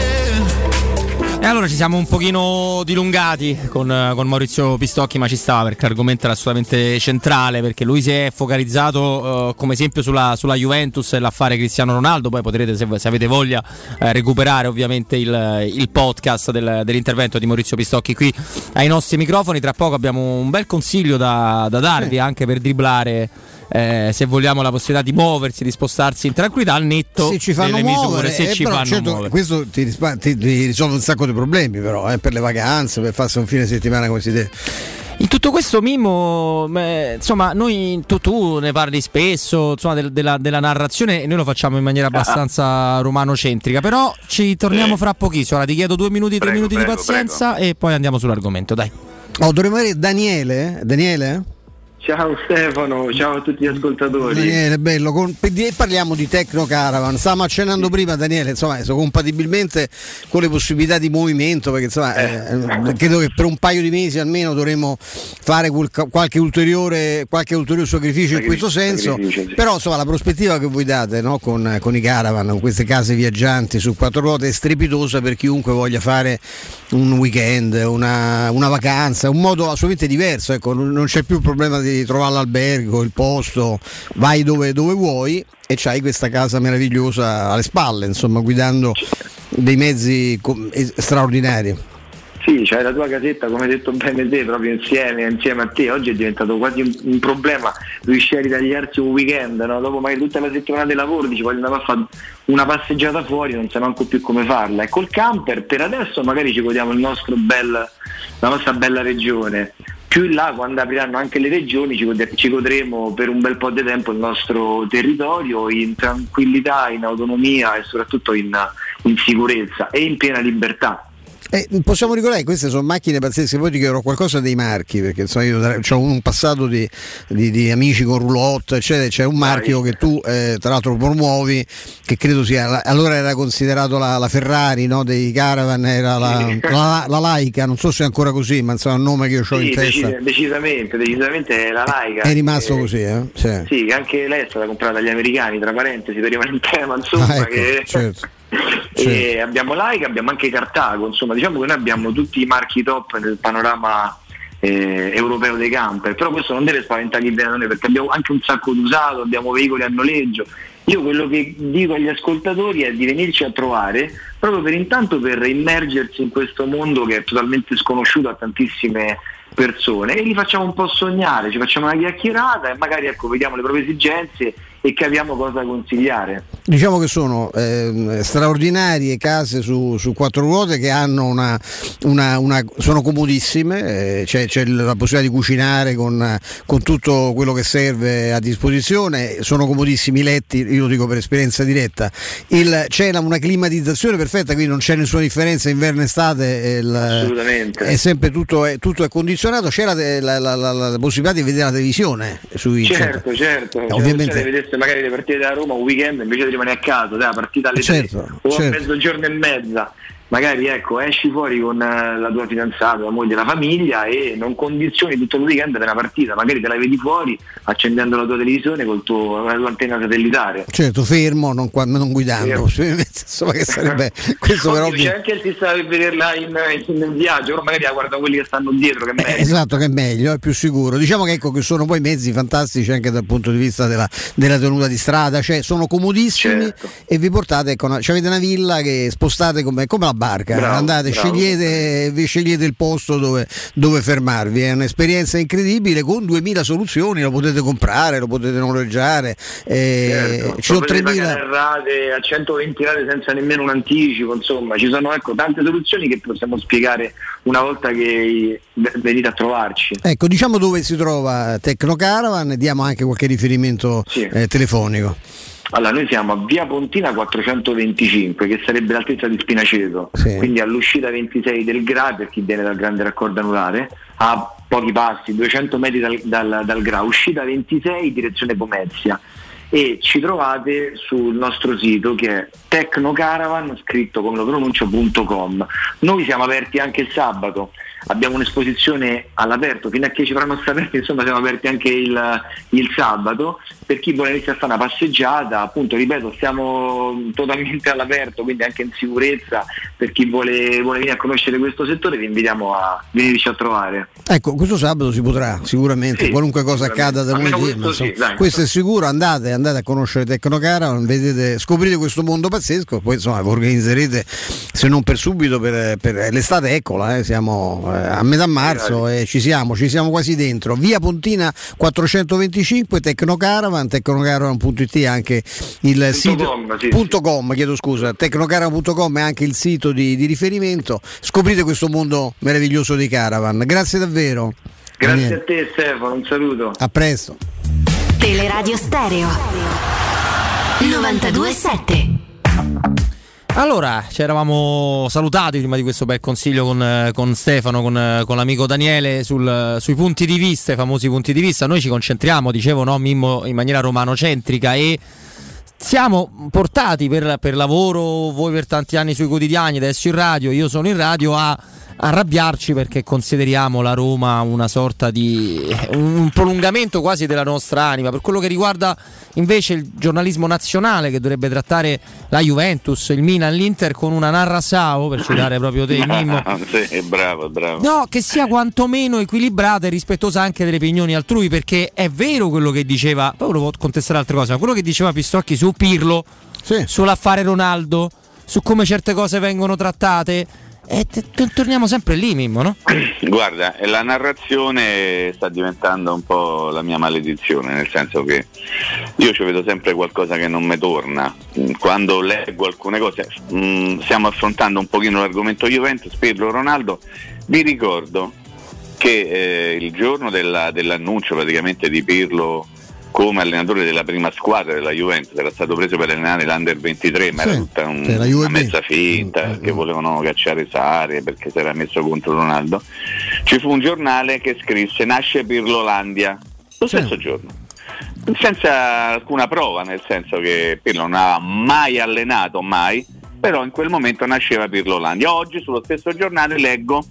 again. E allora ci siamo un pochino dilungati con, con Maurizio Pistocchi, ma ci stava perché l'argomento era assolutamente centrale, perché lui si è focalizzato uh, come esempio sulla, sulla Juventus e l'affare Cristiano Ronaldo. Poi potrete, se, se avete voglia, eh, recuperare ovviamente il, il podcast del, dell'intervento di Maurizio Pistocchi qui ai nostri microfoni. Tra poco abbiamo un bel consiglio da, da darvi, sì, anche per dribblare, Eh, se vogliamo, la possibilità di muoversi, di spostarsi in tranquillità al netto se ci fanno delle muovere, misure, se eh, ci però, fanno certo, muovere. Questo ti, rispa- ti, ti risolve un sacco di problemi, però eh, per le vacanze, per farsi un fine settimana come si deve. In tutto questo, Mimmo, eh, insomma, noi tu, tu ne parli spesso, insomma, del, della, della narrazione, e noi lo facciamo in maniera abbastanza romanocentrica, però ci torniamo fra pochissimo. Ora ti chiedo due minuti, tre Prego, minuti prego, di pazienza prego. e poi andiamo sull'argomento, dai. Oh, dovremmo avere Daniele, Daniele? Ciao Stefano, ciao a tutti gli ascoltatori. Daniele, bello, con, e parliamo di Tecno Caravan. Stavamo accennando sì. prima, Daniele, insomma, compatibilmente con le possibilità di movimento, perché insomma, eh. Eh, credo che per un paio di mesi almeno dovremo fare quel, qualche ulteriore qualche ulteriore sacrificio in questo senso. Sì. Però insomma la prospettiva che voi date, no, con, con i caravan, con queste case viaggianti su quattro ruote, è strepitosa per chiunque voglia fare un weekend, una, una vacanza, un modo assolutamente diverso. Ecco, non, non c'è più il problema di trovare l'albergo, il posto, vai dove, dove vuoi e c'hai questa casa meravigliosa alle spalle, insomma, guidando dei mezzi com- straordinari. Sì, c'hai la tua casetta, come hai detto bene te, proprio insieme, insieme a te. Oggi è diventato quasi un, un problema riuscire a ritagliarsi un weekend, no? Dopo magari tutta la settimana di lavoro dici voglio andare a fare una passeggiata fuori, non sai manco più come farla. E col camper per adesso magari ci godiamo il nostro bel, la nostra bella regione. Più in là, quando apriranno anche le regioni, ci, god- ci godremo per un bel po' di tempo il nostro territorio in tranquillità, in autonomia e soprattutto in, in sicurezza e in piena libertà. Eh, possiamo ricordare che queste sono macchine pazzesche. Poi ti chiederò qualcosa dei marchi, perché insomma, io ho un passato di, di, di amici con roulotte, eccetera. C'è un marchio che tu eh, tra l'altro promuovi, che credo sia, allora era considerato la, la Ferrari, no, dei caravan, era la, la, la Laika, non so se è ancora così, ma insomma è un nome che io ho sì, in testa. Decis- decisamente, decisamente è la Laika. È rimasto che, così, eh? Sì. Sì, che anche lei è stata comprata dagli americani, tra parentesi, per rimanere in tema, insomma, ah, ecco, che... certo. E certo. abbiamo Laika, abbiamo anche Cartago, insomma diciamo che noi abbiamo tutti i marchi top nel panorama eh, europeo dei camper, però questo non deve spaventare il noi, perché abbiamo anche un sacco d'usato, abbiamo veicoli a noleggio. Io quello che dico agli ascoltatori è di venirci a trovare proprio per intanto per immergersi in questo mondo che è totalmente sconosciuto a tantissime persone e li facciamo un po' sognare, ci facciamo una chiacchierata e magari ecco vediamo le proprie esigenze e capiamo cosa consigliare. Diciamo che sono eh, straordinarie case su, su quattro ruote che hanno una, una, una sono comodissime, eh, c'è, c'è la possibilità di cucinare con, con tutto quello che serve a disposizione, sono comodissimi i letti, io lo dico per esperienza diretta, il, c'è una climatizzazione perfetta, quindi non c'è nessuna differenza inverno estate, il, assolutamente è sempre tutto è, tutto è condizionato. C'è la, la, la, la, la possibilità di vedere la televisione sui certo certo, certo. Ovviamente cioè, magari le partite da Roma un weekend invece di rimanere a casa, dai, partita alle certo, tre o certo. a mezzogiorno e mezza, magari ecco esci fuori con la tua fidanzata, la moglie, la famiglia e non condizioni tutto il weekend per una partita, magari te la vedi fuori accendendo la tua televisione col tuo, la tua antenna satellitare, certo, fermo, non, non guidando, insomma, che sarebbe questo. Però c'è anche il sistema per vederla in, in viaggio, però magari la guarda quelli che stanno dietro, che è meglio. Eh, esatto, che è meglio, è più sicuro. Diciamo che ecco che sono poi mezzi fantastici anche dal punto di vista della, della tenuta di strada, cioè sono comodissimi, certo. E vi portate, ecco, una, cioè avete una villa che spostate come, come la barca, bravo, andate, bravo. Scegliete, vi scegliete il posto dove, dove fermarvi, è un'esperienza incredibile con duemila soluzioni, lo potete comprare, lo potete noleggiare, eh, certo. ci sono tremila rate a centoventi rate senza nemmeno un anticipo, insomma ci sono ecco tante soluzioni che possiamo spiegare una volta che venite a trovarci. Ecco, diciamo dove si trova Tecno Caravan e diamo anche qualche riferimento sì. eh, telefonico. Allora, noi siamo a via Pontina quattrocentoventicinque, che sarebbe l'altezza di Spinaceto, sì. Quindi all'uscita ventisei del G R A, per chi viene dal grande raccordo anulare, a pochi passi, duecento metri dal, dal, dal G R A, uscita ventisei direzione Pomezia. E ci trovate sul nostro sito che è tecnocaravan, scritto come lo pronuncio, punto com. Noi siamo aperti anche il sabato, abbiamo un'esposizione all'aperto, fino a che ci faranno stare aperti, insomma siamo aperti anche il, il sabato, per chi vuole iniziare a fare una passeggiata, appunto ripeto stiamo totalmente all'aperto, quindi anche in sicurezza, per chi vuole, vuole venire a conoscere questo settore vi invitiamo a venirci a trovare. Ecco, questo sabato si potrà sicuramente, sì, qualunque cosa accada da lunedì, questo, insomma, sì, dai, questo è sicuro, andate, andate a conoscere Tecnocaravan, vedete, scoprite questo mondo pazzesco, poi insomma vi organizzerete, se non per subito, per, per l'estate, eccola, eh, siamo eh, a metà marzo e ci siamo, ci siamo quasi dentro. Via Pontina quattrocentoventicinque, Tecnocaravan, tecnocaravan punto it, anche il punto sito com, sì, punto sì. com, chiedo scusa, tecnocaravan punto com è anche il sito di, di riferimento. Scoprite questo mondo meraviglioso dei caravan. Grazie davvero. Grazie Daniele. A te Stefano, un saluto. A presto. Teleradio Stereo novantadue sette. Allora, ci eravamo salutati prima di questo bel consiglio con, con Stefano, con, con l'amico Daniele sul, sui punti di vista, i famosi punti di vista. Noi ci concentriamo, dicevo, no, Mimmo, in maniera romanocentrica, e siamo portati per, per lavoro, voi per tanti anni sui quotidiani, adesso in radio, io sono in radio, a arrabbiarci perché consideriamo la Roma una sorta di un prolungamento quasi della nostra anima, per quello che riguarda invece il giornalismo nazionale, che dovrebbe trattare la Juventus, il Milan, l'Inter con una narrasao, per citare proprio te, Mimmo. Sì, bravo, bravo. No, che sia quantomeno equilibrata e rispettosa anche delle opinioni altrui, perché è vero quello che diceva, poi volevo contestare altre cose, ma quello che diceva Pistocchi su Pirlo, sì, sull'affare Ronaldo, su come certe cose vengono trattate. E t- t- torniamo sempre lì, Mimmo, no? Guarda, la narrazione sta diventando un po' la mia maledizione, nel senso che io ci vedo sempre qualcosa che non mi torna. Quando leggo alcune cose, mh, stiamo affrontando un pochino l'argomento Juventus, Pirlo, Ronaldo. Vi ricordo che eh, il giorno della, dell'annuncio praticamente di Pirlo come allenatore della prima squadra della Juventus, era stato preso per allenare l'Under ventitré, ma sì, era tutta un, una mezza finta, mm-hmm. perché volevano cacciare Sarri, perché si era messo contro Ronaldo. Ci fu un giornale che scrisse: nasce Pirlolandia, lo sì. stesso giorno, senza alcuna prova, nel senso che Pirlo non aveva mai allenato, mai, però in quel momento nasceva Pirlolandia. Oggi sullo stesso giornale leggo: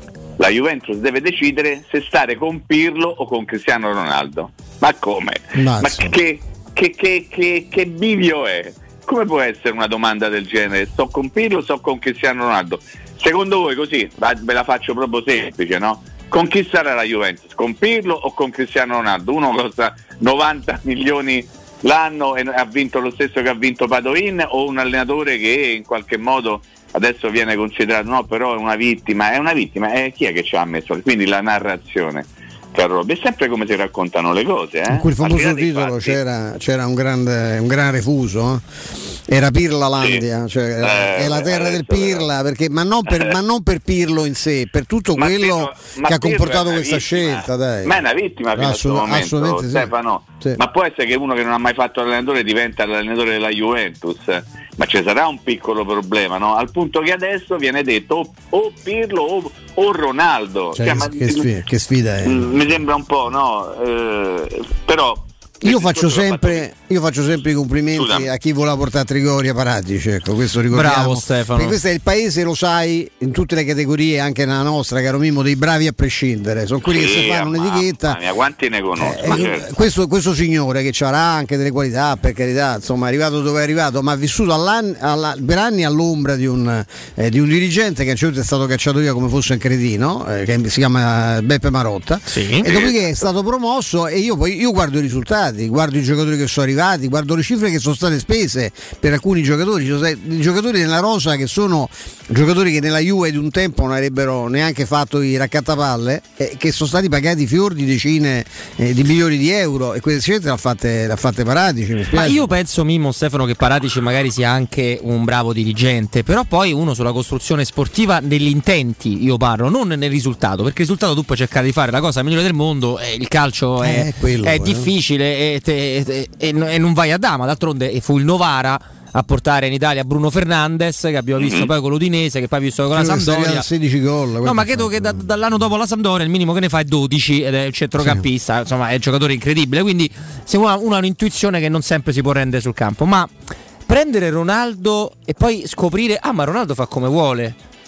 la Juventus deve decidere se stare con Pirlo o con Cristiano Ronaldo. Ma come? Mazza. Ma che, che, che, che, che bivio è? Come può essere una domanda del genere? Sto con Pirlo o sto con Cristiano Ronaldo? Secondo voi, così, ve la faccio proprio semplice, no? Con chi sarà la Juventus? Con Pirlo o con Cristiano Ronaldo? Uno costa novanta milioni l'anno e ha vinto lo stesso che ha vinto Padoin, o un allenatore che in qualche modo adesso viene considerato, no, però è una vittima, è una vittima, e eh, chi è che ci ha messo? Quindi la narrazione, caro Robby, è sempre come si raccontano le cose, eh? In quel famoso titolo c'era, c'era un grande un gran refuso, eh? Era Pirlalandia, sì. Cioè eh, è la terra del Pirla, perché, ma, non per, eh. ma non per Pirlo in sé, per tutto ma quello Pirlo, che ha comportato questa vittima. Scelta, dai. Ma è una vittima fino Assolut- a questo momento, sì. Stefano. Sì. Ma può essere che uno che non ha mai fatto allenatore diventa l'allenatore della Juventus? Ma ci sarà un piccolo problema, no? Al punto che adesso viene detto o, o Pirlo o, o Ronaldo. Cioè, cioè, che, ma, sfida, che sfida è? Mi sembra un po', no? Eh, però Io faccio, sempre, io faccio sempre i complimenti Scusami. a chi voleva portare Trigoria Paratici, ecco, questo ricordiamo. Bravo Stefano. Perché questo è il paese, lo sai, in tutte le categorie, anche nella nostra, caro Mimmo, dei bravi a prescindere. Sono quelli sì, che si fanno un'etichetta. Mia, quanti ne conosco? Eh, certo. questo, questo signore che avrà anche delle qualità, per carità, insomma, è arrivato dove è arrivato, ma ha vissuto alla, per anni all'ombra di un, eh, di un dirigente che a un certo punto è stato cacciato via come fosse un cretino, eh, che si chiama Beppe Marotta, sì. E dopodiché è stato promosso, e io poi io guardo i risultati, guardo i giocatori che sono arrivati, guardo le cifre che sono state spese per alcuni giocatori, cioè, i giocatori nella rosa che sono giocatori che nella Juve di un tempo non avrebbero neanche fatto i raccattapalle, eh, che sono stati pagati fior di decine eh, di milioni di euro, e queste scelte l'ha fatte, l'ha fatte Paratici. Mi Ma io penso, Mimmo, Stefano, che Paratici magari sia anche un bravo dirigente, però poi uno sulla costruzione sportiva, negli intenti io parlo, non nel risultato, perché il risultato tu puoi cercare di fare la cosa migliore del mondo, eh, il calcio è, eh, quello, è eh. difficile e, te, te, e, e non vai a dama, d'altronde fu il Novara a portare in Italia Bruno Fernandes, che abbiamo visto mm-hmm. poi con l'Udinese, che poi ha visto con la Sampdoria sedici gol. No, ma credo che da, dall'anno dopo la Sampdoria il minimo che ne fa è dodici, ed è il centrocampista, sì. Insomma è un giocatore incredibile, quindi se uno ha un'intuizione che non sempre si può rendere sul campo, ma prendere Ronaldo e poi scoprire ah ma Ronaldo fa come vuole,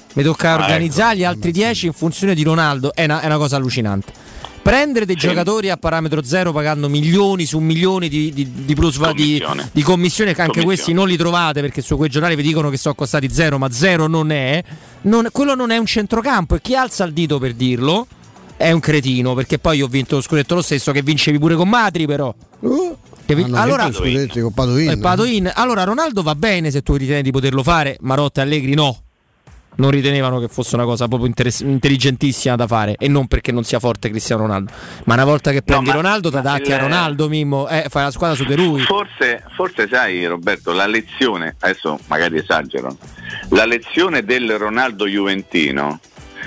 mi tocca Ah, organizzare ecco. gli altri dieci in funzione di Ronaldo, è una, è una cosa allucinante. Prendere dei Sì. giocatori a parametro zero pagando milioni su milioni di, di, di, plusva- di, Commissione. di commissione, che anche Commissione. questi non li trovate perché su quei giornali vi dicono che sono costati zero, ma zero non è. Non, quello non è un centrocampo, e chi alza il dito per dirlo è un cretino, perché poi io ho vinto lo scudetto lo stesso, che vincevi pure con Matri però. Uh, Che vi- hanno allora, vinto gli scudetti con Padoin. eh, Padoin. Allora Ronaldo va bene se tu ritieni di poterlo fare, Marotta e Allegri no. Non ritenevano che fosse una cosa proprio interess- intelligentissima da fare, e non perché non sia forte Cristiano Ronaldo, ma una volta che prendi ma- Ronaldo ti ma adatti il- a Ronaldo, Mimmo, eh, fai la squadra su di lui. Forse, forse sai Roberto, la lezione, adesso magari esagero, la lezione del Ronaldo juventino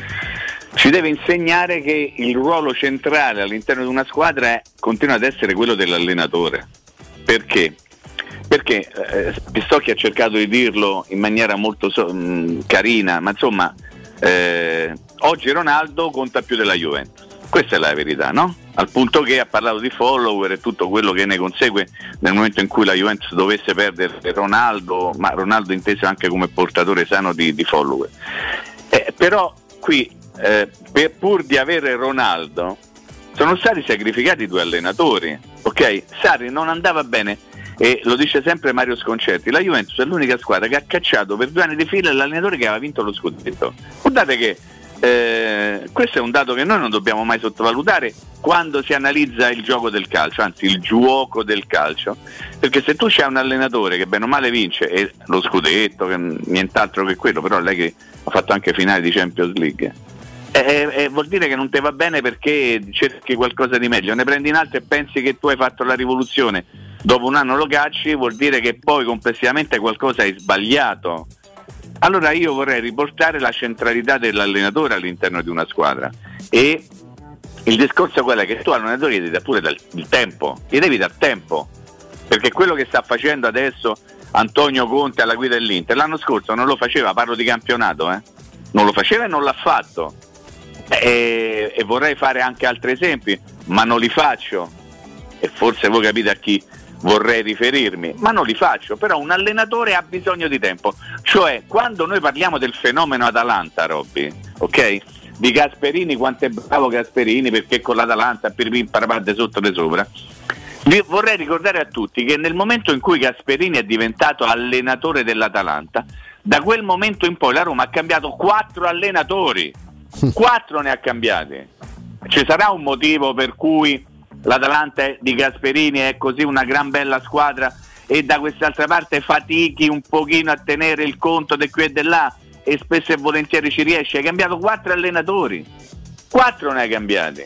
ci deve insegnare che il ruolo centrale all'interno di una squadra è, continua ad essere quello dell'allenatore. Perché? Perché eh, Pistocchi ha cercato di dirlo in maniera molto so- mh, carina, ma insomma eh, oggi Ronaldo conta più della Juventus. Questa è la verità, no? Al punto che ha parlato di follower e tutto quello che ne consegue nel momento in cui la Juventus dovesse perdere Ronaldo, ma Ronaldo inteso anche come portatore sano di, di follower. Eh, però qui eh, per, pur di avere Ronaldo sono stati sacrificati due allenatori, ok? Sarri non andava bene, e lo dice sempre Mario Sconcerti, la Juventus è l'unica squadra che ha cacciato per due anni di fila l'allenatore che aveva vinto lo scudetto. Guardate che eh, questo è un dato che noi non dobbiamo mai sottovalutare quando si analizza il gioco del calcio, anzi il giuoco del calcio, perché se tu c'hai un allenatore che bene o male vince, e lo scudetto, che nient'altro che quello, però lei che ha fatto anche finale di Champions League, Eh, eh, vuol dire che non ti va bene perché cerchi qualcosa di meglio, ne prendi in alto e pensi che tu hai fatto la rivoluzione, dopo un anno lo cacci, vuol dire che poi complessivamente qualcosa hai sbagliato. Allora io vorrei riportare la centralità dell'allenatore all'interno di una squadra, e il discorso è quello che tu all'allenatore gli devi dare pure dal, il tempo, gli devi dar tempo, perché quello che sta facendo adesso Antonio Conte alla guida dell'Inter l'anno scorso non lo faceva, parlo di campionato, eh? non lo faceva e non l'ha fatto. E, e vorrei fare anche altri esempi, ma non li faccio, e forse voi capite a chi vorrei riferirmi, ma non li faccio. Però un allenatore ha bisogno di tempo, cioè quando noi parliamo del fenomeno Atalanta, Robby, ok? Di Gasperini, quanto è bravo Gasperini perché con l'Atalanta per parapade sotto le sopra, vi vorrei ricordare a tutti che nel momento in cui Gasperini è diventato allenatore dell'Atalanta, da quel momento in poi la Roma ha cambiato quattro allenatori. Quattro ne ha cambiati. Ci sarà un motivo per cui l'Atalanta di Gasperini è così una gran bella squadra e da quest'altra parte fatichi un pochino a tenere il conto di qui e di là, e spesso e volentieri ci riesce? Hai cambiato quattro allenatori, quattro ne hai cambiati.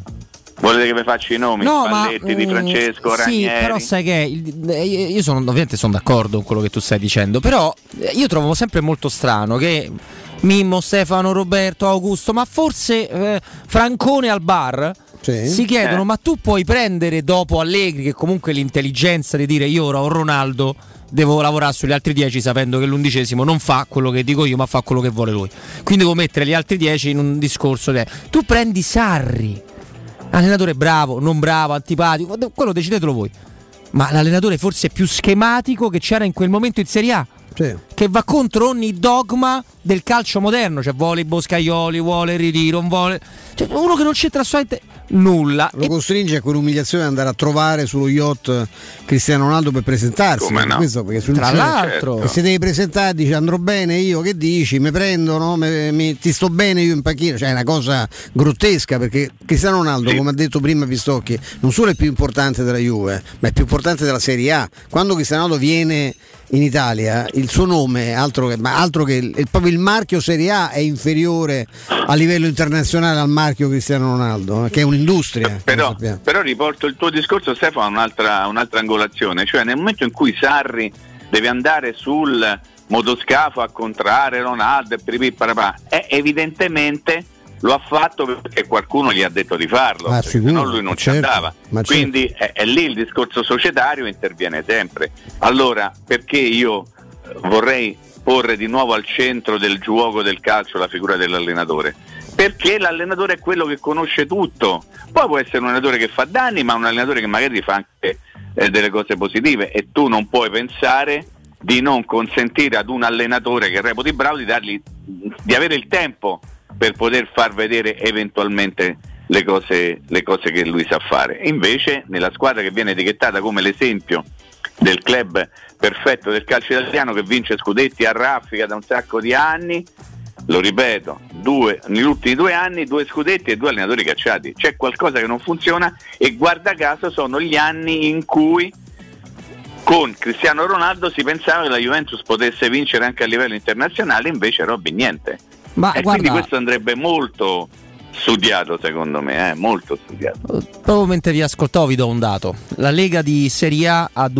Volete che vi faccio i nomi? No, Spalletti, ma, Di mm, Francesco, sì, Ranieri. però sai che il- eh, io sono ovviamente sono d'accordo con quello che tu stai dicendo, però eh, io trovo sempre molto strano che Mimmo, Stefano, Roberto, Augusto, ma forse eh, Francone al bar Sì. si chiedono: Eh. ma tu puoi prendere dopo Allegri, che comunque l'intelligenza di dire io ora ho Ronaldo, devo lavorare sugli altri dieci sapendo che l'undicesimo non fa quello che dico io ma fa quello che vuole lui, quindi devo mettere gli altri dieci in un discorso de- tu prendi Sarri, allenatore bravo, non bravo, antipatico, quello decidetelo voi, ma l'allenatore forse più schematico che c'era in quel momento in Serie A, sì, che va contro ogni dogma del calcio moderno, cioè vuole i Boscaioli, vuole il ritiro, non vuole, cioè uno che non c'entra assolutamente nulla. Lo costringe a quell'umiliazione di andare a trovare sullo yacht Cristiano Ronaldo per presentarsi. Come no? Questo perché sul- Tra cioè, l'altro, che se devi presentare dice andrò bene io, che dici? Mi prendono, mi, mi- ti sto bene io in panchina, cioè è una cosa grottesca, perché Cristiano Ronaldo, Sì. come ha detto prima Pistocchi, non solo è più importante della Juve, ma è più importante della Serie A. Quando Cristiano Ronaldo viene in Italia, il suo nome, altro che, ma altro che il, proprio il marchio Serie A è inferiore a livello internazionale al marchio Cristiano Ronaldo, eh, che è un'industria. come Però, sappiamo. però riporto il tuo discorso, Stefano, a un'altra, un'altra angolazione, cioè nel momento in cui Sarri deve andare sul motoscafo a contrarre Ronaldo e piripì parapà, è evidentemente lo ha fatto perché qualcuno gli ha detto di farlo, Ah, perché sicuro, se no lui non certo, ci andava, ma quindi è, è lì il discorso societario interviene sempre. Allora perché io vorrei porre di nuovo al centro del gioco del calcio la figura dell'allenatore? Perché l'allenatore è quello che conosce tutto, poi può essere un allenatore che fa danni, ma un allenatore che magari fa anche eh, delle cose positive, e tu non puoi pensare di non consentire ad un allenatore che reputi bravo di dargli di avere il tempo per poter far vedere eventualmente le cose, le cose che lui sa fare. Invece nella squadra che viene etichettata come l'esempio del club perfetto del calcio italiano, che vince scudetti a raffica da un sacco di anni, lo ripeto, due, negli ultimi due anni due scudetti e due allenatori cacciati, c'è qualcosa che non funziona, e guarda caso sono gli anni in cui con Cristiano Ronaldo si pensava che la Juventus potesse vincere anche a livello internazionale, invece Robby niente. Ma e guarda, quindi questo andrebbe molto studiato, secondo me, eh? molto studiato. Proprio mentre vi ascoltavo vi do un dato: la Lega di Serie A ha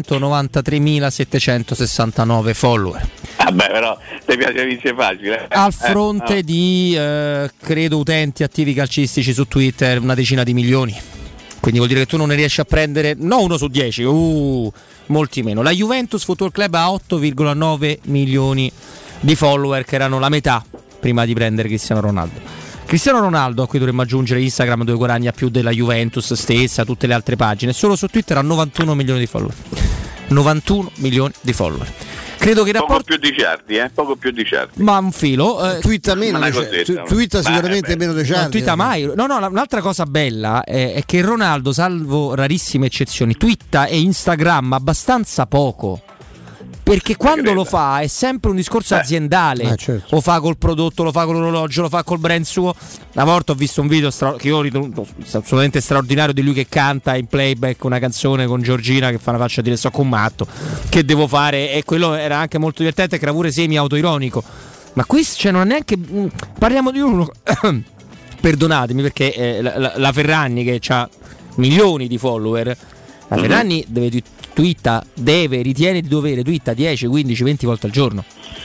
duecentonovantatremilasettecentosessantanove follower. Vabbè, però ti piace vincere facile, eh? Al fronte eh, no. di eh, credo utenti attivi calcistici su Twitter una decina di milioni, quindi vuol dire che tu non ne riesci a prendere, no, uno su dieci, uh, molti meno. La Juventus Football Club ha otto virgola nove milioni di follower, che erano la metà prima di prendere Cristiano Ronaldo. Cristiano Ronaldo, a cui dovremmo aggiungere Instagram dove guadagna più della Juventus stessa, tutte le altre pagine, solo su Twitter ha novantuno milioni di follower. novantuno milioni di follower. Credo che poco rapporto... più di Ciardi, eh? Poco più di Ciardi. Ma un filo. Eh, twitta meno, una tu, cosetta, twitta sicuramente beh, meno di non Ciardi. twitta mai. No, no, un'altra cosa bella è, è che Ronaldo, salvo rarissime eccezioni, twitta e Instagram abbastanza poco. Perché quando lo fa è sempre un discorso eh. aziendale, eh, certo. Lo fa col prodotto, lo fa con l'orologio, lo fa col brand suo. Una volta ho visto un video stra- che io ho ritenuto assolutamente straordinario, di lui che canta in playback una canzone con Giorgina che fa una faccia di dire so con matto, che devo fare, e quello era anche molto divertente, che era pure semi autoironico. Ma qui cioè, non è neanche mh, parliamo di uno perdonatemi, perché eh, la, la, la Ferragni che ha milioni di follower, la Ferragni mm-hmm. deve twitta, deve, ritiene di dovere, twitta dieci, quindici, venti volte al giorno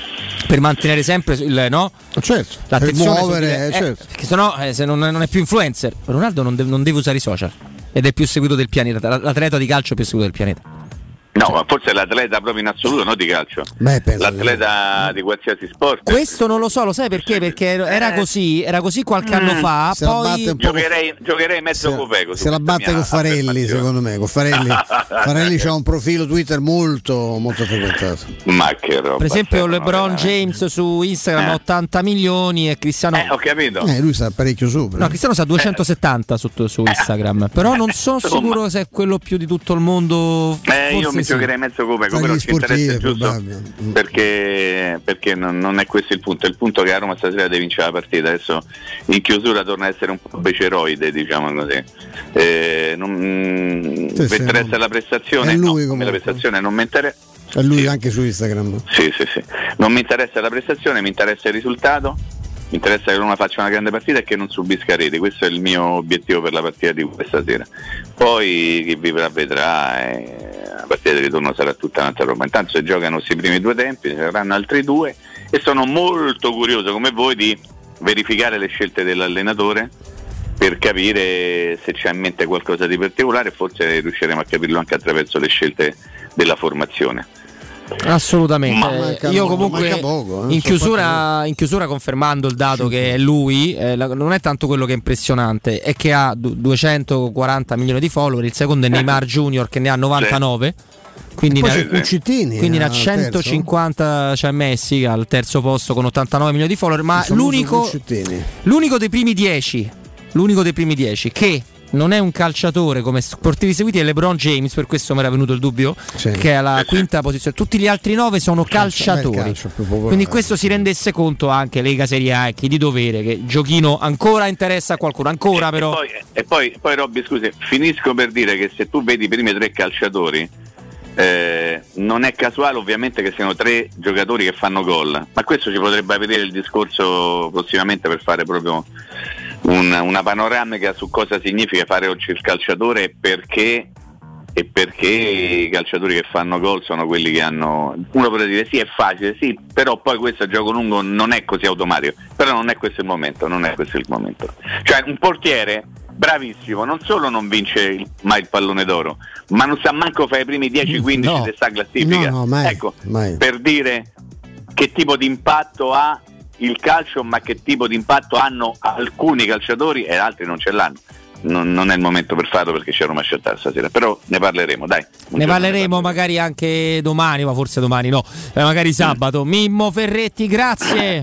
per mantenere sempre il, no? Certo, l'attenzione per muovere, sul, eh, certo. Perché sennò eh, se non, non è più influencer. Ronaldo non, de- non deve usare i social ed è più seguito del pianeta, l'atleta di calcio è più seguito del pianeta. No, ma forse l'atleta proprio in assoluto, non di calcio. Beh, l'atleta di qualsiasi sport. Questo non lo so, lo sai perché? Perché era così, era così qualche anno fa. Se poi giocherei, giocherei mezzo se, copè così. Se la batte con Farelli, secondo me. Con Farelli, Farelli c'ha un profilo Twitter molto, molto frequentato. Ma che roba. Per esempio, no, LeBron no, James su Instagram ha eh. ottanta milioni e Cristiano. Eh, ho capito. Eh, lui sta parecchio sopra. No, Cristiano sa duecentosettanta su, su Instagram. Però non sono sicuro se è quello più di tutto il mondo. Eh, io mi sì. giocherei mezzo come, come non ci interessa, giusto? Perché, perché non, non è questo il punto. Il punto è che a Roma stasera deve vincere la partita. Adesso in chiusura torna a essere un po' beceroide, diciamo così. Eh, non, sì, mi sì, interessa no. la prestazione, è lui no, la prestazione non mi interessa. È lui sì. anche su Instagram. Sì, sì, sì. Non mi interessa la prestazione, mi interessa il risultato. Mi interessa che Roma faccia una grande partita e che non subisca reti. Questo è il mio obiettivo per la partita di questa sera. Poi chi vivrà vedrà, eh, la partita di ritorno sarà tutta un'altra roba. Intanto se giocano questi primi due tempi, ci saranno altri due, e sono molto curioso come voi di verificare le scelte dell'allenatore per capire se c'è in mente qualcosa di particolare, e forse riusciremo a capirlo anche attraverso le scelte della formazione. Assolutamente. Manca, io comunque poco, eh, in, chiusura, in chiusura confermando il dato che è lui, eh, la, non è tanto quello che è impressionante, è che ha du- duecentoquaranta milioni di follower. Il secondo è Neymar Junior che ne ha novantanove, quindi poi ne, c'è Cuccittini, quindi ne ha al centocinquanta, c'è Messi al terzo posto con ottantanove milioni di follower, ma l'unico, Cuccittini. l'unico dei primi dieci l'unico dei primi dieci che non è un calciatore come sportivi seguiti è LeBron James, per questo mi era venuto il dubbio, sì. che è alla quinta posizione. Tutti gli altri nove sono calciatori, calcio, quindi questo si rendesse conto anche Lega Serie A e chi di dovere che giochino ancora interessa a qualcuno, ancora e, però e poi, e poi, poi Robby, scusi, finisco per dire che se tu vedi i primi tre calciatori, eh, non è casuale ovviamente che siano tre giocatori che fanno gol, ma questo ci potrebbe vedere il discorso prossimamente per fare proprio una, una panoramica su cosa significa fare oggi il calciatore e perché, e perché i calciatori che fanno gol sono quelli che hanno, uno potrebbe dire sì è facile, sì, però poi questo gioco lungo non è così automatico, però non è questo il momento, non è questo il momento. Cioè un portiere bravissimo non solo non vince il, mai il pallone d'oro, ma non sa manco fare i primi dieci quindici no. di questa classifica. No, no, mai, ecco, mai. Per dire che tipo di impatto ha il calcio, ma che tipo di impatto hanno alcuni calciatori e altri non ce l'hanno. Non, non è il momento per farlo perché c'è Roma Shakhtar stasera, però ne parleremo, dai. Ne parleremo ne magari anche domani, ma forse domani no, eh, magari sabato. Mimmo Ferretti, grazie.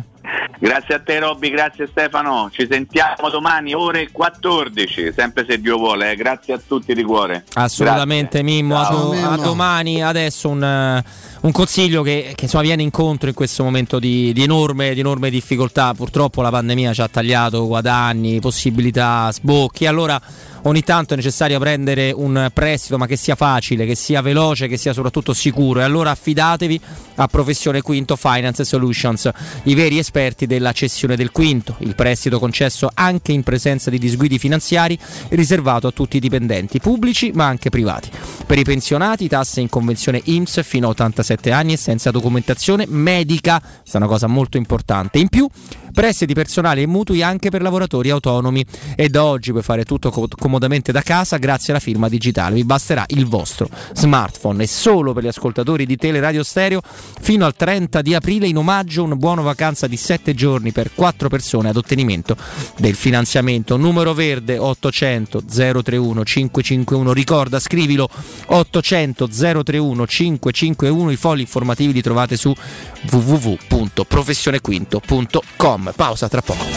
Grazie a te Robby, grazie Stefano, ci sentiamo domani ore quattordici, sempre se Dio vuole, eh. Grazie a tutti di cuore. Assolutamente. Grazie. Mimmo, a, do- Ciao, a domani. Adesso un, uh, un consiglio che, che insomma viene incontro in questo momento di, di, enorme, di enorme difficoltà. Purtroppo la pandemia ci ha tagliato guadagni, possibilità, sbocchi, allora ogni tanto è necessario prendere un prestito, ma che sia facile, che sia veloce, che sia soprattutto sicuro, e allora affidatevi a Professione Quinto Finance Solutions, i veri esperti della cessione del quinto, il prestito concesso anche in presenza di disguidi finanziari, riservato a tutti i dipendenti pubblici ma anche privati. Per i pensionati tasse in convenzione I N P S fino a ottantasette anni e senza documentazione medica, questa è una cosa molto importante. In più prestiti personali e mutui anche per lavoratori autonomi, e da oggi puoi fare tutto co- comodamente da casa grazie alla firma digitale. Vi basterà il vostro smartphone, e solo per gli ascoltatori di Teleradio Stereo fino al trenta di aprile in omaggio un buono vacanza di sette giorni per quattro persone ad ottenimento del finanziamento. Numero verde ottocento zero trentuno cinquecentocinquantuno, ricorda, scrivilo ottocento zero trentuno cinquecentocinquantuno. I fogli informativi li trovate su w w w punto professionequinto punto com. Pausa, tra poco.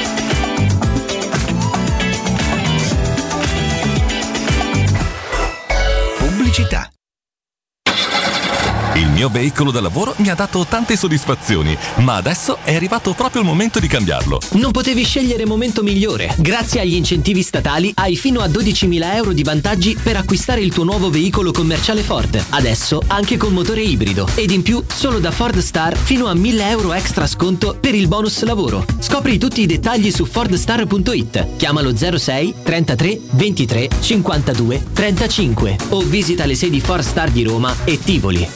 Pubblicità. Il mio veicolo da lavoro mi ha dato tante soddisfazioni, ma adesso è arrivato proprio il momento di cambiarlo. Non potevi scegliere momento migliore. Grazie agli incentivi statali hai fino a dodicimila euro di vantaggi per acquistare il tuo nuovo veicolo commerciale Ford. Adesso anche con motore ibrido. Ed in più, solo da Ford Star, fino a mille euro extra sconto per il bonus lavoro. Scopri tutti i dettagli su fordstar punto it. Chiamalo zero sei trentatré ventitré cinquantadue trentacinque o visita le sedi Ford Star di Roma e Tivoli.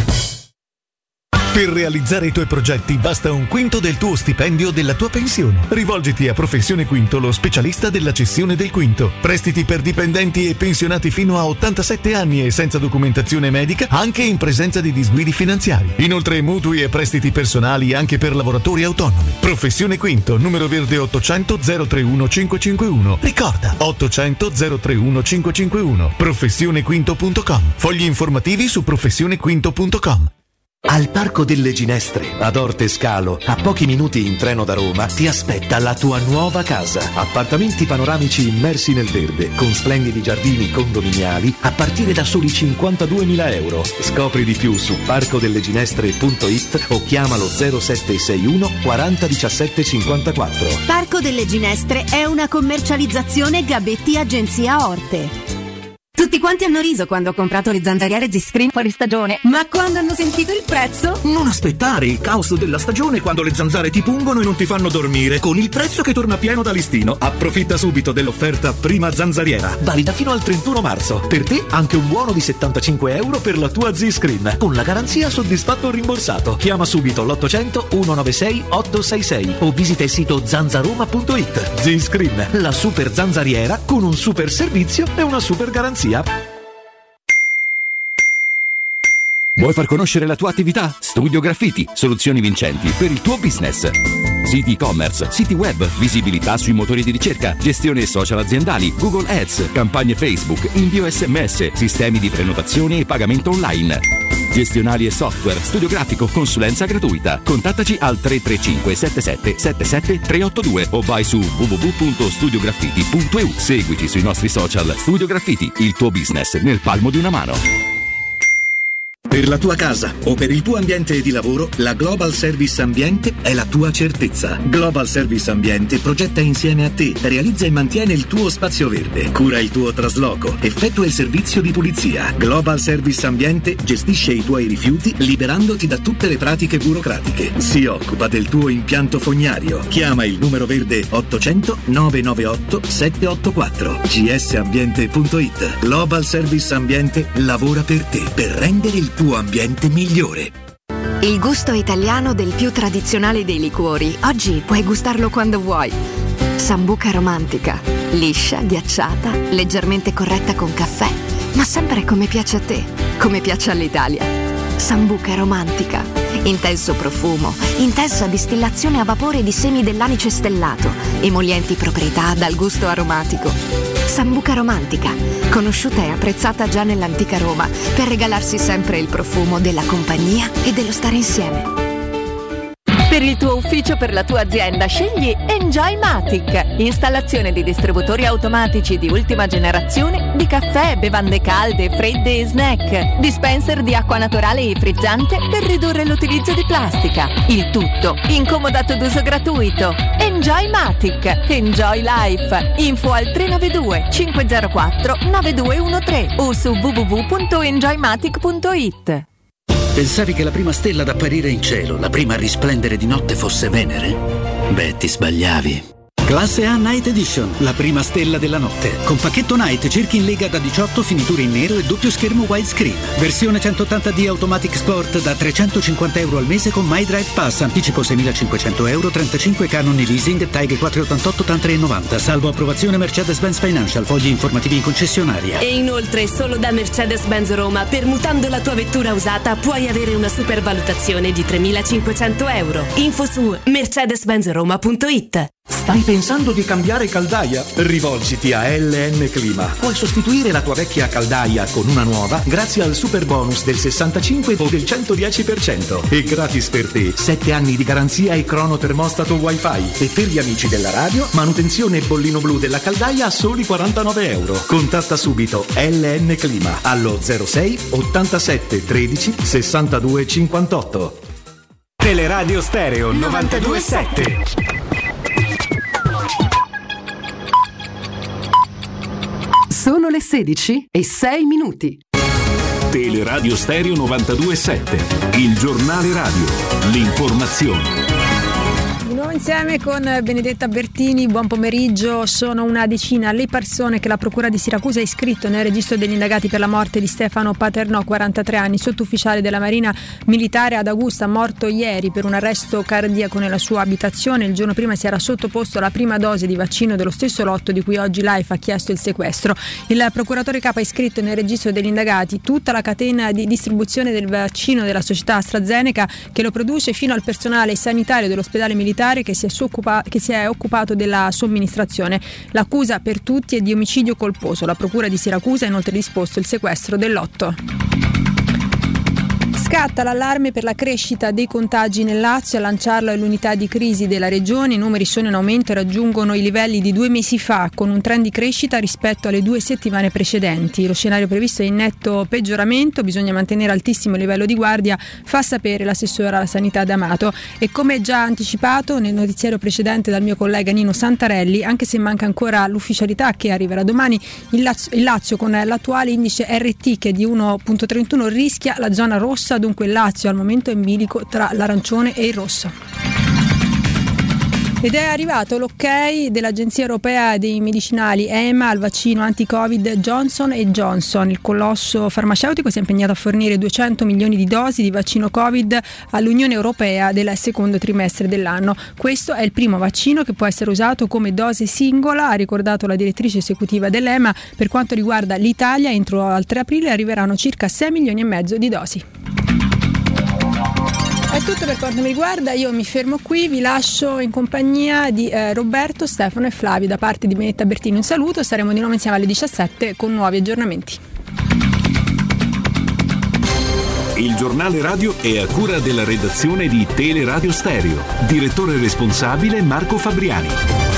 Per realizzare i tuoi progetti basta un quinto del tuo stipendio o della tua pensione. Rivolgiti a Professione Quinto, lo specialista della cessione del quinto. Prestiti per dipendenti e pensionati fino a ottantasette anni e senza documentazione medica, anche in presenza di disguidi finanziari. Inoltre mutui e prestiti personali anche per lavoratori autonomi. Professione Quinto, numero verde ottocento zero trentuno cinquecentocinquantuno. Ricorda, ottocento zero trentuno cinquecentocinquantuno. professionequinto punto com. Fogli informativi su professionequinto punto com. Al Parco delle Ginestre, ad Orte Scalo, a pochi minuti in treno da Roma, ti aspetta la tua nuova casa. Appartamenti panoramici immersi nel verde, con splendidi giardini condominiali, a partire da soli cinquantaduemila euro. Scopri di più su parco delle ginestre punto it o chiamalo zero sette sei uno quaranta diciassette cinquantaquattro. Parco delle Ginestre è una commercializzazione Gabetti Agenzia Orte. Tutti quanti hanno riso quando ho comprato le zanzariere Z-Screen fuori stagione, ma quando hanno sentito il prezzo? Non aspettare il caos della stagione quando le zanzare ti pungono e non ti fanno dormire, con il prezzo che torna pieno da listino. Approfitta subito dell'offerta Prima Zanzariera, valida fino al trentuno marzo. Per te anche un buono di settantacinque euro per la tua Z-Screen, con la garanzia soddisfatto o rimborsato. Chiama subito l'ottocento centonovantasei ottocentosessantasei o visita il sito zanzaroma punto it. Z-Screen, la super zanzariera con un super servizio e una super garanzia. Vuoi far conoscere la tua attività? Studio Graffiti, soluzioni vincenti per il tuo business. Siti e-commerce, siti web, visibilità sui motori di ricerca, gestione social aziendali, Google Ads, campagne Facebook, invio sms, sistemi di prenotazione e pagamento online. Gestionali e software, studio grafico, consulenza gratuita. Contattaci al tre tre cinque sette sette sette sette tre otto due o vai su w w w punto studio graffiti punto e u. Seguici sui nostri social. Studio Graffiti, il tuo business nel palmo di una mano. Per la tua casa o per il tuo ambiente di lavoro, la Global Service Ambiente è la tua certezza. Global Service Ambiente progetta insieme a te, realizza e mantiene il tuo spazio verde, cura il tuo trasloco, effettua il servizio di pulizia. Global Service Ambiente gestisce i tuoi rifiuti liberandoti da tutte le pratiche burocratiche. Si occupa del tuo impianto fognario. Chiama il numero verde ottocento novecentonovantaotto settecentoottantaquattro. g s ambiente punto it. Global Service Ambiente lavora per te, per rendere il tuo ambiente migliore. Il gusto italiano del più tradizionale dei liquori. Oggi puoi gustarlo quando vuoi. Sambuca romantica, liscia, ghiacciata, leggermente corretta con caffè, ma sempre come piace a te, come piace all'Italia. Sambuca romantica, intenso profumo, intensa distillazione a vapore di semi dell'anice stellato, emolienti proprietà dal gusto aromatico. Sambuca romantica, conosciuta e apprezzata già nell'antica Roma per regalarsi sempre il profumo della compagnia e dello stare insieme. Per il tuo ufficio, per la tua azienda, scegli Enjoymatic. Installazione di distributori automatici di ultima generazione di caffè, bevande calde, fredde e snack. Dispenser di acqua naturale e frizzante per ridurre l'utilizzo di plastica. Il tutto incomodato d'uso gratuito. Enjoymatic. Enjoy life. Info al tre nove due cinque zero quattro nove due uno tre o su w w w punto enjoymatic punto it. Pensavi che la prima stella ad apparire in cielo, la prima a risplendere di notte fosse Venere? Beh, ti sbagliavi. Classe A Night Edition, la prima stella della notte. Con pacchetto Night cerchi in lega da diciotto, finiture in nero e doppio schermo widescreen. Versione centottanta D Automatic Sport da trecentocinquanta euro al mese con MyDrive Pass, anticipo seimilacinquecento euro, trentacinque canoni leasing, tag quattrocentottantotto ottantatré novanta, salvo approvazione Mercedes-Benz Financial, fogli informativi in concessionaria. E inoltre solo da Mercedes-Benz Roma, permutando la tua vettura usata, puoi avere una supervalutazione di tremilacinquecento euro. Info su mercedes benz roma punto it. Stai pensando di cambiare caldaia? Rivolgiti a L N Clima. Puoi sostituire la tua vecchia caldaia con una nuova grazie al super bonus del sessantacinque o del centodieci per cento. E gratis per te sette anni di garanzia e crono termostato wifi. E per gli amici della radio, manutenzione e bollino blu della caldaia a soli quarantanove euro. Contatta subito L N Clima allo zero sei ottantasette tredici sessantadue cinquantotto. Teleradio Stereo novantadue sette. Sono le sedici e sei minuti. Teleradio Stereo novantadue sette, il giornale radio, l'informazione. Di nuovo insieme con Benedetta Bertini, buon pomeriggio. Sono una decina le persone che la Procura di Siracusa ha iscritto nel registro degli indagati per la morte di Stefano Paternò, quarantatré anni, sottufficiale della Marina Militare ad Augusta, morto ieri per un arresto cardiaco nella sua abitazione. Il giorno prima si era sottoposto alla prima dose di vaccino dello stesso lotto di cui oggi l'A I F ha chiesto il sequestro. Il procuratore capo ha iscritto nel registro degli indagati tutta la catena di distribuzione del vaccino della società AstraZeneca che lo produce fino al personale sanitario dell'ospedale militare che si, è occupa- che si è occupato della somministrazione. L'accusa per tutti è di omicidio colposo. La Procura di Siracusa ha inoltre disposto il sequestro del lotto. Scatta l'allarme per la crescita dei contagi nel Lazio. A lanciarlo è l'unità di crisi della regione. I numeri sono in aumento e raggiungono i livelli di due mesi fa, con un trend di crescita rispetto alle due settimane precedenti. Lo scenario previsto è in netto peggioramento, bisogna mantenere altissimo il livello di guardia, fa sapere l'assessore alla sanità D'Amato. E come già anticipato nel notiziario precedente dal mio collega Nino Santarelli, anche se manca ancora l'ufficialità che arriverà domani, il Lazio, il Lazio con l'attuale indice R T che è di uno virgola trentuno rischia la zona rossa. Dunque il Lazio al momento è in bilico tra l'arancione e il rosso. Ed è arrivato l'ok dell'Agenzia Europea dei Medicinali E M A al vaccino anti-Covid Johnson and Johnson. Il colosso farmaceutico si è impegnato a fornire duecento milioni di dosi di vaccino Covid all'Unione Europea del secondo trimestre dell'anno. Questo è il primo vaccino che può essere usato come dose singola, ha ricordato la direttrice esecutiva dell'E M A. Per quanto riguarda l'Italia, entro al tre aprile arriveranno circa sei milioni e mezzo di dosi. È tutto per quanto mi riguarda, io mi fermo qui, vi lascio in compagnia di eh, Roberto, Stefano e Flavio. Da parte di Benedetta Bertini un saluto, saremo di nuovo insieme alle diciassette con nuovi aggiornamenti. Il giornale radio è a cura della redazione di Teleradio Stereo. Direttore responsabile Marco Fabriani.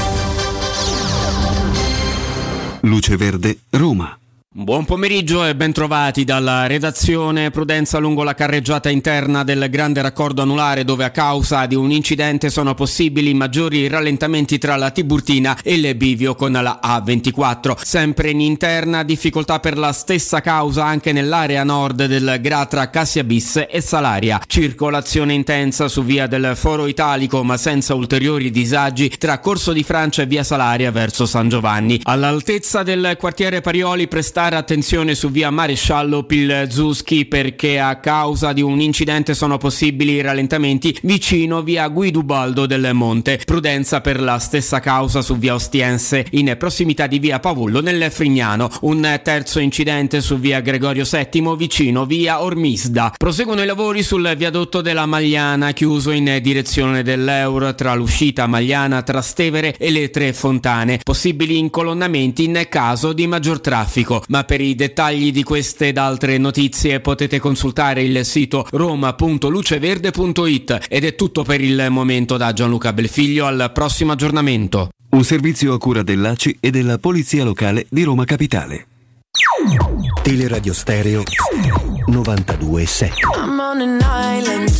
Luce Verde, Roma. Buon pomeriggio e bentrovati dalla redazione. Prudenza lungo la carreggiata interna del grande raccordo anulare, dove a causa di un incidente sono possibili maggiori rallentamenti tra la Tiburtina e il bivio con la A ventiquattro. Sempre in interna difficoltà per la stessa causa anche nell'area nord del Gra tra Cassia Bis e Salaria. Circolazione intensa su via del Foro Italico ma senza ulteriori disagi tra Corso di Francia e via Salaria verso San Giovanni. All'altezza del quartiere Parioli prestare attenzione su via Maresciallo Pilzuschi perché a causa di un incidente sono possibili rallentamenti vicino via Guidubaldo del Monte. Prudenza per la stessa causa su via Ostiense in prossimità di via Pavullo nel Frignano. Un terzo incidente su via Gregorio settimo vicino via Ormisda. Proseguono i lavori sul viadotto della Magliana chiuso in direzione dell'Eur tra l'uscita Magliana Trastevere e le Tre Fontane. Possibili incolonnamenti in caso di maggior traffico. Ma per i dettagli di queste ed altre notizie potete consultare il sito roma punto luceverde punto it. Ed è tutto per il momento da Gianluca Belfiglio, al prossimo aggiornamento. Un servizio a cura dell'A C I e della Polizia Locale di Roma Capitale. Teleradio Stereo novantadue sette. I'm on an island,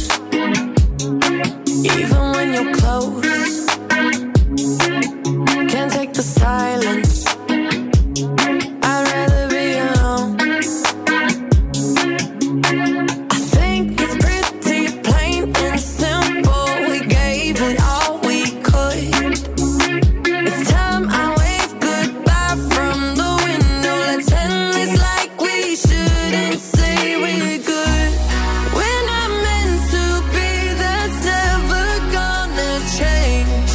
even when you're close. Can't take the silence. I'd rather be alone. I think it's pretty plain and simple. We gave it all we could. It's time I wave goodbye from the window. Let's end this like we shouldn't say we're good. We're not meant to be, that's never gonna change.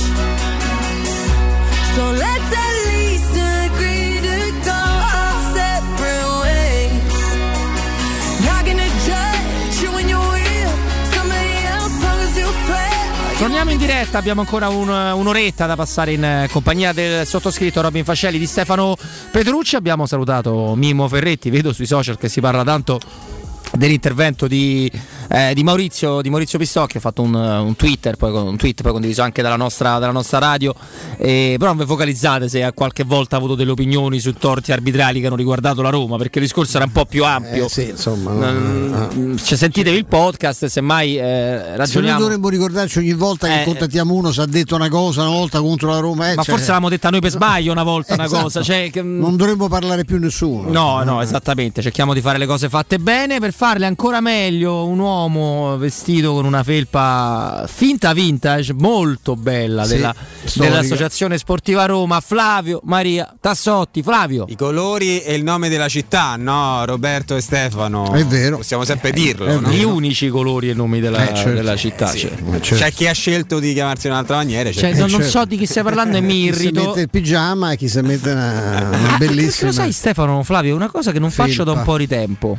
So let's at least agree to go our separate ways. Not gonna judge you when you're real. Somebody else, long as you swear. Torniamo in diretta, abbiamo ancora un, un'oretta da passare in eh, compagnia del sottoscritto Robin Fascelli, di Stefano Petrucci. Abbiamo salutato Mimmo Ferretti, vedo sui social che si parla tanto dell'intervento di, eh, di Maurizio di Maurizio Pistocchi. Ha fatto un, un Twitter, poi un tweet poi condiviso anche dalla nostra, dalla nostra radio, eh, però non vi focalizzate se a qualche volta ha avuto delle opinioni su torti arbitrali che hanno riguardato la Roma, perché il discorso era un po' più ampio. Eh, sì, insomma, no, no. Cioè, sentitevi il podcast, semmai eh, ragioniamo. Se noi dovremmo ricordarci ogni volta che eh, contattiamo uno, se ha detto una cosa una volta contro la Roma, eh, ma cioè, forse l'avevamo detta noi per sbaglio una volta, una esatto. cosa, cioè, che, non dovremmo parlare più nessuno. No, no, esattamente. Cerchiamo di fare le cose fatte bene. Per farle ancora meglio, un uomo vestito con una felpa finta vintage, molto bella, sì, della, dell'Associazione Sportiva Roma, Flavio Maria Tassotti. Flavio. I colori e il nome della città, no? Roberto e Stefano. È vero. Possiamo sempre dirlo. È no? Gli unici colori e nomi della, eh, certo. della città. Eh, sì. Cioè. Certo. C'è chi ha scelto di chiamarsi in un'altra maniera. Cioè, c'è non, non certo. so di chi stai parlando e mi irrito. Chi si mette il pigiama e chi si mette una, una Ah, bellissima. lo sai, Stefano, Flavio, una cosa che non felpa. faccio da un po' di tempo.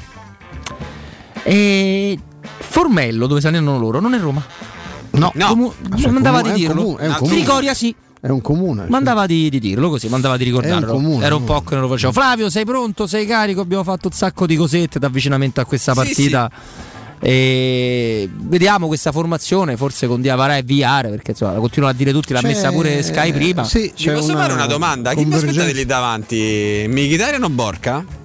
E Formello, dove saranno loro, non è Roma? No, no. Comu- Cioè, mandava comu- di è un dirlo. comune, è un No, comune. Trigoria sì. È un comune. Mandava di, di dirlo così, mandava di ricordarlo. È un comune, Era un un po' che non lo facevo. Flavio, sei pronto? Sei carico? Abbiamo fatto un sacco di cosette d'avvicinamento a questa partita. Sì, sì. E vediamo questa formazione, forse con Diavara e Viare, perché insomma, continuano a dire tutti, l'ha C'è... messa pure Sky prima. Sì, Ci posso una... fare una domanda? Chi vi aspettate lì davanti? Mkhitaryan o Borca?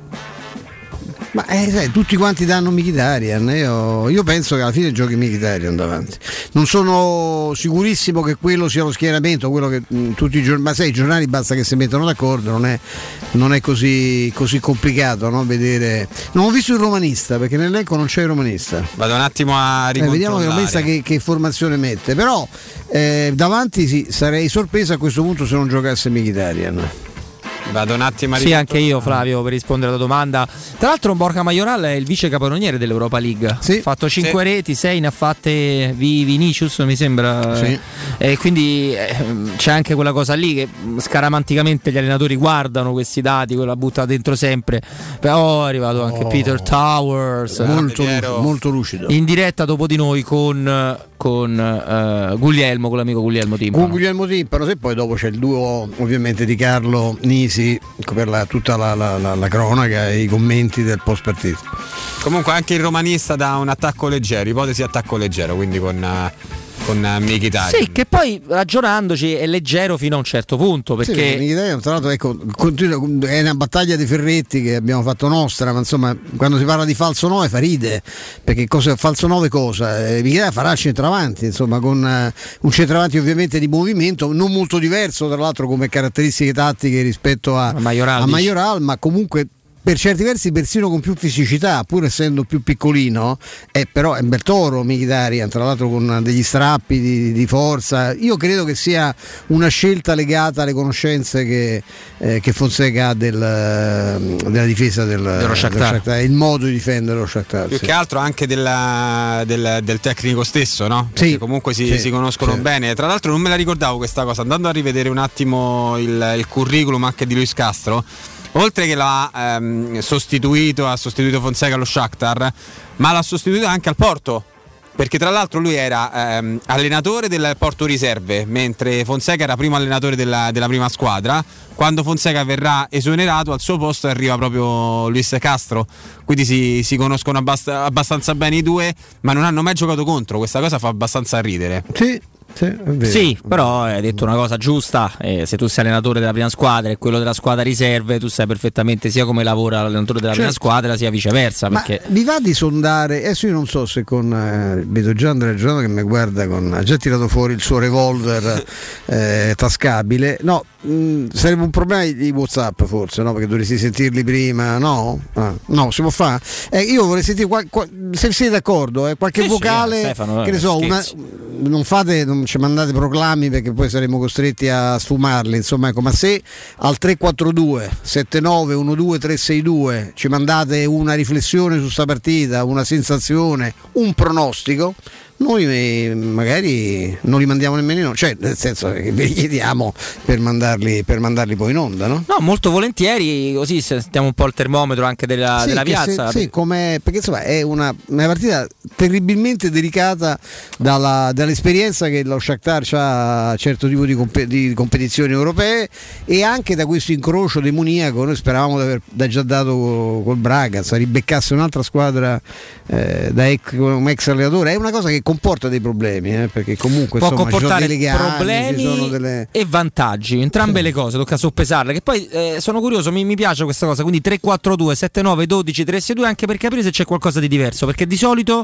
Ma eh, sai, tutti quanti danno Mkhitaryan. Io, io penso che alla fine giochi Mkhitaryan davanti. Non sono sicurissimo che quello sia lo schieramento, quello che mh, tutti i giornali, ma sai, i giornali basta che si mettano d'accordo, non è, non è così, così complicato, no? Vedere. Non ho visto il romanista, perché nell'elenco non c'è il romanista. Vado un attimo a ricontrollare. Eh, vediamo il romanista che, che formazione mette. Però eh, davanti sì, sarei sorpreso a questo punto se non giocasse Mkhitaryan. Vado un attimo a Sì, anche io, Flavio, per rispondere alla domanda. Tra l'altro Borca Majoral è il vice capannoniere dell'Europa League. Sì. Ha fatto cinque Sì. reti, sei ne ha fatte Vinicius, mi sembra. Sì. E quindi eh, c'è anche quella cosa lì che scaramanticamente gli allenatori guardano questi dati, quella butta dentro sempre. Però è arrivato anche Oh. Peter Towers, Molto, molto lucido. in diretta dopo di noi con, con uh, Guglielmo, con l'amico Guglielmo Timpano. Con Guglielmo Timpano, se poi dopo c'è il duo ovviamente di Carlo Nisi per la, tutta la, la, la, la cronaca e i commenti del post partito. Comunque anche il romanista dà un attacco leggero, ipotesi attacco leggero, quindi con, uh, con uh, Mkhitaryan. Sì, che poi ragionandoci è leggero fino a un certo punto, perché sì, Mkhitaryan, tra l'altro, ecco, continua, è una battaglia di Ferretti che abbiamo fatto nostra, ma insomma quando si parla di falso nove fa ride, perché cosa, falso nove cosa? Eh, Mkhitaryan farà il centravanti, insomma, con uh, un centravanti ovviamente di movimento non molto diverso tra l'altro come caratteristiche tattiche rispetto a, a Majoral, a Majoral, ma comunque per certi versi persino con più fisicità, pur essendo più piccolino, eh, però è un bel toro Mkhitaryan, tra l'altro con degli strappi di, di forza. Io credo che sia una scelta legata alle conoscenze che, eh, che Fonseca ha del, della difesa del, dello Shakhtar, del Shakhtar, il modo di difendere lo Shakhtar. Più sì. che altro anche della, del, del tecnico stesso, no? Perché sì, comunque si, sì, si conoscono sì. bene. Tra l'altro non me la ricordavo questa cosa, andando a rivedere un attimo il, il curriculum anche di Luis Castro. Oltre che l'ha ehm, sostituito, ha sostituito Fonseca allo Shakhtar, ma l'ha sostituito anche al Porto. perché tra l'altro lui era ehm, allenatore del Porto Riserve, mentre Fonseca era primo allenatore della, della prima squadra. Quando Fonseca verrà esonerato, al suo posto arriva proprio Luis Castro, quindi si, si conoscono abbast- abbastanza bene i due, ma non hanno mai giocato contro. Questa cosa fa abbastanza ridere. Sì. Sì, è vero. Sì, però hai detto una cosa giusta, eh, se tu sei allenatore della prima squadra e quello della squadra riserve, tu sai perfettamente sia come lavora l'allenatore della certo. prima squadra sia viceversa. Ma perché... vi va di sondare, adesso io non so se con eh, vedo già Andrea Giordano che mi guarda con, ha già tirato fuori il suo revolver eh, tascabile, no, mh, sarebbe un problema di, di WhatsApp forse, no? Perché dovresti sentirli prima, no? Ah, no, si può fare? Eh, io vorrei sentire, qual, qual, se siete d'accordo, eh, qualche sì, vocale, sì, Stefano, che ne so, una, non fate, non ci mandate proclami perché poi saremo costretti a sfumarli, insomma, ecco, ma se al tre quattro due sette nove uno due tre sei due ci mandate una riflessione su sta partita, una sensazione, un pronostico, noi magari non li mandiamo nemmeno noi, cioè nel senso che ve li chiediamo per mandarli, per mandarli poi in onda, no? No, molto volentieri, così sentiamo un po' il termometro anche della, sì, della piazza. Se, sì, come, perché insomma è una, una partita terribilmente delicata dalla, dall'esperienza che lo Shakhtar ha a certo tipo di, comp- di competizioni europee e anche da questo incrocio demoniaco. Noi speravamo di aver da già dato col, col Braga, se ribeccasse un'altra squadra eh, da ex, come ex allenatore, è una cosa che comporta dei problemi, eh, perché comunque può insomma, comportare ci sono dei legami, problemi ci sono delle... e vantaggi, entrambe sì. le cose, tocca soppesarle. Che poi eh, sono curioso, mi, mi piace questa cosa, quindi tre quattro due sette nove uno due tre sei due anche per capire se c'è qualcosa di diverso, perché di solito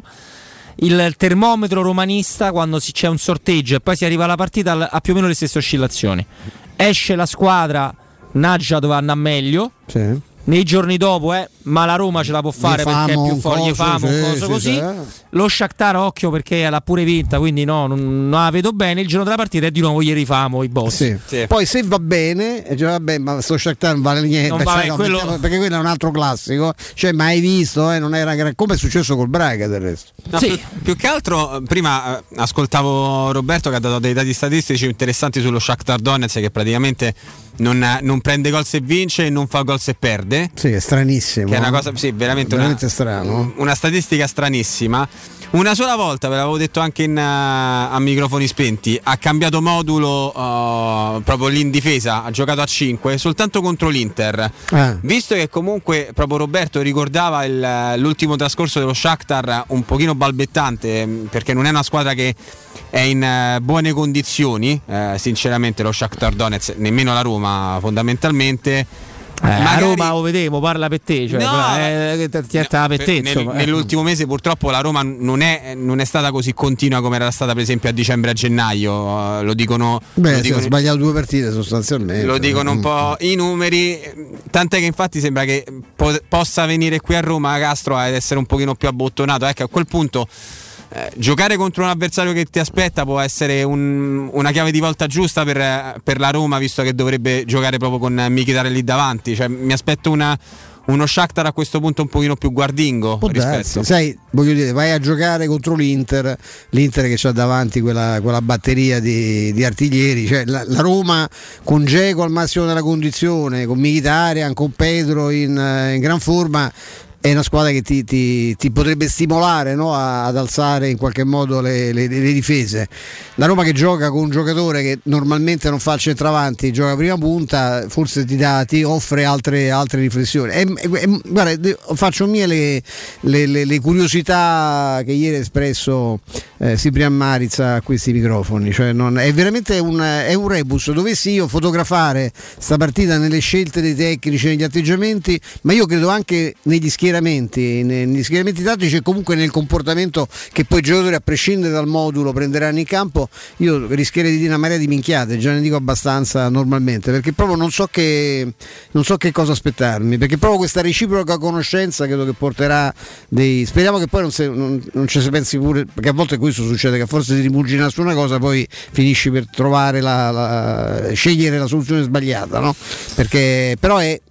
il termometro romanista quando si, c'è un sorteggio e poi si arriva alla partita ha più o meno le stesse oscillazioni, esce la squadra Naggia dove andrà meglio, sì. Nei giorni dopo, eh, ma la Roma ce la può fare perché è più forte, famo, un coso sì, così. Sì, sì. Lo Shakhtar, occhio perché l'ha pure vinta, quindi no, non, non la vedo bene. Il giorno della partita e di nuovo ieri famo i boss. Sì. Sì. Poi se va bene, cioè, vabbè, ma sto Shakhtar non vale niente, non vale, cioè, no, quello... mettiamo, perché quello è un altro classico. Cioè, ma hai visto, eh, non era gran... come è successo col Braga del resto. No, sì. più, più che altro, prima eh, ascoltavo Roberto che ha dato dei dati statistici interessanti sullo Shakhtar Donetsk, che praticamente non, non prende gol se vince e non fa gol se perde. Sì, è stranissimo. Che è una cosa, sì, veramente, veramente una, strano. Una statistica stranissima. Una sola volta, ve l'avevo detto anche in, uh, a microfoni spenti, ha cambiato modulo uh, proprio lì in difesa, ha giocato a cinque soltanto contro l'Inter. Ah. Visto che comunque proprio Roberto ricordava il, l'ultimo trascorso dello Shakhtar un pochino balbettante, perché non è una squadra che è in uh, buone condizioni, uh, sinceramente lo Shakhtar Donetsk, nemmeno la Roma fondamentalmente. Eh, magari... A Roma lo vedevo, parla per te, cioè, no, eh, ti no, per te, nel, nell'ultimo mese purtroppo la Roma non è, non è stata così continua come era stata per esempio a dicembre e a gennaio, uh, lo dicono. Beh, lo dicono, ha sbagliato due partite sostanzialmente. Lo dicono un po' i numeri, tant'è che infatti sembra che po- possa venire qui a Roma Castro ad essere un pochino più abbottonato, ecco, a quel punto Eh, giocare contro un avversario che ti aspetta può essere un, una chiave di volta giusta per, per la Roma, visto che dovrebbe giocare proprio con Mkhitaryan lì davanti, cioè, mi aspetto una, uno Shakhtar a questo punto un pochino più guardingo rispetto. Sai, voglio dire, vai a giocare contro l'Inter, l'Inter che c'ha davanti quella, quella batteria di, di artiglieri, cioè la, la Roma con Dzeko al massimo della condizione, con Mkhitaryan, con Pedro in, in gran forma, è una squadra che ti, ti, ti potrebbe stimolare, no? ad alzare in qualche modo le, le, le difese. La Roma che gioca con un giocatore che normalmente non fa il centravanti, gioca prima punta, forse ti, dà, ti offre altre, altre riflessioni. E, e, e, guarda, faccio mie le, le, le, le curiosità che ieri ha espresso eh, Ciprian Maritz a questi microfoni, cioè non, è veramente un, è un rebus. Dovessi io fotografare sta partita nelle scelte dei tecnici, negli atteggiamenti, ma io credo anche negli schieramenti negli schieramenti tattici e comunque nel comportamento che poi i giocatori, a prescindere dal modulo, prenderanno in campo, io rischierei di dire una marea di minchiate, già ne dico abbastanza normalmente, perché proprio non so che non so che cosa aspettarmi, perché proprio questa reciproca conoscenza credo che porterà dei, speriamo che poi non, se, non, non ci si pensi pure, perché a volte questo succede, che forse ti rimugina su una cosa poi finisci per trovare la, la scegliere la soluzione sbagliata, no? Perché però è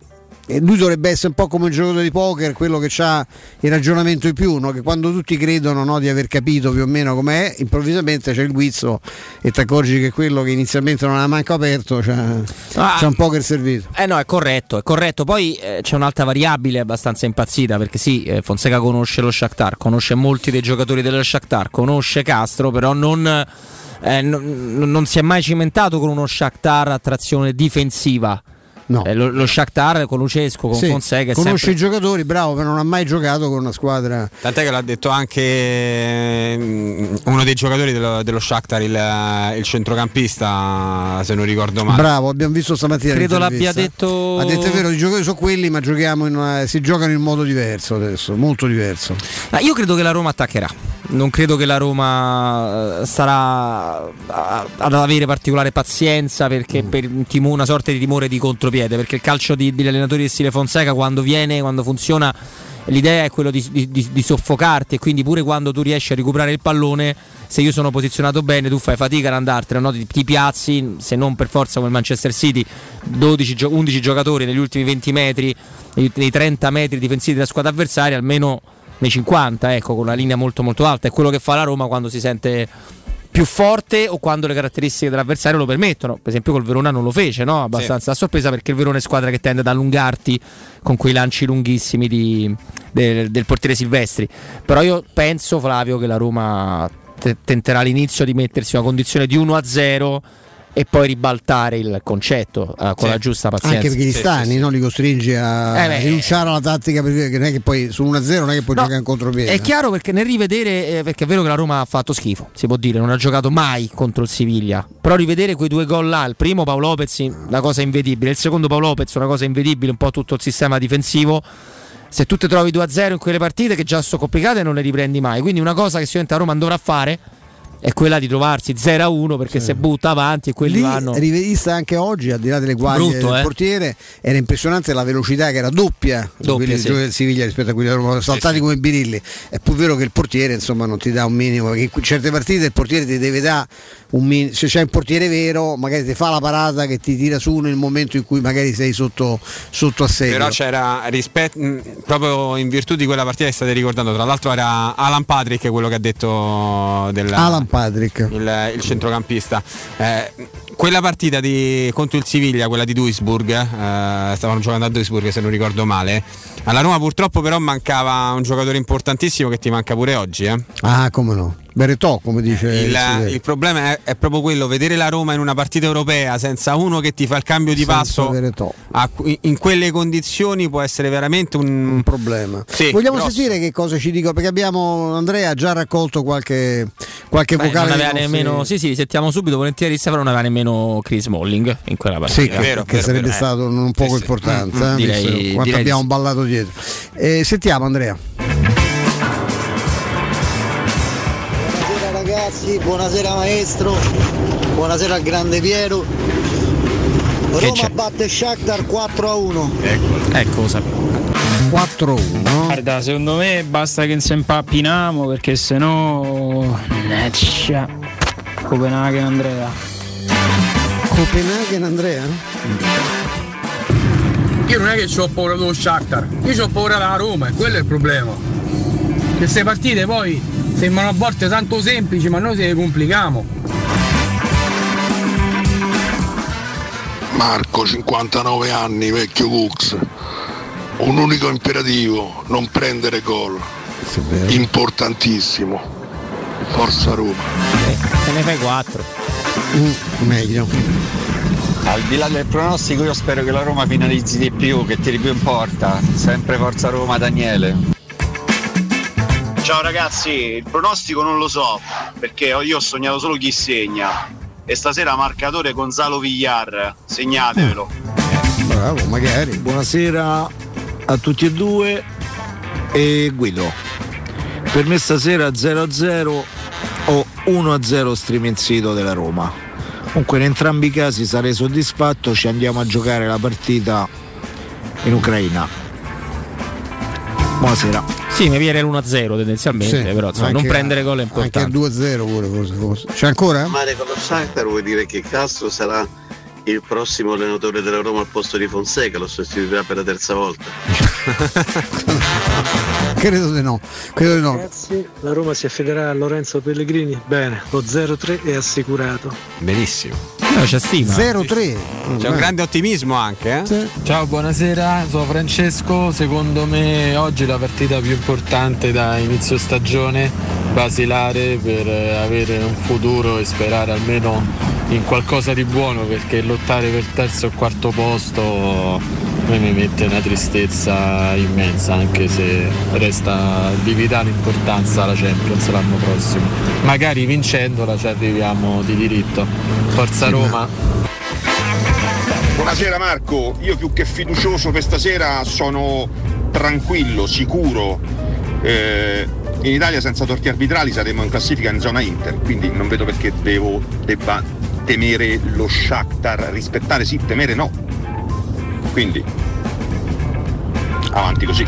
e lui dovrebbe essere un po' come un giocatore di poker, quello che ha il ragionamento in più, no? Che quando tutti credono, no, di aver capito più o meno com'è, improvvisamente c'è il guizzo e ti accorgi che quello che inizialmente non ha manco aperto c'ha, Ah. c'ha un poker servito. Eh no, è corretto, è corretto. Poi eh, c'è un'altra variabile abbastanza impazzita, perché sì, eh, Fonseca conosce lo Shakhtar, conosce molti dei giocatori dello Shakhtar, conosce Castro, però non, eh, non, non si è mai cimentato con uno Shakhtar a trazione difensiva. No. Eh, lo, lo Shakhtar con Lucescu, con Sì, Fonseca è conosce sempre... i giocatori, bravo, però non ha mai giocato con una squadra. Tant'è che l'ha detto anche mm, uno dei giocatori dello, dello Shakhtar, il, il centrocampista, se non ricordo male. Bravo, abbiamo visto stamattina. Credo l'abbia l'intervista. detto. Ha detto: è vero, i giocatori sono quelli, ma giochiamo in una, si giocano in modo diverso adesso, molto diverso. Ma io credo che la Roma attaccherà. Non credo che la Roma eh, sarà a- ad avere particolare pazienza, perché Mm. per un timo- una sorta di timore di contropiede, perché il calcio di- degli allenatori di stile Fonseca, quando viene, quando funziona, l'idea è quello di, di- di- di soffocarti, e quindi pure quando tu riesci a recuperare il pallone, se io sono posizionato bene, tu fai fatica ad andartene, no? ti, ti piazzi, se non per forza come il Manchester City, dodici, gio- undici giocatori negli ultimi venti metri, nei, nei trenta metri difensivi della squadra avversaria, almeno nei cinquanta, ecco, con una linea molto molto alta. È quello che fa la Roma quando si sente più forte o quando le caratteristiche dell'avversario lo permettono. Per esempio col Verona non lo fece, no? Abbastanza a sorpresa, perché il Verona è squadra che tende ad allungarti con quei lanci lunghissimi di, del, del portiere Silvestri. Però io penso, Flavio, che la Roma te- tenterà all'inizio di mettersi in una condizione di uno a zero e poi ribaltare il concetto eh, con Sì. la giusta pazienza. Anche perché gli stani, no? Li costringi a Eh beh, rinunciare alla tattica, perché non è che poi su uno a zero non è che puoi No, giocare in contropiede. È chiaro, perché nel rivedere, eh, perché è vero che la Roma ha fatto schifo, si può dire, non ha giocato mai contro il Siviglia, però rivedere quei due gol là, il primo Paolo Lopez, una cosa invedibile, il secondo Paolo Lopez, una cosa invedibile, un po' tutto il sistema difensivo. Se tu ti trovi due a zero in quelle partite, che già sono complicate, non le riprendi mai, quindi una cosa che sicuramente la Roma dovrà fare è quella di trovarsi zero a uno, perché se butta avanti e quelli Lì, vanno. rivedista anche oggi, al di là delle guaglie Brutto, del eh. portiere, era impressionante la velocità che era doppia, di Doppia, quelli sì. del Siviglia rispetto a quelli della Roma, saltati come birilli. È pur vero che il portiere, insomma, non ti dà un minimo, perché in certe partite il portiere ti deve dare un minimo. Se c'è un portiere vero, magari ti fa la parata che ti tira su nel momento in cui magari sei sotto, sotto assedio. Però c'era rispetto, proprio in virtù di quella partita che state ricordando, tra l'altro era Alan Patrick quello che ha detto del, Alan Patrick, il, il centrocampista. Eh, quella partita di, contro il Siviglia, quella di Duisburg, eh, stavano giocando a Duisburg se non ricordo male. Alla Roma purtroppo però mancava un giocatore importantissimo che ti manca pure oggi. Eh. Ah, come no? Beretò, come dice Il, il, il problema è, è proprio quello, vedere la Roma in una partita europea senza uno che ti fa il cambio di Senza passo Beretò. a- in quelle condizioni può essere veramente un, un problema. Sì, Vogliamo grosso. sentire che cosa ci dico, perché abbiamo, Andrea ha già raccolto qualche, qualche Beh, vocale non dei aveva nostri- nemmeno, sì sì, sentiamo subito volentieri. Stefano non aveva nemmeno Chris Smalling in quella partita. Sì, che, Vero, che vero, sarebbe vero. stato un poco importante, Mm, eh, direi- visto quanto direi abbiamo di sì. ballato dietro. Eh, sentiamo Andrea. Buonasera ragazzi, buonasera maestro, buonasera al grande Piero. Che Roma c'è? batte Shakhtar quattro a uno. Ecco, lo sapevo. quattro a uno. Guarda, secondo me basta che non si impappiniamo, perché sennò Neccia. Copenaghen Andrea. Copenaghen Andrea? Io non è che ho paura dello Shakhtar, io ho paura della Roma, e quello è il problema. Queste partite poi sembrano a volte tanto semplici, ma noi se le complichiamo. Marco, cinquantanove anni, vecchio Cux. Un unico imperativo, non prendere gol. Importantissimo. Forza Roma. Se ne fai quattro. Mm, meglio. Al di là del pronostico io spero che la Roma finalizzi di più, che tiri più in porta. Sempre Forza Roma, Daniele. Ciao ragazzi, il pronostico non lo so, perché io ho sognato solo chi segna. E stasera marcatore Gonzalo Villar, segnatevelo. Bravo, magari. Buonasera a tutti e due e Guido. Per me stasera zero a zero o uno a zero striminzito della Roma. Comunque in entrambi i casi sarei soddisfatto, ci andiamo a giocare la partita in Ucraina. Buonasera. Sì, mi viene l'uno a zero tendenzialmente, Sì, però insomma, anche- non prendere gol è importante. Anche il due a zero pure forse, forse. C'è ancora? Mare con lo Shakhtar vuol dire che Castro sarà il prossimo allenatore della Roma al posto di Fonseca lo sostituirà per la terza volta? Credo di no, credo di no. Ragazzi, la Roma si affiderà a Lorenzo Pellegrini? Bene, lo zero tre è assicurato. Benissimo. No, c'è stima. zero tre. C'è un grande ottimismo anche, eh? Sì. Ciao, buonasera, sono Francesco. Secondo me oggi è la partita più importante da inizio stagione, basilare per avere un futuro e sperare almeno in qualcosa di buono, perché lottare per terzo o quarto posto a me mi mette una tristezza immensa, anche se resta di vitale importanza la Champions l'anno prossimo. Magari vincendola ci arriviamo di diritto. Forza Roma. Buonasera Marco, io più che fiducioso per stasera sono tranquillo, sicuro. Eh, in Italia senza torti arbitrali saremo in classifica in zona Inter, quindi non vedo perché devo debba temere lo Shakhtar, rispettare sì, temere no. Quindi avanti così.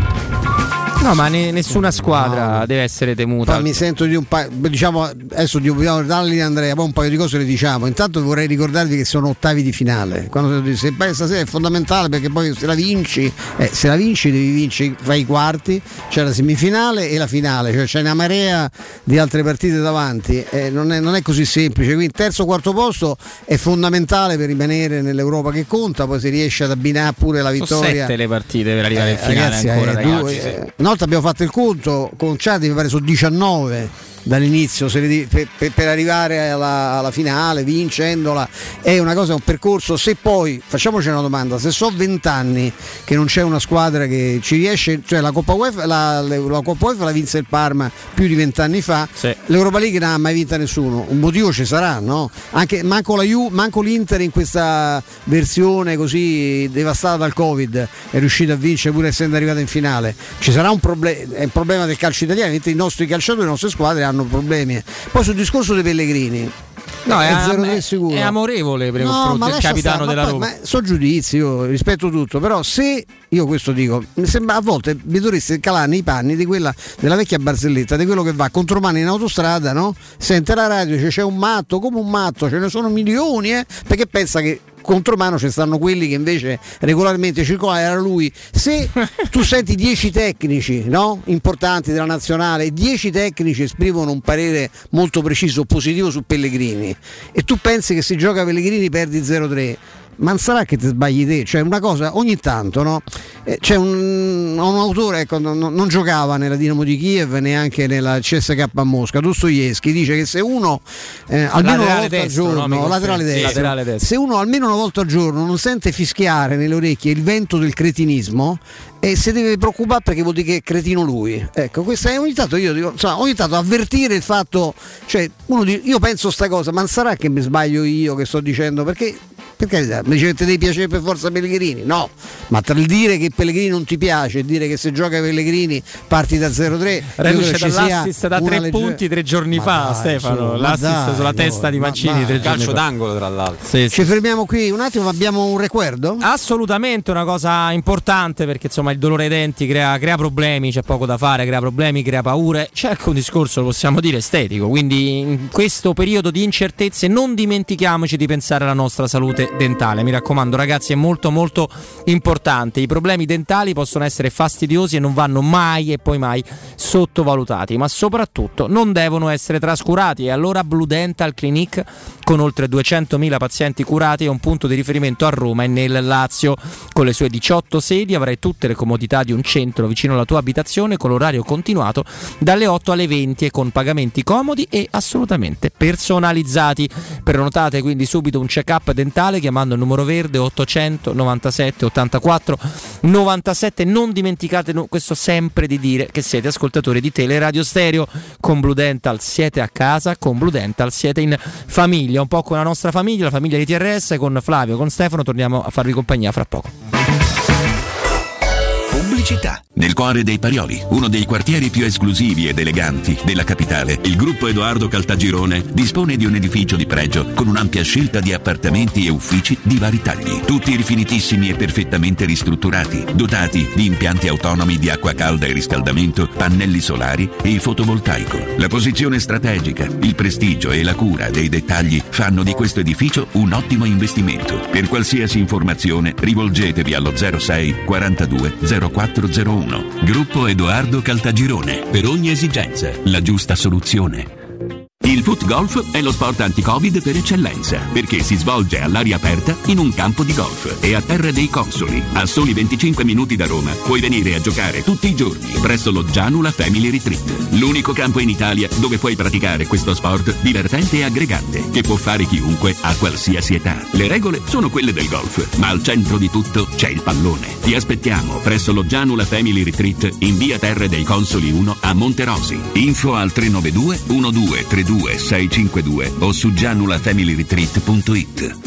No, ma ne, nessuna squadra no. deve essere temuta. Poi mi sento di un paio, diciamo, adesso dobbiamo darle di Andrea, poi un paio di cose le diciamo. Intanto vorrei ricordarvi che sono ottavi di finale. Quando se stasera è fondamentale, perché poi se la vinci, eh, se la vinci devi vincere, fai i quarti, c'è la semifinale e la finale, cioè c'è una marea di altre partite davanti. Eh, non, è, non è così semplice. Quindi terzo o quarto posto è fondamentale per rimanere nell'Europa che conta, poi si riesce ad abbinare pure la vittoria. Sono sette le partite per arrivare in eh, finale ragazzi, ancora, eh, ragazzi. Due, sì. eh, una volta abbiamo fatto il conto con Ciati, mi pare sono diciannove dall'inizio se le, per, per, per arrivare alla, alla finale vincendola. È una cosa, un percorso. Se poi facciamoci una domanda, se so vent'anni che non c'è una squadra che ci riesce, cioè la Coppa UEFA la, la Coppa UEFA la vinse il Parma più di vent'anni fa, sì. L'Europa League non ha mai vinta nessuno, un motivo ci sarà, no? Anche manco la Ju, manco l'Inter in questa versione così devastata dal Covid è riuscita a vincere pur essendo arrivata in finale. Ci sarà un problema, è un problema del calcio italiano, i nostri calciatori, le nostre squadre hanno problemi. Poi sul discorso dei Pellegrini, no, è, è, am- è, sicuro. è amorevole per no, il capitano stare, della ma Roma. Ma so giudizi, io rispetto tutto, però se io questo dico, mi sembra a volte mi dovreste calare nei panni di quella della vecchia barzelletta, di quello che va contromano in autostrada, no? Sente la radio, cioè, c'è un matto, come un matto, ce ne sono milioni, eh? Perché pensa che contromano ci stanno quelli che invece regolarmente circolano, era lui. Se tu senti dieci tecnici, no? importanti della nazionale, dieci tecnici esprimono un parere molto preciso positivo su Pellegrini e tu pensi che se gioca Pellegrini perdi zero tre, ma non sarà che ti sbagli te? Cioè una cosa ogni tanto, no? Eh, c'è un, un autore, ecco, non, non giocava nella Dinamo di Kiev neanche nella C S K a Mosca, Dostoevskij, dice che se uno eh, almeno una volta destro, al giorno, no, laterale, sì, destro, laterale destro, se uno almeno una volta al giorno non sente fischiare nelle orecchie il vento del cretinismo, e si deve preoccupare perché vuol dire che è cretino lui. Ecco, questa è ogni tanto io dico, insomma, ogni tanto avvertire il fatto, cioè uno dice, io penso sta cosa, ma non sarà che mi sbaglio io che sto dicendo, perché per carità, mi dice che ti devi piacere per forza Pellegrini, no, ma tra il dire che Pellegrini non ti piace e dire che se gioca Pellegrini parti da zero tre, reduce dall'assist da tre legge... punti tre giorni ma fa dai, Stefano, su, l'assist dai, sulla no, testa di Mancini, ma tre calcio giorni d'angolo tra l'altro. Sì, ci sì. fermiamo qui un attimo, abbiamo un recuerdo? Assolutamente, una cosa importante, perché insomma il dolore ai denti crea, crea problemi, c'è poco da fare, crea problemi, crea paure, c'è anche un discorso, lo possiamo dire, estetico, quindi in questo periodo di incertezze non dimentichiamoci di pensare alla nostra salute dentale. Mi raccomando ragazzi, è molto molto importante. I problemi dentali possono essere fastidiosi e non vanno mai e poi mai sottovalutati, ma soprattutto non devono essere trascurati, e allora Blue Dental Clinic, con oltre duecentomila pazienti curati, è un punto di riferimento a Roma e nel Lazio. Con le sue diciotto sedi avrai tutte le comodità di un centro vicino alla tua abitazione, con l'orario continuato dalle otto alle venti e con pagamenti comodi e assolutamente personalizzati. Prenotate quindi subito un check-up dentale chiamando il numero verde ottocento novantasette ottantaquattro novantasette. Non dimenticate questo sempre di dire che siete ascoltatori di Teleradio Stereo. Con Blue Dental siete a casa, con Blue Dental siete in famiglia, un po' con la nostra famiglia, la famiglia di T R S. Con Flavio, con Stefano torniamo a farvi compagnia fra poco. Pubblicità. Nel cuore dei Parioli, uno dei quartieri più esclusivi ed eleganti della capitale, il gruppo Edoardo Caltagirone dispone di un edificio di pregio con un'ampia scelta di appartamenti e uffici di vari tagli, tutti rifinitissimi e perfettamente ristrutturati, dotati di impianti autonomi di acqua calda e riscaldamento, pannelli solari e fotovoltaico. La posizione strategica, il prestigio e la cura dei dettagli fanno di questo edificio un ottimo investimento. Per qualsiasi informazione rivolgetevi allo zero sei quarantadue zero quattro zero uno. Gruppo Edoardo Caltagirone. Per ogni esigenza, la giusta soluzione. Il foot golf è lo sport anti-Covid per eccellenza, perché si svolge all'aria aperta in un campo di golf e a Terra dei Consoli. A soli venticinque minuti da Roma puoi venire a giocare tutti i giorni presso lo Gianula Family Retreat, l'unico campo in Italia dove puoi praticare questo sport divertente e aggregante che può fare chiunque a qualsiasi età. Le regole sono quelle del golf, ma al centro di tutto c'è il pallone. Ti aspettiamo presso lo Gianula Family Retreat in via Terra dei Consoli uno a Monterosi. Info al tre nove due uno due tre due sei cinque due o su gianula family retreat punto it.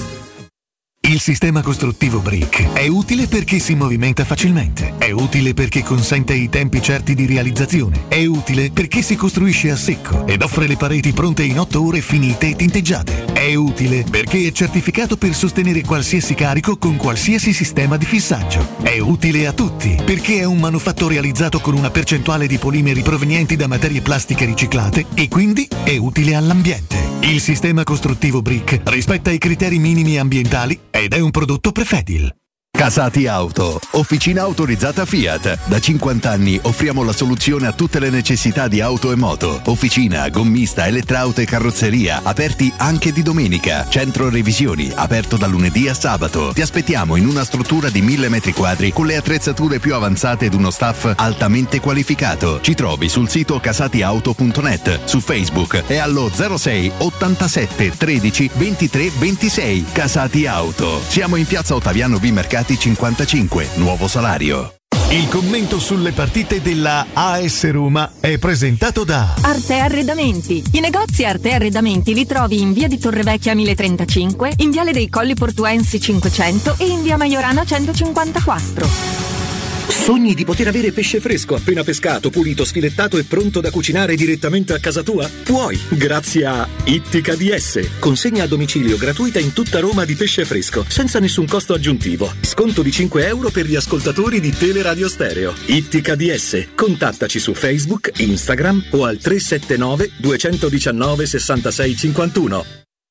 Il sistema costruttivo Brick è utile perché si movimenta facilmente, è utile perché consente i tempi certi di realizzazione, è utile perché si costruisce a secco ed offre le pareti pronte in otto ore finite e tinteggiate, è utile perché è certificato per sostenere qualsiasi carico con qualsiasi sistema di fissaggio, è utile a tutti perché è un manufatto realizzato con una percentuale di polimeri provenienti da materie plastiche riciclate e quindi è utile all'ambiente. Il sistema costruttivo Brick rispetta i criteri minimi ambientali ed è un prodotto Prefedil. Casati Auto, officina autorizzata Fiat. Da cinquanta anni offriamo la soluzione a tutte le necessità di auto e moto. Officina, gommista, elettrauto e carrozzeria, aperti anche di domenica. Centro revisioni, aperto da lunedì a sabato. Ti aspettiamo in una struttura di mille metri quadri con le attrezzature più avanzate ed uno staff altamente qualificato. Ci trovi sul sito casati auto punto net, su Facebook e allo zero sei ottantasette tredici ventitré ventisei. Casati Auto. Siamo in piazza Ottaviano V Mercati cinquantacinque, nuovo Salario. Il commento sulle partite della A S Roma è presentato da Arte Arredamenti. I negozi Arte Arredamenti li trovi in via di Torrevecchia mille trentacinque, in viale dei Colli Portuensi cinquecento e in via Maiorana centocinquantaquattro. Sogni di poter avere pesce fresco appena pescato, pulito, sfilettato e pronto da cucinare direttamente a casa tua? Puoi, grazie a Ittica D S. Consegna a domicilio gratuita in tutta Roma di pesce fresco, senza nessun costo aggiuntivo. Sconto di cinque euro per gli ascoltatori di Teleradio Stereo. Ittica D S. Contattaci su Facebook, Instagram o al tre sette nove due uno nove sei sei cinque uno.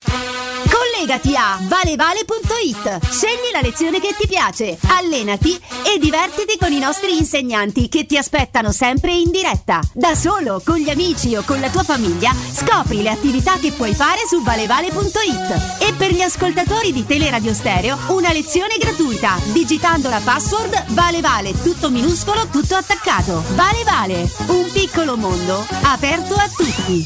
Collegati a valevale punto it, scegli la lezione che ti piace, allenati e divertiti con i nostri insegnanti che ti aspettano sempre in diretta. Da solo, con gli amici o con la tua famiglia, scopri le attività che puoi fare su valevale punto it. E per gli ascoltatori di Teleradio Stereo, una lezione gratuita, digitando la password Valevale, tutto minuscolo, tutto attaccato. Valevale, un piccolo mondo aperto a tutti.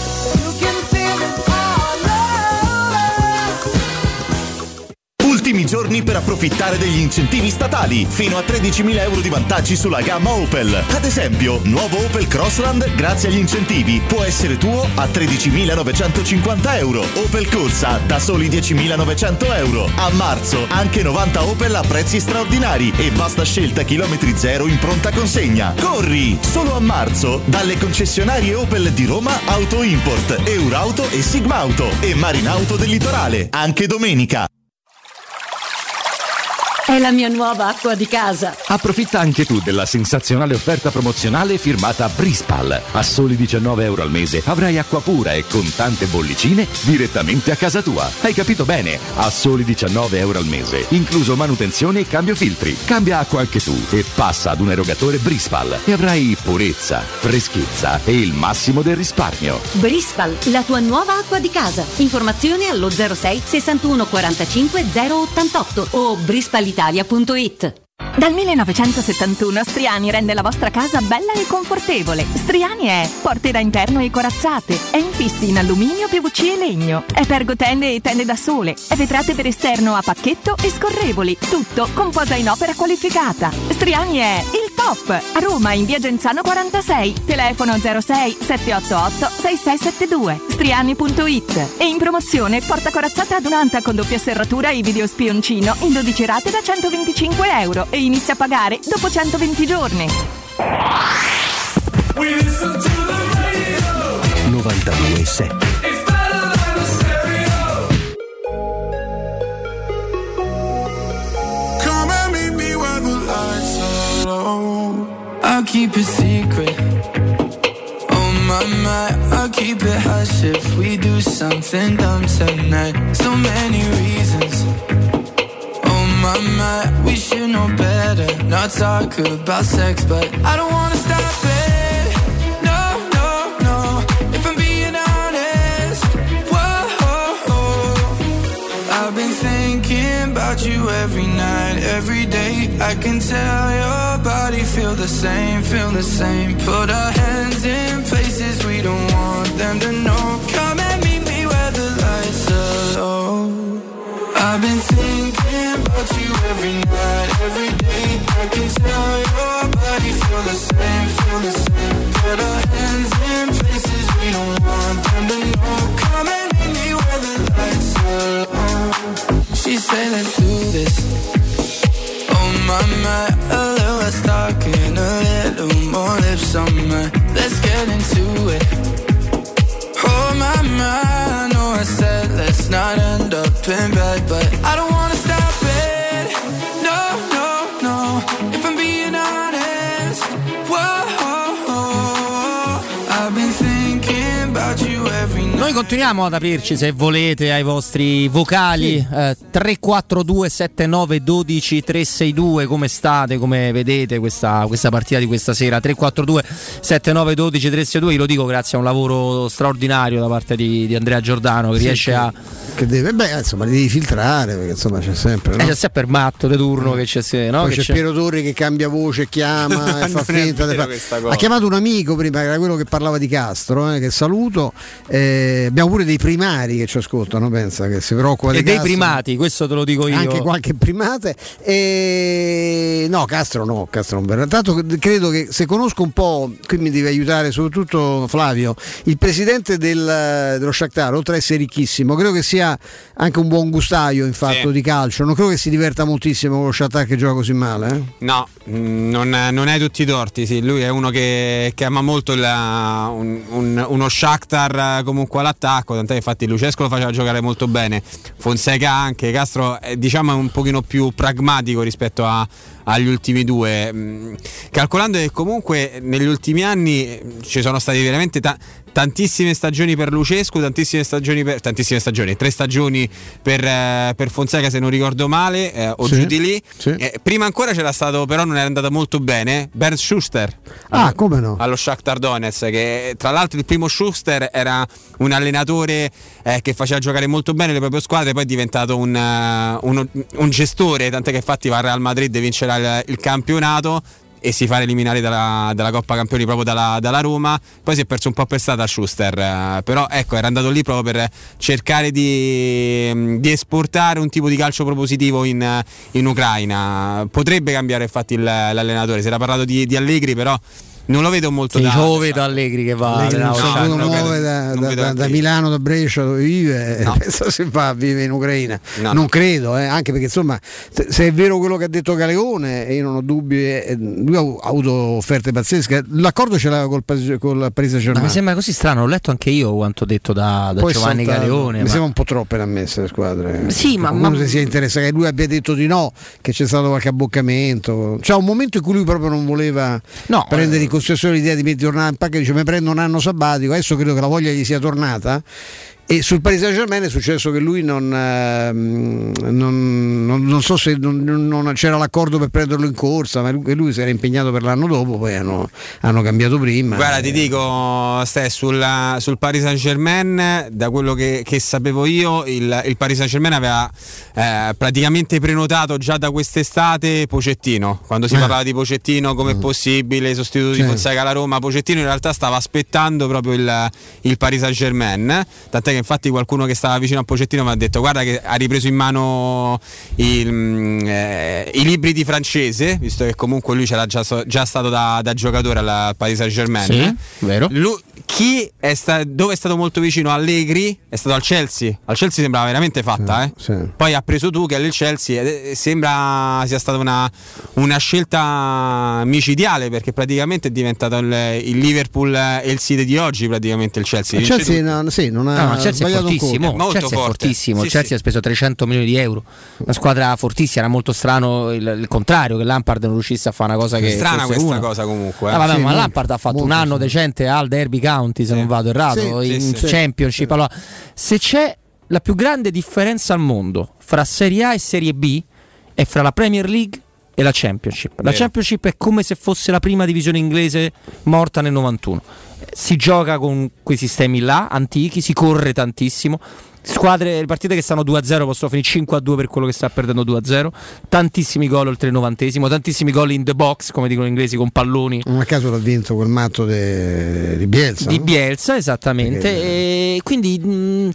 Ultimi giorni per approfittare degli incentivi statali, fino a tredicimila euro di vantaggi sulla gamma Opel. Ad esempio, nuovo Opel Crossland grazie agli incentivi può essere tuo a tredicimilanovecentocinquanta euro. Opel Corsa da soli diecimilanovecento euro. A marzo anche novanta Opel a prezzi straordinari e vasta scelta chilometri zero in pronta consegna. Corri! Solo a marzo dalle concessionarie Opel di Roma, Auto Import, Eurauto e Sigmauto e Marinauto del Litorale. Anche domenica. È la mia nuova acqua di casa. Approfitta anche tu della sensazionale offerta promozionale firmata Brispal. A soli diciannove euro al mese avrai acqua pura e con tante bollicine direttamente a casa tua. Hai capito bene? A soli diciannove euro al mese, incluso manutenzione e cambio filtri. Cambia acqua anche tu e passa ad un erogatore Brispal e avrai purezza, freschezza e il massimo del risparmio. Brispal, la tua nuova acqua di casa. Informazioni allo zero sei sessantuno quarantacinque zero ottantotto o brispal italia punto it. Dal millenovecentosettantuno Striani rende la vostra casa bella e confortevole. Striani è porte da interno e corazzate, è infissi in alluminio, P V C e legno, è pergotende e tende da sole, è vetrate per esterno a pacchetto e scorrevoli, tutto con posa in opera qualificata. Striani è il top! A Roma in via Genzano quarantasei, telefono zero sei sette otto otto sei sei sette due, striani punto it. E in promozione porta corazzata adunata con doppia serratura e video spioncino in dodici rate da centoventicinque euro e inizia a pagare dopo centoventi giorni. novantadue sette. I'll keep it secret. Oh my, my my, I'll keep it hush if we do something dumb tonight. So many reasons. Oh my, my, we should know better. Not talk about sex, but I don't wanna stop it. No, no, no, if I'm being honest. Whoa, I've been thinking about you every night, every day. I can tell your body feel the same, feel the same. Put our hands in places we don't want them to know. Come and meet me where the lights are low. I've been thinking about you every night, every day. I can tell your body feel the same, feel the same. Put our hands in places we don't want them to know. Come and meet me where the lights are low. She said let's do this. Oh my, my, a little less talking, a little more lips on my. Let's get into it. Oh my, my, I know I said let's not end up in bed, but I don't wanna stop it. No, no, no, if I'm being honest. Whoa, I've been thinking about you every night. Noi continuiamo ad aprirci, se volete, ai vostri vocali. Sì. eh, tre quattro due sette nove uno due tre sei due. Come state? Come vedete questa, questa partita di questa sera? tre quattro due sette nove uno due tre sei due. Io lo dico grazie a un lavoro straordinario da parte di, di Andrea Giordano, che sì, riesce che, a che deve, beh, insomma, li devi filtrare, perché insomma c'è sempre, no? eh, c'è sempre il matto di turno, mm. che c'è, no? Poi che c'è, c'è Piero Torri che cambia voce, chiama e fa finta di fa... ha chiamato un amico prima, che era quello che parlava di Castro, eh, che saluto. Eh, abbiamo pure dei primari che ci ascoltano, pensa, che si preoccupa e di dei Castro. primati, questo te lo dico io, anche qualche primate. E no, Castro no, Castro non verrà. Tanto credo che, se conosco un po', qui mi deve aiutare soprattutto Flavio, il presidente del, dello Shakhtar, oltre a essere ricchissimo, credo che sia anche un buon gustaio in fatto sì. di calcio. Non credo che si diverta moltissimo con lo Shakhtar che gioca così male, eh? No, non, non hai tutti i torti, sì. Lui è uno che, che ama molto la, un, un, uno Shakhtar comunque all'attacco, tant'è che infatti Lucescu lo faceva giocare molto bene, Fonseca anche. Castro è, diciamo, è un pochino più pragmatico rispetto a, agli ultimi due, calcolando che comunque negli ultimi anni ci sono state veramente ta- tantissime stagioni per Lucescu, tantissime stagioni per tantissime stagioni, tre stagioni per, eh, per Fonseca, se non ricordo male, eh, o sì, giù di lì. Sì. Eh, prima ancora c'era stato, però non era andata molto bene, Bernd Schuster. Ah, allo, come no? Allo Shakhtar Donetsk, che tra l'altro il primo Schuster era un allenatore eh, che faceva giocare molto bene le proprie squadre, poi è diventato un, uh, un, un gestore, tant'è che infatti va al Real Madrid e vincerà il, il campionato e si fa eliminare dalla, dalla Coppa Campioni proprio dalla, dalla Roma. Poi si è perso un po' per strada Schuster, eh, però ecco, era andato lì proprio per cercare di, di esportare un tipo di calcio propositivo in, in Ucraina. Potrebbe cambiare infatti il, l'allenatore, si era parlato di, di Allegri, però non lo vedo molto sì, da io vedo Allegri che va Allegri non so, no, muove da, da, da, da Milano, da Brescia dove vive, no. Penso si va, vive in Ucraina, no. Non credo, eh, anche perché insomma se, se è vero quello che ha detto Galeone, e io non ho dubbi, eh, lui ha avuto offerte pazzesche, l'accordo ce l'aveva col, col Paris Saint-Germain. Ma mi sembra così strano, ho letto anche io quanto detto da, da Giovanni saltato. Galeone, mi ma... sembra un po' troppe le ammesse le squadre, sì, ma, ma... si sia interessato che lui abbia detto di no, che c'è stato qualche abboccamento, c'è un momento in cui lui proprio non voleva no, prendere eh... in considerazione l'idea di tornare in pacca, dice mi prendo un anno sabbatico. Adesso credo che la voglia gli sia tornata, e sul Paris Saint-Germain è successo che lui non, eh, non, non, non so se non, non c'era l'accordo per prenderlo in corsa, ma lui, lui si era impegnato per l'anno dopo, poi hanno, hanno cambiato prima. Guarda, ti dico, Ste, sul, sul Paris Saint-Germain, da quello che, che sapevo io, il, il Paris Saint-Germain aveva eh, praticamente prenotato già da quest'estate Pochettino. Quando si eh. parlava di Pochettino come mm. possibile sostituto sì. di Fonseca alla Roma, Pochettino in realtà stava aspettando proprio il, il Paris Saint-Germain, tant'è che infatti qualcuno che stava vicino a Pochettino mi ha detto guarda che ha ripreso in mano il, eh, i libri di francese, visto che comunque lui c'era già, già stato da, da giocatore al Paris Saint-Germain. Sì, vero. Lui, chi è sta, dove è stato molto vicino a Allegri è stato al Chelsea. Al Chelsea sembrava veramente fatta, sì, eh. sì. Poi ha preso tu che è il Chelsea e sembra sia stata una, una scelta micidiale, perché praticamente è diventato il, il Liverpool e il City di oggi, praticamente il Chelsea. Il Chelsea non, sì, non ha no, no, Chelsea è fortissimo, è molto Chelsea forte. È fortissimo. Sì, il Chelsea sì. ha speso trecento milioni di euro, una squadra fortissima. Era molto strano il, il contrario, che Lampard non riuscisse a fare una cosa che strana questa una. cosa comunque. Eh. Ah, vabbè, sì, ma molto, Lampard ha fatto un anno strano. decente al Derby County, se non vado errato, Sì, in sì, sì. Championship. Allora, se c'è la più grande differenza al mondo fra Serie A e Serie B è fra la Premier League e la Championship. La Vero. Championship è come se fosse la prima divisione inglese morta nel novantuno. Si gioca con quei sistemi là antichi, si corre tantissimo. Squadre, partite che stanno due a zero possono finire cinque a due per quello che sta perdendo due a zero. Tantissimi gol oltre il novantesimo, tantissimi gol in the box, come dicono gli inglesi, con palloni. Non a caso l'ha vinto quel matto de... di Bielsa. Di no? Bielsa, esattamente. Perché... E quindi mh,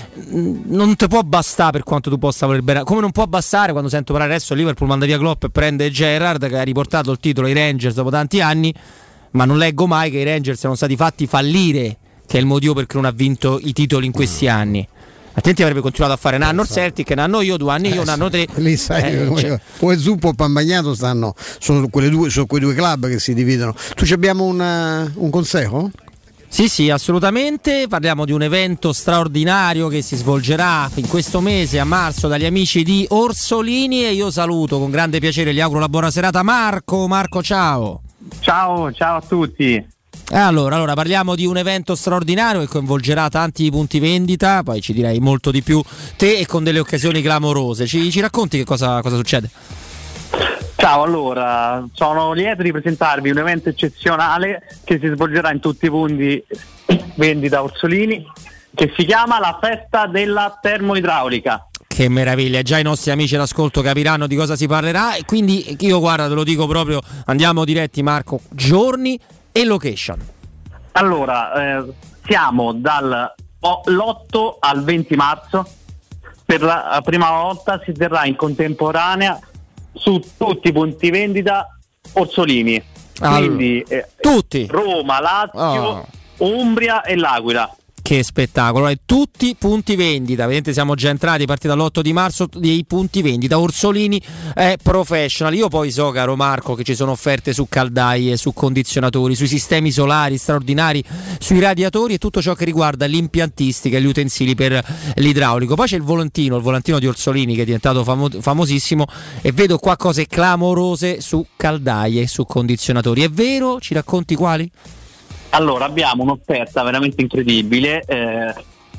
non ti può bastare, per quanto tu possa voler bene. Come non può bastare quando sento parlare adesso Liverpool manda via Klopp e prende Gerrard, che ha riportato il titolo ai Rangers dopo tanti anni, ma non leggo mai che i Rangers siano stati fatti fallire, che è il motivo per cui non ha vinto i titoli in questi anni. Attenti, avrebbe continuato a fare un anno il Celtic, un anno io, due anni io, un anno te. Lì sai, Eh, come- cioè- o è Zuppo o Pampagnato stanno, sono, quelle due, sono quei due club che si dividono. Tu ci abbiamo un, eh, un consejo? Sì, sì, assolutamente. Parliamo di un evento straordinario che si svolgerà in questo mese a marzo dagli amici di Orsolini, e io saluto con grande piacere, gli auguro la buona serata Marco. Marco, ciao. Ciao, ciao a tutti. Allora, allora, parliamo di un evento straordinario che coinvolgerà tanti punti vendita, poi ci direi molto di più te, e con delle occasioni clamorose. Ci, ci racconti che cosa, cosa succede? Ciao, allora, sono lieto di presentarvi un evento eccezionale che si svolgerà in tutti i punti vendita Orsolini, che si chiama la Festa della Termoidraulica. Che meraviglia, già i nostri amici all'ascolto capiranno di cosa si parlerà, e quindi io, guarda, te lo dico proprio, andiamo diretti Marco, giorni e location. Allora, eh, siamo dall'otto al venti marzo, per la prima volta si terrà in contemporanea su tutti i punti vendita Orsolini, Allora, quindi eh, tutti. Roma, Lazio, Oh. Umbria e L'Aquila. Che spettacolo, e tutti punti vendita, vedete siamo già entrati, partita dall'otto di marzo, dei punti vendita, Orsolini è professional. Io poi so, caro Marco, che ci sono offerte su caldaie, su condizionatori, sui sistemi solari straordinari, sui radiatori e tutto ciò che riguarda l'impiantistica e gli utensili per l'idraulico. Poi c'è il volantino, il volantino di Orsolini che è diventato famo- famosissimo, e vedo qua cose clamorose su caldaie, su condizionatori. È vero? Ci racconti quali? Allora, abbiamo un'offerta veramente incredibile, eh,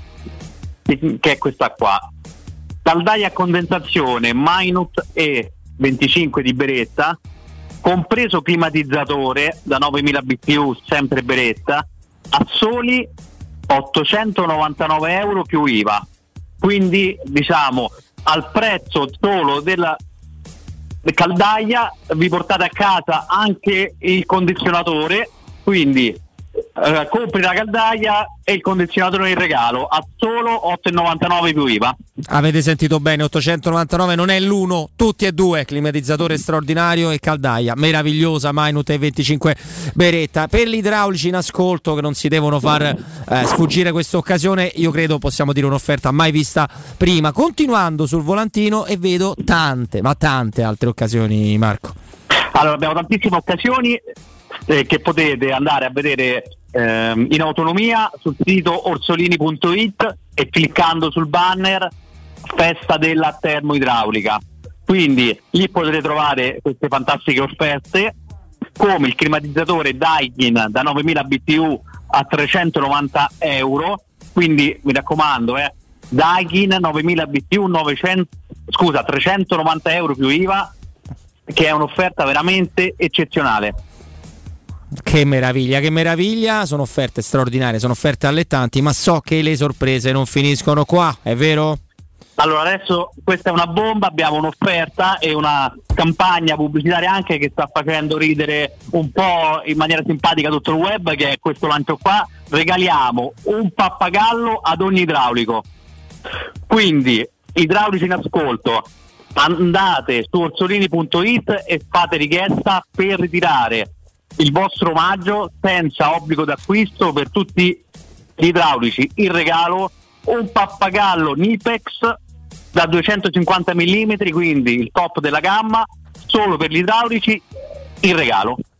che è questa qua. Caldaia a condensazione Minut E venticinque di Beretta, compreso climatizzatore da novemila B T U, sempre Beretta, a soli ottocentonovantanove euro più I V A. Quindi, diciamo, al prezzo solo della caldaia vi portate a casa anche il condizionatore, quindi Uh, compri la caldaia e il condizionatore in regalo a solo otto e novantanove più I V A. Avete sentito bene, ottocentonovantanove, non è l'uno, tutti e due, climatizzatore straordinario e caldaia meravigliosa Minut E venticinque Beretta. Per gli idraulici in ascolto che non si devono far eh, sfuggire questa occasione, io credo possiamo dire un'offerta mai vista prima. Continuando sul volantino, e vedo tante, ma tante altre occasioni, Marco. Allora, abbiamo tantissime occasioni eh, che potete andare a vedere ehm, in autonomia sul sito orsolini punto it e cliccando sul banner Festa della Termoidraulica. Quindi lì potrete trovare queste fantastiche offerte, come il climatizzatore Daikin da novemila B T U a trecentonovanta euro. Quindi mi raccomando, eh, Daikin novemila B T U novecento, scusa, trecentonovanta euro più I V A, che è un'offerta veramente eccezionale. Che meraviglia, che meraviglia, sono offerte straordinarie, sono offerte allettanti, ma so che le sorprese non finiscono qua, è vero? Allora, adesso questa è una bomba, abbiamo un'offerta e una campagna pubblicitaria anche che sta facendo ridere un po' in maniera simpatica tutto il web, che è questo lancio qua. Regaliamo un pappagallo ad ogni idraulico. Quindi, idraulici in ascolto, andate su orsolini punto it e fate richiesta per ritirare il vostro omaggio senza obbligo d'acquisto per tutti gli idraulici. In regalo un pappagallo Nipex da duecentocinquanta millimetri, quindi il top della gamma, solo per gli idraulici, in regalo.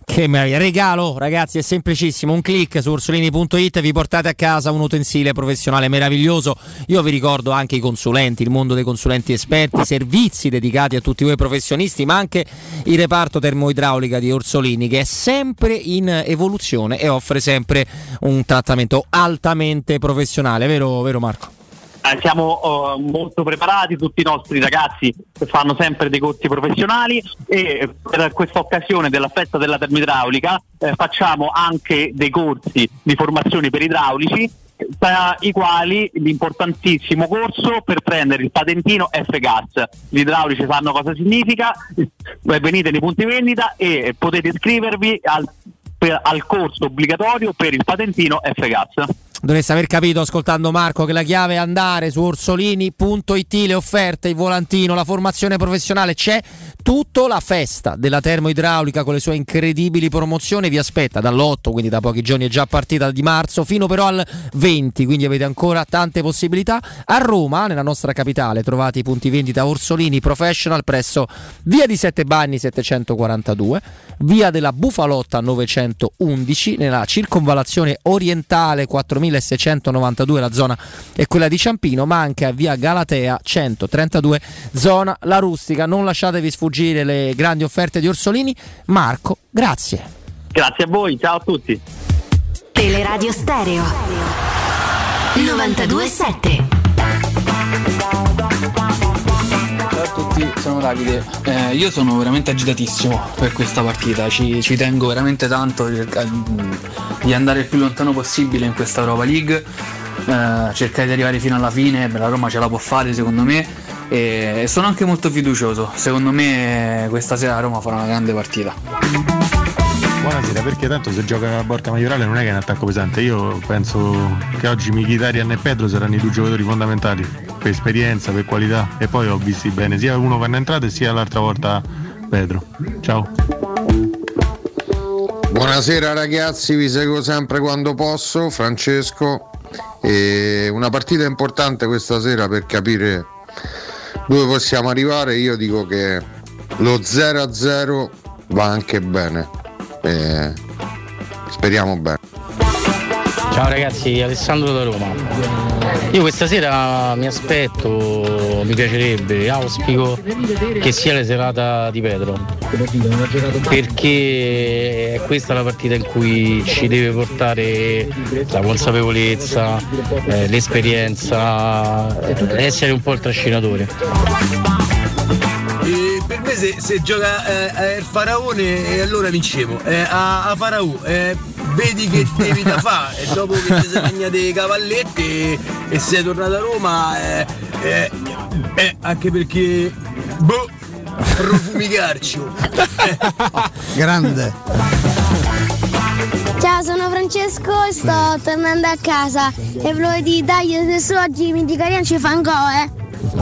Che meraviglia, regalo ragazzi, è semplicissimo, un click su orsolini punto it, vi portate a casa un utensile professionale meraviglioso. Io vi ricordo anche i consulenti, il mondo dei consulenti esperti, servizi dedicati a tutti voi professionisti, ma anche il reparto termoidraulica di Orsolini, che è sempre in evoluzione e offre sempre un trattamento altamente professionale, vero, vero Marco? Siamo uh, molto preparati, tutti i nostri ragazzi fanno sempre dei corsi professionali e per questa occasione della festa della termoidraulica eh, facciamo anche dei corsi di formazione per idraulici, tra i quali l'importantissimo corso per prendere il patentino F-Gas. Gli idraulici sanno cosa significa, venite nei punti vendita e potete iscrivervi al, per, al corso obbligatorio per il patentino F-Gas. Dovreste aver capito ascoltando Marco che la chiave è andare su orsolini punto it, le offerte, il volantino, la formazione professionale, c'è tutto. La festa della termoidraulica con le sue incredibili promozioni vi aspetta dall'otto, quindi da pochi giorni è già partita, di marzo, fino però al venti, quindi avete ancora tante possibilità. A Roma, nella nostra capitale, trovate i punti vendita Orsolini Professional presso via di Sette Bagni settecentoquarantadue, via della Bufalotta novecentoundici, nella circonvallazione orientale quattromilaseicentonovantadue, la zona è quella di Ciampino, ma anche a via Galatea centotrentadue, zona La Rustica. Non lasciatevi sfuggire le grandi offerte di Orsolini. Marco, grazie. Grazie a voi, ciao a tutti. Teleradio Stereo novantadue sette. Ciao a tutti, sono Davide. Eh, io sono veramente agitatissimo per questa partita, ci, ci tengo veramente tanto di andare il più lontano possibile in questa Europa League, eh, cercare di arrivare fino alla fine. La Roma ce la può fare secondo me e sono anche molto fiducioso, secondo me questa sera la Roma farà una grande partita. Buonasera, perché tanto se gioca a Borca Maiorale non è che è un attacco pesante. Io penso che oggi Mkhitaryan e Pedro saranno i due giocatori fondamentali per esperienza, per qualità, e poi ho visti bene sia uno quando è entrato e sia l'altra volta Pedro. Ciao. Buonasera ragazzi, vi seguo sempre quando posso, Francesco, e una partita importante questa sera per capire dove possiamo arrivare. Io dico che lo zero a zero va anche bene, e speriamo bene. Ciao ragazzi, Alessandro da Roma. Io questa sera mi aspetto, mi piacerebbe, auspico che sia la serata di Pedro, perché è questa la partita in cui ci deve portare la consapevolezza, eh, l'esperienza, eh, essere un po' il trascinatore. Eh, per me se, se gioca eh, il Faraone eh, allora vinciamo, eh, a, a Faraù eh, vedi che devi da fare e dopo che ti sei mangiato i cavalletti e, e sei tornato a Roma eh, eh, eh, anche perché boh, profumicarci. Grande. Ciao, sono Francesco e sto tornando a casa e volevo dire dai, se oggi Mkhitaryan ci fa un gol, eh.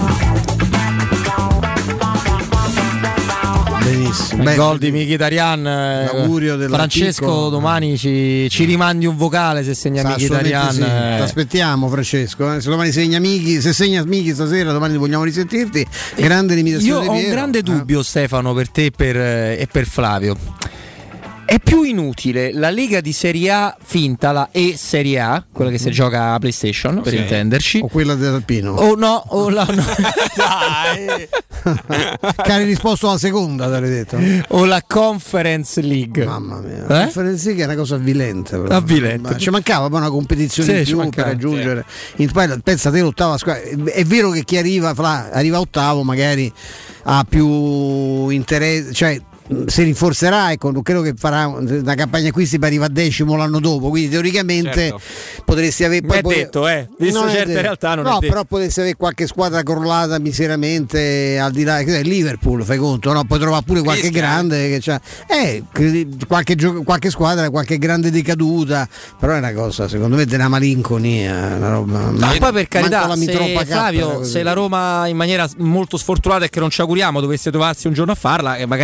Benissimo. Il Beh, gol di Mkhitaryan, l'augurio dell'antico. Francesco, domani ci, ci rimandi un vocale se segna Mkhitaryan. Sì. Eh. Ti aspettiamo Francesco, eh. Se domani segna Michi, se segna Michi stasera domani vogliamo risentirti. Grande limitazione. Io ho un grande dubbio, eh. Stefano, per te per, eh, e per Flavio. È più inutile la Lega di Serie A finta, la E Serie A, quella che si gioca a PlayStation, per sì. intenderci, o quella dell'Alpino, o no, o la no. Dai, che hai risposto alla seconda, te l'hai detto, o la Conference League. Mamma mia, la eh? Conference League è una cosa avvilente, però. avvilente. Ma ci mancava poi una competizione sì, in più per raggiungere sì. in, poi, pensa te l'ottava squadra. È vero che chi arriva fra, arriva ottavo magari ha più interesse, cioè si rinforzerà, ecco, non credo che farà una campagna acquisti per arrivare a decimo l'anno dopo, quindi teoricamente certo. potresti avere non poi, è detto, eh, visto non certe realtà non no, è detto. però potresti avere qualche squadra crollata miseramente al di là, che il Liverpool, fai conto, no? Puoi trovare pure qualche Fisca. grande che c'ha, eh, qualche, gio- qualche squadra, qualche grande decaduta, però è una cosa secondo me della malinconia, una roba, ma man- poi per carità, la se, Flavio, se la Roma in maniera molto sfortunata e che non ci auguriamo dovesse trovarsi un giorno a farla, e magari la vincesse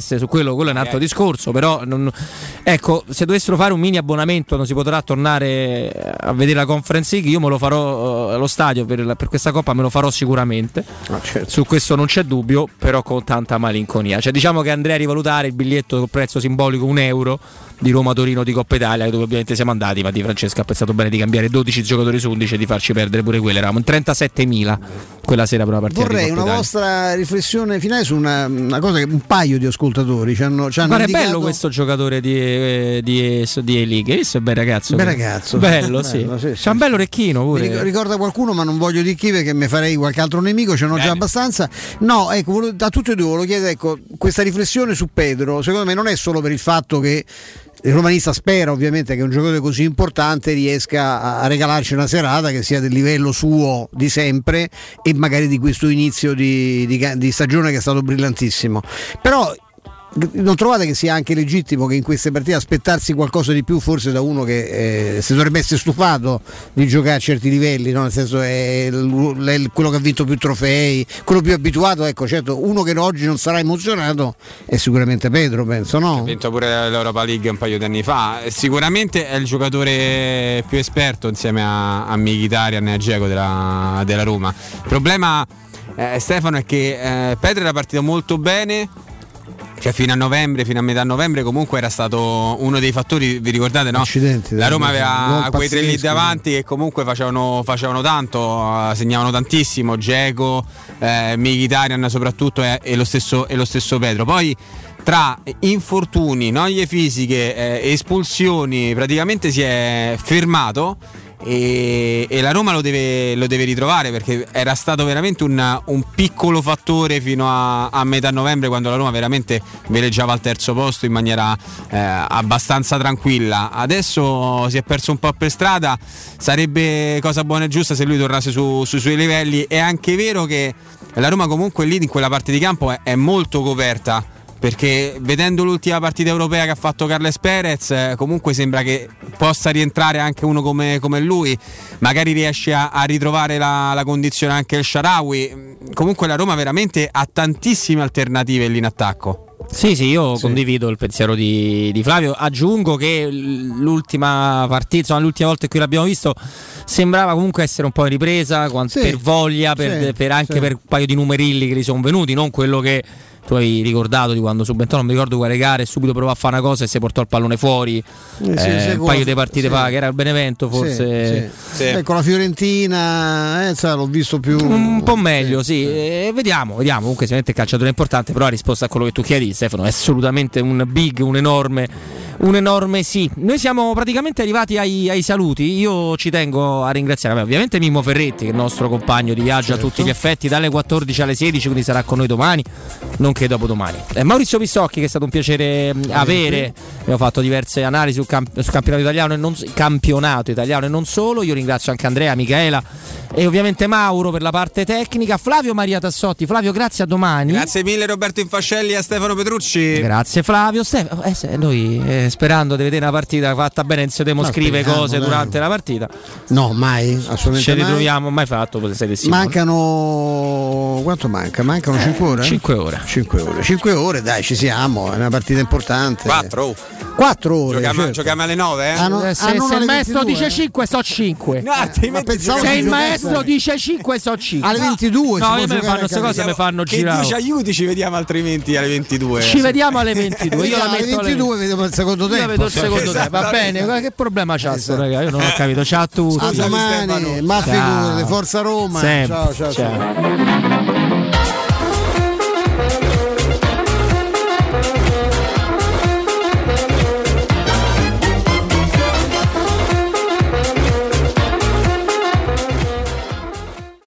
stesse, su quello, quello è un altro Okay. discorso, però non, ecco, se dovessero fare un mini abbonamento non si potrà tornare a vedere la Conference League, io me lo farò allo stadio per, la- per questa Coppa, me lo farò sicuramente, su questo non c'è dubbio, però con tanta malinconia. Cioè, diciamo che andrei a rivalutare il biglietto col prezzo simbolico un euro di Roma-Torino di Coppa Italia, dove ovviamente siamo andati, ma Di Francesca ha pensato bene di cambiare dodici giocatori su undici e di farci perdere pure quelle. Eravamo in trentasettemila quella sera per una partita Vorrei di Coppa una Italia. vostra riflessione finale su una, una cosa che un paio di ascoltatori ci hanno, ci hanno Guarda, è indicato. bello questo giocatore di, eh, di, di E-League, hai visto? È bel ragazzo. Bel ragazzo. Bello, sì. Bello, sì, sì, C'ha un bello orecchino Mi pure. ric- ricorda qualcuno, ma non voglio di chi perché mi farei qualche altro nemico, ce n'ho già abbastanza. No, ecco, volevo- da tutti e due volevo chiedere, ecco, questa riflessione su Pedro, secondo me non è solo per il fatto che il romanista spera ovviamente che un giocatore così importante riesca a a regalarci una serata che sia del livello suo di sempre e magari di questo inizio di, di ga- di stagione che è stato brillantissimo. Però non trovate che sia anche legittimo che in queste partite aspettarsi qualcosa di più, forse da uno che eh, si dovrebbe essere stufato di giocare a certi livelli, no? Nel senso è, l- è quello che ha vinto più trofei, quello più abituato, ecco, certo, uno che oggi non sarà emozionato è sicuramente Pedro, penso, no? Ha vinto pure l'Europa League un paio di anni fa. Sicuramente è il giocatore più esperto insieme a, a Mkhitaryan e a Dzeko della, della Roma. Il problema, eh, Stefano, è che eh, Pedro era partito molto bene. Cioè fino a novembre, fino a metà novembre comunque era stato uno dei fattori, vi ricordate, no? Accidenti, La Roma gol aveva quei tre lì pazzeschi. davanti che comunque facevano, facevano tanto, eh, segnavano tantissimo, Dzeko, eh, Mkhitaryan soprattutto e, e, lo stesso, e lo stesso Pedro. Poi tra infortuni, noie fisiche, eh, espulsioni, praticamente si è fermato. E, e la Roma lo deve, lo deve ritrovare, perché era stato veramente un, un piccolo fattore fino a, a metà novembre, quando la Roma veramente veleggiava al terzo posto in maniera eh, abbastanza tranquilla. Adesso si è perso un po' per strada, sarebbe cosa buona e giusta se lui tornasse su, sui suoi livelli. È anche vero che la Roma comunque lì in quella parte di campo è, è molto coperta, perché vedendo l'ultima partita europea che ha fatto Carles Perez, eh, comunque sembra che possa rientrare anche uno come, come lui, magari riesce a, a ritrovare la, la condizione anche il Shaarawy. Comunque la Roma veramente ha tantissime alternative lì in attacco. Sì, sì, io sì. condivido il pensiero di, di Flavio. Aggiungo che l'ultima partita, insomma, l'ultima volta in cui l'abbiamo visto, sembrava comunque essere un po' in ripresa, quanto, Sì. per voglia, per, Sì, per anche sì. per un paio di numerilli che gli sono venuti, non quello che tu hai ricordato di quando subentrò, non mi ricordo quale gara, e subito provò a fare una cosa e si portò il pallone fuori, Eh, sì, eh, sì, un paio di sì. partite fa, che era il Benevento forse. Sì, sì. Ecco, la Fiorentina, eh, sai, l'ho visto più Un po' meglio, sì. Eh, vediamo, vediamo. Comunque, sicuramente il calciatore è importante. Però, a risposta a quello che tu chiedi, Stefano, è assolutamente un big, un enorme, un enorme sì. Noi siamo praticamente arrivati ai, ai saluti. Io ci tengo a ringraziare, vabbè, ovviamente, Mimmo Ferretti, che è il nostro compagno di viaggio Certo. a tutti gli effetti, dalle quattordici alle sedici, quindi sarà con noi domani, nonché dopodomani. Eh, Maurizio Pissocchi, che è stato un piacere mh, avere. Abbiamo fatto diverse analisi sul, camp- sul campionato italiano e non campionato italiano e non solo. Io ringrazio anche Andrea, Michaela e ovviamente Mauro per la parte tecnica. Flavio Maria Tassotti. Flavio, grazie, a domani. Grazie mille Roberto Infascelli e a Stefano Petrucci. Grazie Flavio. Stefano, eh, se- noi eh, sperando di vedere una partita fatta bene, se dobbiamo No, scrivere speriamo, cose dai. durante la partita. No, mai, assolutamente Ce mai. ritroviamo, mai fatto, siete sicuri? Mancano quanto manca? Mancano cinque ore? cinque ore. cinque ore. cinque ore, dai, ci siamo, è una partita importante. quattro. quattro ore. Giochiamo, certo. giochiamo alle nove, eh? Ah, no, Eh, se ah, non se il alle maestro ventidue, dice cinque, so cinque. No, ti ma metti pensavo Se che il giocasse- maestro dice cinque, so cinque. alle ventidue No, si può io mi giocare fanno a queste cose, calcio. mi fanno Che girare. Dio ci aiuti, ci vediamo altrimenti alle ventidue. Ci vediamo alle ventidue. Io la alle metto alle ventidue vediamo il secondo Io tempo. vedo il secondo tempo, va bene. Che problema c'ha sto raga? Io non ho capito. Ciao a tutti. A domani, ma Ciao. figurate, forza Roma. Sempre. Ciao, ciao, ciao. Ciao.